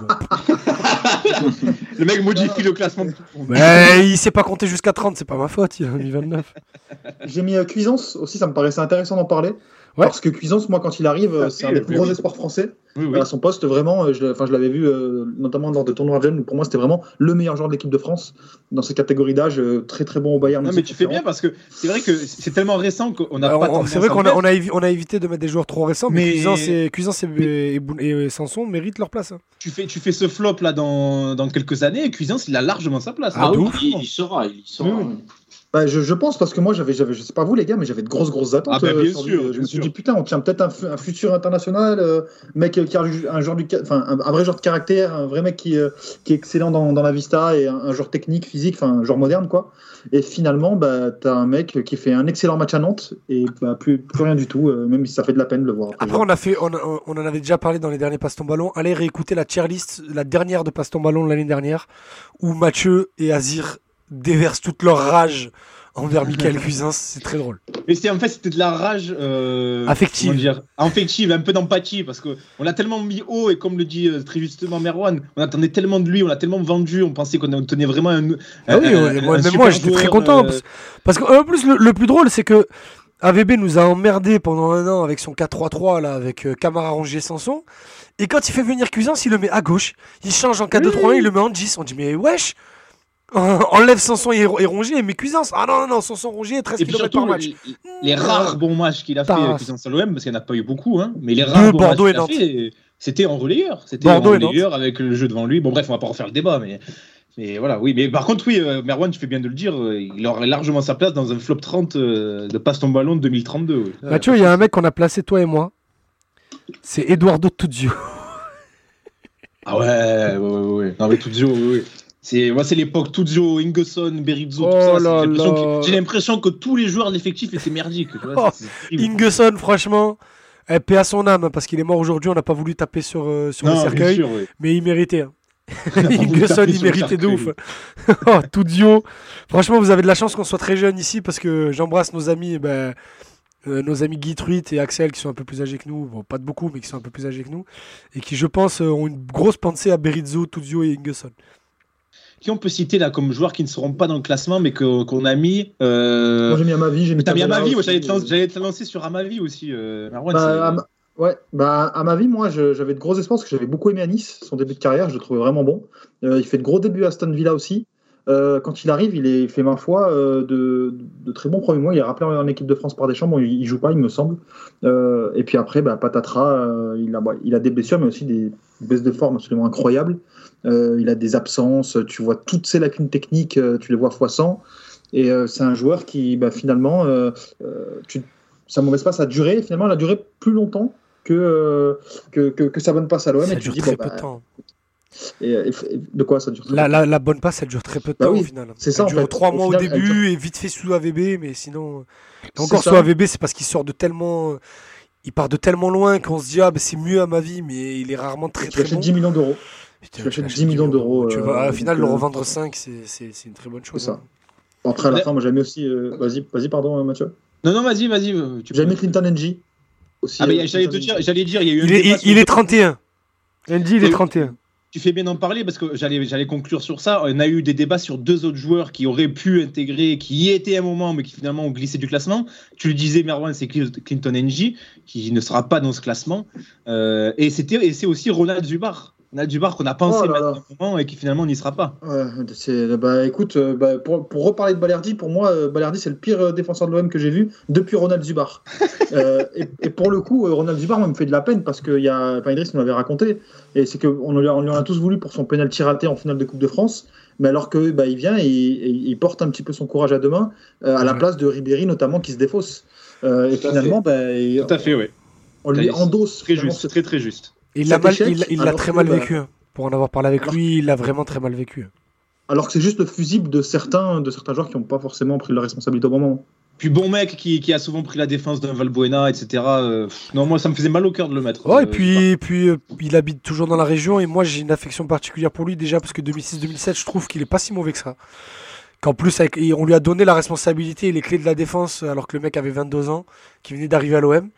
bon. Le mec modifie le classement. Mais il sait pas compter jusqu'à trente, c'est pas ma faute, il a mis vingt-neuf. J'ai mis euh, Cuisance aussi, ça me paraissait intéressant d'en parler. Ouais. Parce que Cuisance, moi, quand il arrive, ah, c'est oui, un des plus gros oui. espoirs français. Oui, oui. À son poste, vraiment, je, je l'avais vu euh, notamment lors des tournois jeunes. Pour moi, c'était vraiment le meilleur joueur de l'équipe de France dans ces catégories d'âge. Euh, très très bon au Bayern. Non, mais tu fais bien parce que c'est vrai que c'est tellement récent qu'on n'a bah, pas. On, c'est vrai qu'on a, on a, évi- on a évité de mettre des joueurs trop récents, mais, mais... Cuisance, et, Cuisance et, et, et, et Sanson méritent leur place. Hein. Tu fais, tu fais ce flop là dans, dans quelques années et Cuisance, il a largement sa place. Ah, ah oui, il, il sera, il sera. Oui, oui. Bah, je, je pense parce que moi j'avais, j'avais, je sais pas vous les gars, mais j'avais de grosses grosses attentes. Ah bah, bien euh, sûr, lui. bien je me suis sûr. dit putain, on tient peut-être un, un futur international, euh, mec qui a un genre du, enfin un, un vrai genre de caractère, un vrai mec qui, euh, qui est excellent dans, dans la vista et un, un genre technique, physique, enfin un genre moderne quoi. Et finalement, bah t'as un mec qui fait un excellent match à Nantes et bah, plus, plus rien du tout, euh, même si ça fait de la peine de le voir. Après, après on a fait, on, on en avait déjà parlé dans les derniers Passe ton ballon. Allez réécouter la tier list, la dernière de Passe ton ballon de l'année dernière, où Mathieu et Azir déversent toute leur rage envers Michael Cuisance, c'est très drôle. Mais c'était en fait c'était de la rage euh, affective, comment dire, affective, un peu d'empathie parce que on l'a tellement mis haut et comme le dit euh, très justement Merwan, on attendait tellement de lui, on l'a tellement vendu, on pensait qu'on tenait vraiment un. Ah un, oui, un, un, moi, un même moi j'étais très content euh... parce qu'en plus le, le plus drôle c'est que A V B nous a emmerdé pendant un an avec son quatre trois trois là, avec euh, Camara, Rongier, Sanson. Et quand il fait venir Cuisance, il le met à gauche. Il change en quatre deux trois un, il le met en dix. On dit mais wesh, enlève Sanson et, et Rongier et met Cuisance. Ah non non non, Sanson, Rongier, treize kilomètres par match. Les, les rares bons matchs qu'il a fait Putain. euh, Cuisance à l'O M, parce qu'il n'y en a pas eu beaucoup, hein, mais les rares Deux, bons Bordeaux matchs et qu'il a Nantes. fait, c'était en relayeur. C'était Bordeaux en et Nantes. relayeur avec le jeu devant lui. Bon bref, on va pas refaire le débat, mais. Mais voilà, oui. Mais par contre, oui, euh, Merwan, tu fais bien de le dire, euh, il aurait largement sa place dans un flop trente euh, de Passe ton ballon de deux mille trente-deux. Oui. Mathieu, il y a un mec qu'on a placé, toi et moi. C'est Eduardo Tuzio. Ah ouais, ouais, ouais, ouais. Non mais Tuzio, oui, oui. C'est, moi, c'est l'époque Tuzio, Ingesson, Berizzo, Oh tout ça. là J'ai l'impression, là. que, j'ai l'impression que tous les joueurs de l'effectif étaient merdiques. Tu vois, Oh, c'est, c'est terrible. Ingesson, franchement, eh, paix à son âme, parce qu'il est mort aujourd'hui, on n'a pas voulu taper sur, euh, sur le Non, bien cercueil, sûr, oui. mais il méritait. Hein. On a pas voulu Ingesson, taper il sur le méritait de ouf. cercueil. Oh, Tuzio. Franchement, vous avez de la chance qu'on soit très jeunes ici, parce que j'embrasse nos amis, ben, euh, nos amis Guy Truit et Axel, qui sont un peu plus âgés que nous, bon, pas de beaucoup, mais qui sont un peu plus âgés que nous, et qui, je pense, euh, ont une grosse pensée à Berizzo, Tuzio et Ingesson. Qui on peut citer là comme joueurs qui ne seront pas dans le classement, mais que, qu'on a mis. Euh... Moi j'ai mis Amavi, j'ai mis T'as mis Tabella Amavi, moi aussi. j'allais te, lancer, j'allais te lancer sur Amavi aussi. Euh, Marwan, Bah, c'est- Am- ouais, bah, à ma vie, moi, je- j'avais de gros espoirs parce que j'avais beaucoup aimé à Nice. Son début de carrière, je le trouvais vraiment bon. Euh, il fait de gros débuts à Aston Villa aussi. Euh, quand il arrive, il, est, il fait vingt fois euh, de, de très bons premiers mois. Il est rappelé en équipe de France par Deschamps. Bon, il, il joue pas, il me semble. Euh, et puis après, bah, patatras, euh, il, a, bah, il a des blessures, mais aussi des baisses de forme absolument incroyables. Euh, il a des absences. Tu vois toutes ses lacunes techniques, euh, tu les vois fois cent. Et euh, c'est un joueur qui, bah, finalement, euh, euh, tu, sa mauvaise passe a duré. Finalement, elle a duré plus longtemps que, euh, que, que, que sa bonne passe à l'O M. Ça Et tu dure dis, très bon, peu bah, de temps. et, et- et de quoi ça dure très La, peu la, la bonne passe, elle dure très peu de Bah temps oui, au final. c'est ça, Elle en dure fait. trois Au mois au final, elle début et vite fait sous A V B, mais sinon. Et C'est encore ça. sous A V B, c'est parce qu'il sort de tellement. Il part de tellement loin qu'on se dit, ah, bah, c'est mieux à ma vie, mais il est rarement très Tu très achètes bon. dix millions d'euros. Putain, tu achètes l'achètes dix millions d'euros, Tu euh, vas, au final, donc, le euh, revendre cinq, c'est, c'est, c'est une très bonne chose. C'est ça. hein. Bon, après, à la Mais- fin, moi, j'ai mis aussi. euh, vas-y, vas-y, pardon, Mathieu. Non, non, vas-y, vas-y. euh, tu J'ai peux- mis Clinton N G. Aussi, Ah, mais euh, j'allais te Clinton dire, N G. j'allais dire, il y a eu un Il est, débat il, sur il le- est trente et un. Andy, il est Oui. trente et un. Tu fais bien d'en parler parce que j'allais, j'allais conclure sur ça. On a eu des débats sur deux autres joueurs qui auraient pu intégrer, qui y étaient à un moment, mais qui finalement ont glissé du classement. Tu le disais, Merwan, c'est Clinton N G, qui ne sera pas dans ce classement. Euh, et, c'était, et c'est aussi Ronald Zubar. Ronald Zubar qu'on a pensé Oh là mettre là. à un moment et qui finalement n'y sera pas. Ouais, c'est, bah, écoute, euh, bah, pour, pour reparler de Balerdi, pour moi, euh, Balerdi, c'est le pire euh, défenseur de l'O M que j'ai vu depuis Ronald Zubar. euh, et, et pour le coup, euh, Ronald Zubar, moi, me fait de la peine parce que y a, enfin, Idriss nous l'avait raconté, et c'est qu'on lui, a- on lui en a tous voulu pour son pénalty raté en finale de Coupe de France, mais alors que bah, il vient et, et il porte un petit peu son courage à deux mains, euh, à la Ouais. place de Ribéry notamment qui se défausse. Euh, et Tout à finalement, bah, il- Tout à fait, oui. on lui C'est endosse Très finalement juste, ce- très très juste. Il l'a Cet mal, échec, il, il l'a alors très que, mal bah, vécu. hein. Pour en avoir parlé avec alors- lui, il l'a vraiment très mal vécu. alors que c'est juste le fusible de certains, de certains joueurs qui n'ont pas forcément pris leur responsabilité au moment. Puis bon mec qui, qui a souvent pris la défense d'un Valbuena, et cetera. euh, pff, non, moi ça me faisait mal au cœur de le mettre. Ouais, euh, et puis, et puis euh, il habite toujours dans la région et moi j'ai une affection particulière pour lui déjà parce que deux mille six deux mille sept je trouve qu'il est pas si mauvais que ça. Qu'en plus avec, et on lui a donné la responsabilité et les clés de la défense alors que le mec avait vingt-deux ans, qui venait d'arriver à l'O M.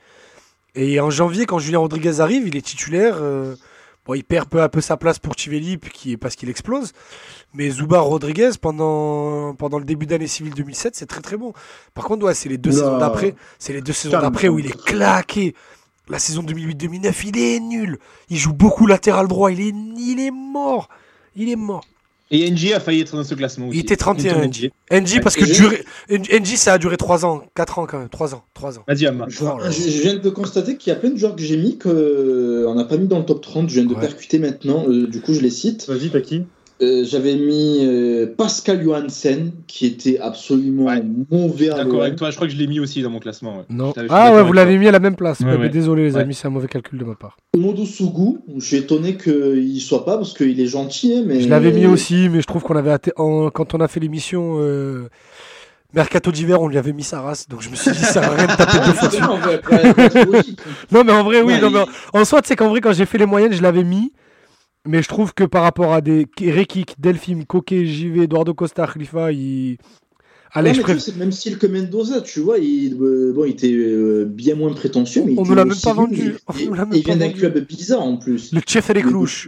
Et en janvier quand Julien Rodriguez arrive, il est titulaire. euh, bon, il perd peu à peu sa place pour Chivelli puis qui- parce qu'il explose. Mais Zubar Rodriguez pendant, pendant le début d'année civile deux mille sept c'est très très bon. Par contre ouais, c'est les deux Oula. saisons d'après, c'est les deux saisons Calme, d'après où calme. il est claqué. La saison deux mille huit deux mille neuf, il est nul. Il joue beaucoup latéral droit. Il est, il est mort. Il est mort. Et N G a failli être dans ce classement aussi. Il était trente et un, Clinton N G. N G, parce que et duré... N G, ça a duré trois ans. quatre ans quand même. trois ans. trois ans. Vas-y, Amma. Je, Oh là là. je- je viens de constater qu'il y a plein de joueurs que j'ai mis qu'on n'a pas mis dans le top trente. Je viens de Ouais. percuter maintenant. Euh, du coup, je les cite. Vas-y, t'as qui Euh, J'avais mis euh, Pascal Johansen, qui était absolument Ouais. mauvais à D'accord l'O M. avec toi, je crois que je l'ai mis aussi dans mon classement. Ouais. Non. Je suis Ah d'accord ouais, avec vous toi. l'avez mis à la même place. Ouais, Ouais, mais ouais. désolé les Ouais. amis, c'est un mauvais calcul de ma part. Modo Sougou, je suis étonné qu'il soit pas parce qu'il est gentil, hein, mais Je l'avais mis aussi, mais je trouve qu'on avait atte- en- quand on a fait l'émission euh, Mercato d'hiver, on lui avait mis sa race, donc je me suis dit ça sert à rien de taper deux fois dessus. Non, mais après, après, c'est logique. Non mais en vrai oui, Ouais, non, mais il- en, en soi tu sais qu'en vrai quand j'ai fait les moyennes je l'avais mis, mais je trouve que par rapport à des Rekik, Delphine, Coquet, J V, Eduardo Costa, Khalifa, il... Allez, Ouais, je mais tu préfère... vois, c'est le même style que Mendoza, tu vois, il, euh, bon, il était euh, bien moins prétentieux, mais il On était nous l'a même aussi pas nul. vendu. On Il, nous l'a même il pas vient d'un vendu. club bizarre en plus. Le chef et les Mais- clouches.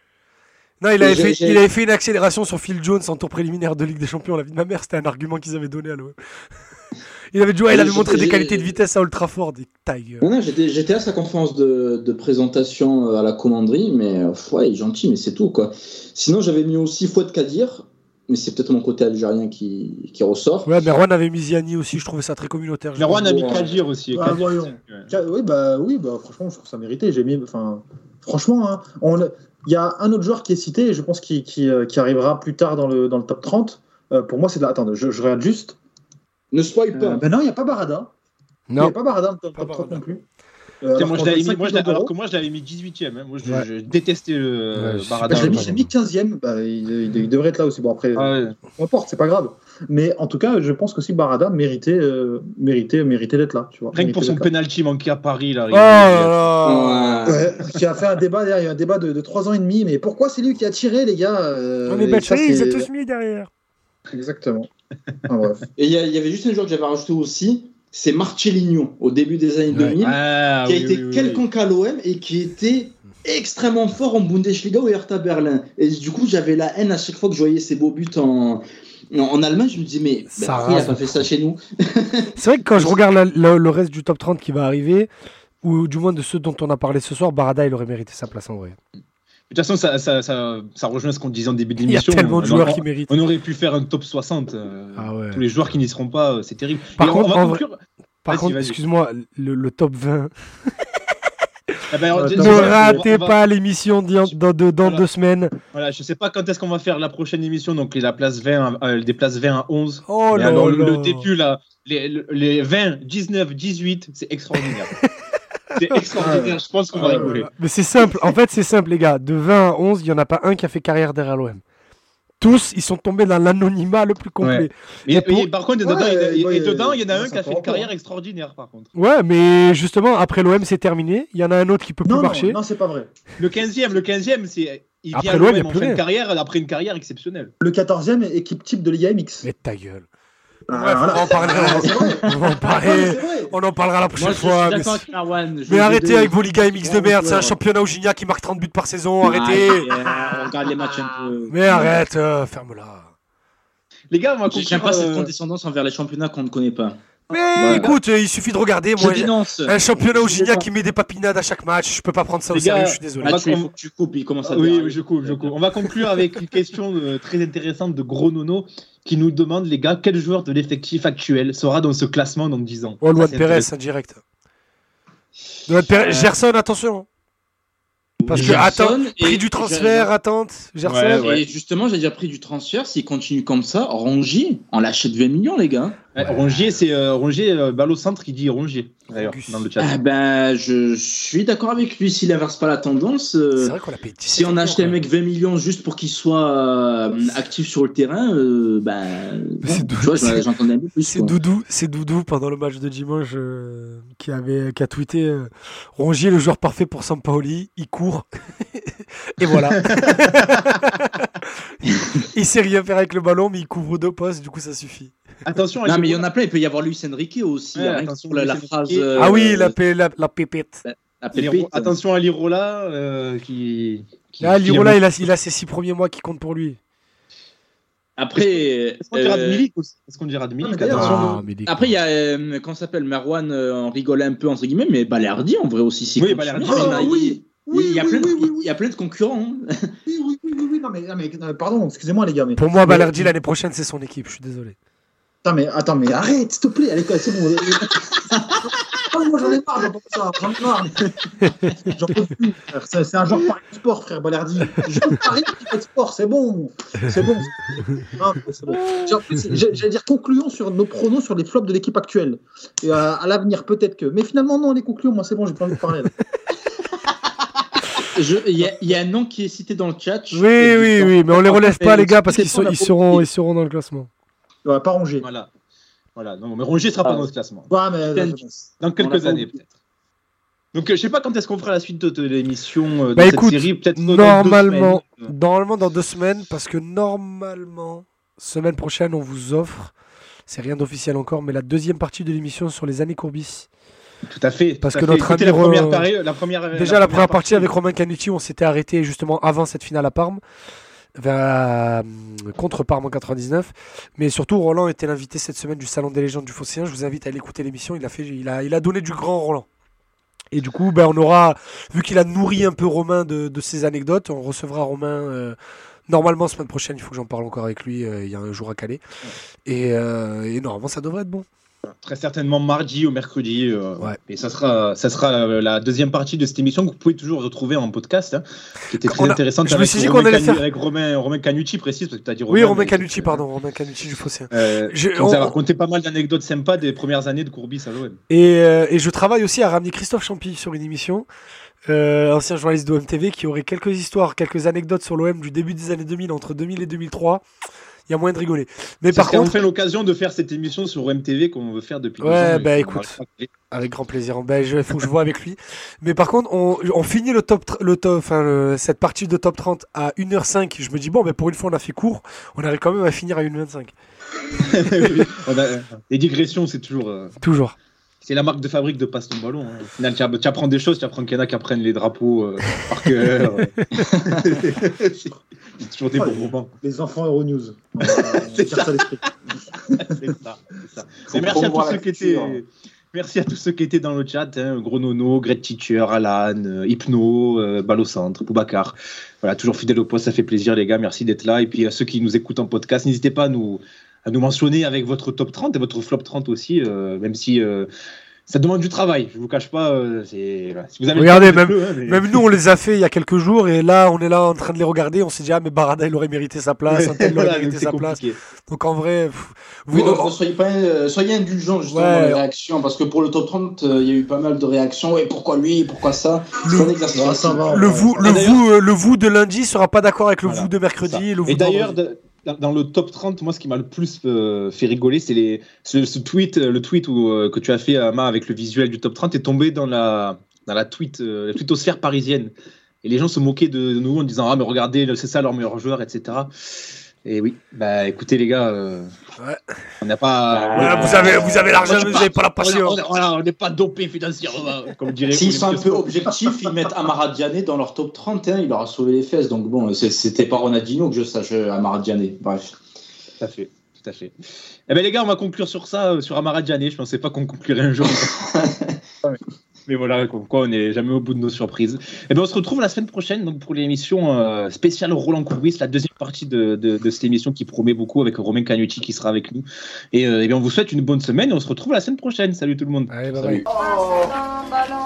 Non, il avait, J'ai- fait, j'ai- il avait fait une accélération sur Phil Jones en tour préliminaire de Ligue des Champions. La vie de ma mère, c'était un argument qu'ils avaient donné à l'O M. Il avait, joué, il avait montré des j'ai- qualités de vitesse à Old Trafford. Et taille. Non, non, j'étais, j'étais à sa conférence de, de présentation à la commanderie, mais euh, ouais, il est gentil, mais c'est tout, quoi. Sinon, j'avais mis aussi Fouad Kadir, mais c'est peut-être mon côté algérien qui, qui ressort. Ouais, mais Erwan avait mis Ziani aussi, je trouvais ça très communautaire. Mais Rouen a mis Ouais. Kadir aussi. Ah, Kadir, voyons. ouais. Tiens, Oui, bah, oui, bah, franchement, je trouve ça mérité. J'ai mis, enfin, franchement, hein, on- il y a un autre joueur qui est cité, et je pense qu'il qui, euh, qui arrivera plus tard dans le, dans le top trente. Euh, pour moi, c'est de la. Attends, je, je regarde juste. Ne spoil pas. Euh, ben non, il n'y a pas Barada. Il n'y Non. a pas Barada dans le top Pas trente Barada. non plus. Putain, Euh, alors moi, je qu'on l'avais donne mis- moi, je l'avais- cinq alors millions que moi, je l'avais mis dix-huitième. Hein. Moi, je, Ouais. je détestais le Ouais, je- Barada. Bah, je l'ai mis, Pas j'ai mis bon. quinzième. Bah, il, il- il devrait être là aussi. Bon, après, Ah ouais. peu importe, c'est pas grave. Mais en tout cas, je pense que si Barada méritait, euh, méritait, méritait d'être là. Tu vois, Rien que pour son Méritait d'être penalty manqué à Paris. Là, Oh il- là là. là. Ouais, qui a fait un débat derrière, il y a un débat de, de trois ans et demi. Mais pourquoi c'est lui qui a tiré, les gars euh, On est et bêtes, ça, ils c'est- ont tous mis derrière. Exactement. Ah, bref. Et il y, a- il y avait juste un joueur que j'avais rajouté aussi, c'est Marcelinho, au début des années Ouais. deux mille, Ah, qui a oui, été oui, oui, quelconque à l'O M et qui était extrêmement fort en Bundesliga ou Hertha Berlin. Et du coup, j'avais la haine à chaque fois que je voyais ses beaux buts en, en, en Allemagne. Je me disais, mais Ça ben, pourquoi il n'a rase pas fait ça chez nous? C'est vrai que quand je regarde la- la- le reste du top trente qui va arriver, ou du moins de ceux dont on a parlé ce soir, Barada, il aurait mérité sa place en vrai. De toute façon, ça, ça, ça, ça rejoint ce qu'on disait en début Il y a d'émission. tellement de On- joueurs on- qui méritent. On aurait pu faire un top soixante. euh, Ah ouais. Tous les joueurs qui n'y seront pas, euh, c'est terrible. Par Et on- contre, on va en vrai- conclure- Par Vas-y, contre, vas-y. excuse-moi, le, le top vingt. Ah ben, alors, Ne dis- Ne dis- on va- ratez on va- pas l'émission d'y- dans, deux- dans Voilà. deux semaines. Voilà, je sais pas quand est-ce qu'on va faire la prochaine émission, donc la place vingt, euh, des places vingt à onze. Oh Mais là alors, le, là. le début là, les, les vingt, dix-neuf, dix-huit, c'est extraordinaire. C'est extraordinaire, je pense qu'on va Ah, rigoler. Mais c'est simple, en fait c'est simple les gars. De vingt à onze, il n'y en a pas un qui a fait carrière derrière l'O M. Tous, ils sont tombés dans l'anonymat le plus complet. Ouais. Mais, Et pour- mais par contre, Ouais, dedans, il y a- ouais, et ouais, dedans, il y en a ouais, un ça qui a fait fait une carrière encore. extraordinaire par contre. Ouais, mais justement, après l'O M, c'est terminé. Il y en a un autre qui peut plus Non, non, marcher. non, c'est pas vrai. Le quinzième, le quinzième, c'est. Il Après vient à l'O M, il y a l'O M en plus fin de rien. carrière, après une carrière exceptionnelle. Le quatorzième est équipe type de Liga M X. Mais ta gueule. Ah, Bref, voilà. on va en parler. Ah, c'est vrai. On va en Ah, mais parler. c'est vrai. On en parlera la prochaine Moi, je suis fois. Mais, d'accord avec Marwan. Je mais veux arrêtez des- avec vos Liga M X de Ouais, merde. C'est un ouais. championnat où Gignac qui marque trente buts par saison. Ah, Arrêtez. euh, on regarde les matchs un peu. Mais arrête, euh, ferme-la. Les gars, on va J'aime conclure. pas cette euh, condescendance envers les championnats qu'on ne connaît pas. Mais Voilà. écoute, euh, il suffit de regarder. Je Moi, dénonce. un championnat où Je Gignac dénonce. qui met des papinades à chaque match. Je peux pas prendre ça au Les sérieux. gars, Je suis désolé. on va- Ah, tu, il faut que tu coupes, il commence à Ah oui, dérailler. oui, je coupe, je coupe. On va conclure avec une question euh, très intéressante de Gros Nono qui nous demande, les gars, quel joueur de l'effectif actuel sera dans ce classement dans dix ans? Oh, Luan Ça, c'est Pérez, intéressant. en direct. Luan Pérez, Euh, Gerson, attention. Parce que, Gerson attends, et- prix du transfert, attente. Gerson. Ouais, ouais. Et justement, j'ai déjà pris du transfert. S'il continue comme ça, Rongier, on l'achète vingt millions, les gars. Ouais, Rongier, c'est euh, Rongier, euh, balle au centre, il dit Rongier, d'ailleurs, Gus. dans le chat. Ah ben, je suis d'accord avec lui. S'il inverse pas la tendance, euh, C'est vrai qu'on l'a payé dix-sept si on millions, achetait un quand même. mec vingt millions juste pour qu'il soit euh, actif sur le terrain, euh, ben, bon, C'est tu dou- vois, c'est- j'entendais un peu plus. C'est quoi. Doudou, c'est Doudou pendant le match de dimanche euh, qui avait qui a tweeté euh, Rongier le joueur parfait pour Sampaoli, il court et voilà. Il sait rien faire avec le ballon mais il couvre deux postes, du coup ça suffit. Attention, Non, mais il y Alirola- en a plein. Il peut y avoir Luis Enrique aussi. Ouais, rien que attention, pour la, la Luis phrase. Enrique. euh, ah oui, la, pé- la, la pépette. la Liro- pépite. Attention à Lirola euh, qui. qui- Ah, qui- Lirola, il a, il a ses six premiers mois qui comptent pour lui. Après, Est-ce qu'on dira de euh, Milik aussi Est-ce qu'on dira de Milik mais d'ailleurs, Attention. Ah, mais des- Après, il y a, euh, comment ça s'appelle, Merwan, euh, on rigolait un peu, entre guillemets, mais Balerdi, en vrai aussi. s'il Oui, continue, Balerdi. il y en a- Ah, il- oui, oui, il y a oui, plein de- oui, oui, oui. il y a plein de concurrents. hein. Oui, oui, oui, oui, oui, non, mais, non, mais, euh, pardon, excusez-moi les gars, mais. Pour moi, mais- Balerdi l'année prochaine, c'est son équipe. Je suis désolé. Attends, mais, attends, mais arrête, s'il te plaît, allez, quoi, c'est bon. Ah, moi j'en ai marre d'entendre ça, j'en ai marre. J'en peux plus, frère. C'est, c'est un genre de Paris Sport, frère Balerdi. Je veux pas rien qui fait de sport, c'est bon. C'est bon. Non, c'est bon. J'ai- en plus, j'ai- J'allais dire concluons sur nos pronos sur les flops de l'équipe actuelle. Et euh, à l'avenir, peut-être que. Mais finalement, non, les concluons, moi c'est bon, j'ai pas envie de parler. Là. Je- Il y, a- il y a un nom qui est cité dans le chat. Oui, oui, oui, mais on les relève pas, les gars, parce qu'ils c'est pas sont, la ils seront, ils seront dans le classement. Ouais, pas rongé. Voilà. Voilà. Non, mais Rongier sera pas Ah. dans ce classement. Ouais, mais. Putain, c'est bon. Dans On quelques l'a pas années, oublié. peut-être. Donc, euh, je sais pas quand est-ce qu'on fera la suite de, de l'émission euh, de Bah cette écoute, série. Peut-être dans deux normalement, semaines. normalement dans deux semaines, parce que normalement, semaine prochaine, on vous offre, c'est rien d'officiel encore, mais la deuxième partie de l'émission sur les années Courbis. Tout à fait. Parce tout à que fait. notre Écoutez ami la première, Ro- période- la première Déjà, la première partie avec Romain Canucci, on s'était arrêté justement avant cette finale à Parme. vers, contre Parme en quatre-vingt-dix-neuf. Mais surtout, Roland était l'invité cette semaine du Salon des légendes du Phocéen. Je vous invite à aller écouter l'émission. Il a, fait, il a, il a donné du grand Roland. Et du coup, ben, on aura, vu qu'il a nourri un peu Romain de, de ses anecdotes, on recevra Romain euh, normalement semaine prochaine. Il faut que j'en parle encore avec lui. Euh, il y a un jour à caler. Et, euh, et normalement, ça devrait être bon. Très certainement mardi ou mercredi. Euh, ouais. Et ça sera, ça sera la deuxième partie de cette émission que vous pouvez toujours retrouver en podcast, hein, qui était très a, intéressante. Je me suis dit qu'on allait faire. Avec Romain, Romain Canucci, précise, parce que tu as dit Romain. Oui, Romain Canucci, pardon. Romain Canucci du Phocéen. Euh, je, on a raconté pas mal d'anecdotes sympas des premières années de Courbis à l'O M. Et, euh, et je travaille aussi à ramener Christophe Champy sur une émission. Euh, ancien journaliste d'O M T V qui aurait quelques histoires, quelques anecdotes sur l'O M du début des années deux mille, entre deux mille et deux mille trois. Il y a moyen de rigoler. Mais ça par contre, enfin l'occasion de faire cette émission sur O M T V qu'on veut faire depuis. Ouais, deux ans, bah écoute, avec grand plaisir. Bah, il faut que je vois avec lui. Mais par contre, on, on finit le top, le top, enfin le, cette partie de top trente à une heure cinq. Je me dis bon, mais pour une fois on a fait court, on arrive quand même à finir à une heure vingt-cinq. on a, les digressions, c'est toujours. Euh... Toujours. C'est la marque de fabrique de Passe ton ballon. Hein. Au final, tu, tu apprends des choses, tu apprends qu'il y en a qui apprennent les drapeaux euh, par cœur. c'est, c'est toujours des oh, bons moments. Les enfants Euronews. c'est, ça. Ça c'est ça. C'est ça. Et merci à tous ceux qui étaient. Merci à tous ceux qui étaient dans le chat, hein, Gros Nono, Great Teacher, Alan, euh, Hypno, euh, Ball au centre, Boubacar. Voilà, toujours fidèle au poste, ça fait plaisir les gars, merci d'être là. Et puis à ceux qui nous écoutent en podcast, n'hésitez pas à nous, à nous mentionner avec votre top trente et votre flop trente aussi, euh, même si euh, ça demande du travail, je vous cache pas. Euh, c'est, voilà. Si vous avez regardez, même, hein, mais... même nous on les a fait il y a quelques jours et là on est là en train de les regarder, on s'est dit ah mais Barada il aurait mérité sa place, Antel il aurait voilà, mérité sa compliqué. place. Donc en vrai, pff, vous, oui, donc, oh, soyez, pas, euh, soyez indulgents justement ouais, dans les réactions parce que pour le top trente il euh, y a eu pas mal de réactions et pourquoi lui, pourquoi ça. Le, c'est un exercice ouais, ça va, le, vous, le, vous, euh, le vous de lundi sera pas d'accord avec le voilà, vous de mercredi. Et, le vous et d'ailleurs. De... Dans le top trente, moi, ce qui m'a le plus euh, fait rigoler, c'est les, ce, ce tweet, le tweet où, euh, que tu as fait, Ama, avec le visuel du top trente, est tombé dans la, dans la, tweet, euh, la tweetosphère parisienne. Et les gens se moquaient de nous en disant « Ah, mais regardez, c'est ça leur meilleur joueur, et cetera » Et oui, bah écoutez les gars, euh, ouais. on n'a pas... Ouais, vous, avez, vous avez l'argent, mais vous n'avez pas la passion. On n'est pas dopé financièrement, comme dirait... S'ils sont un peu objectifs, ils mettent Amara Diané dans leur top trente, hein, il leur a sauvé les fesses. Donc bon, c'était pas Ronaldinho que je sache, Amara Diané. Bref. Tout à fait, tout à fait. Eh ben les gars, on va conclure sur ça, sur Amara Diané. Je pensais pas qu'on conclurait un jour. Mais voilà, quoi, on n'est jamais au bout de nos surprises. Et ben on se retrouve la semaine prochaine donc, pour l'émission euh, spéciale Roland Courbis, la deuxième partie de, de, de cette émission qui promet beaucoup avec Romain Canucci qui sera avec nous. Et, euh, et bien on vous souhaite une bonne semaine et on se retrouve la semaine prochaine. Salut tout le monde. Allez, bye bye. Oh.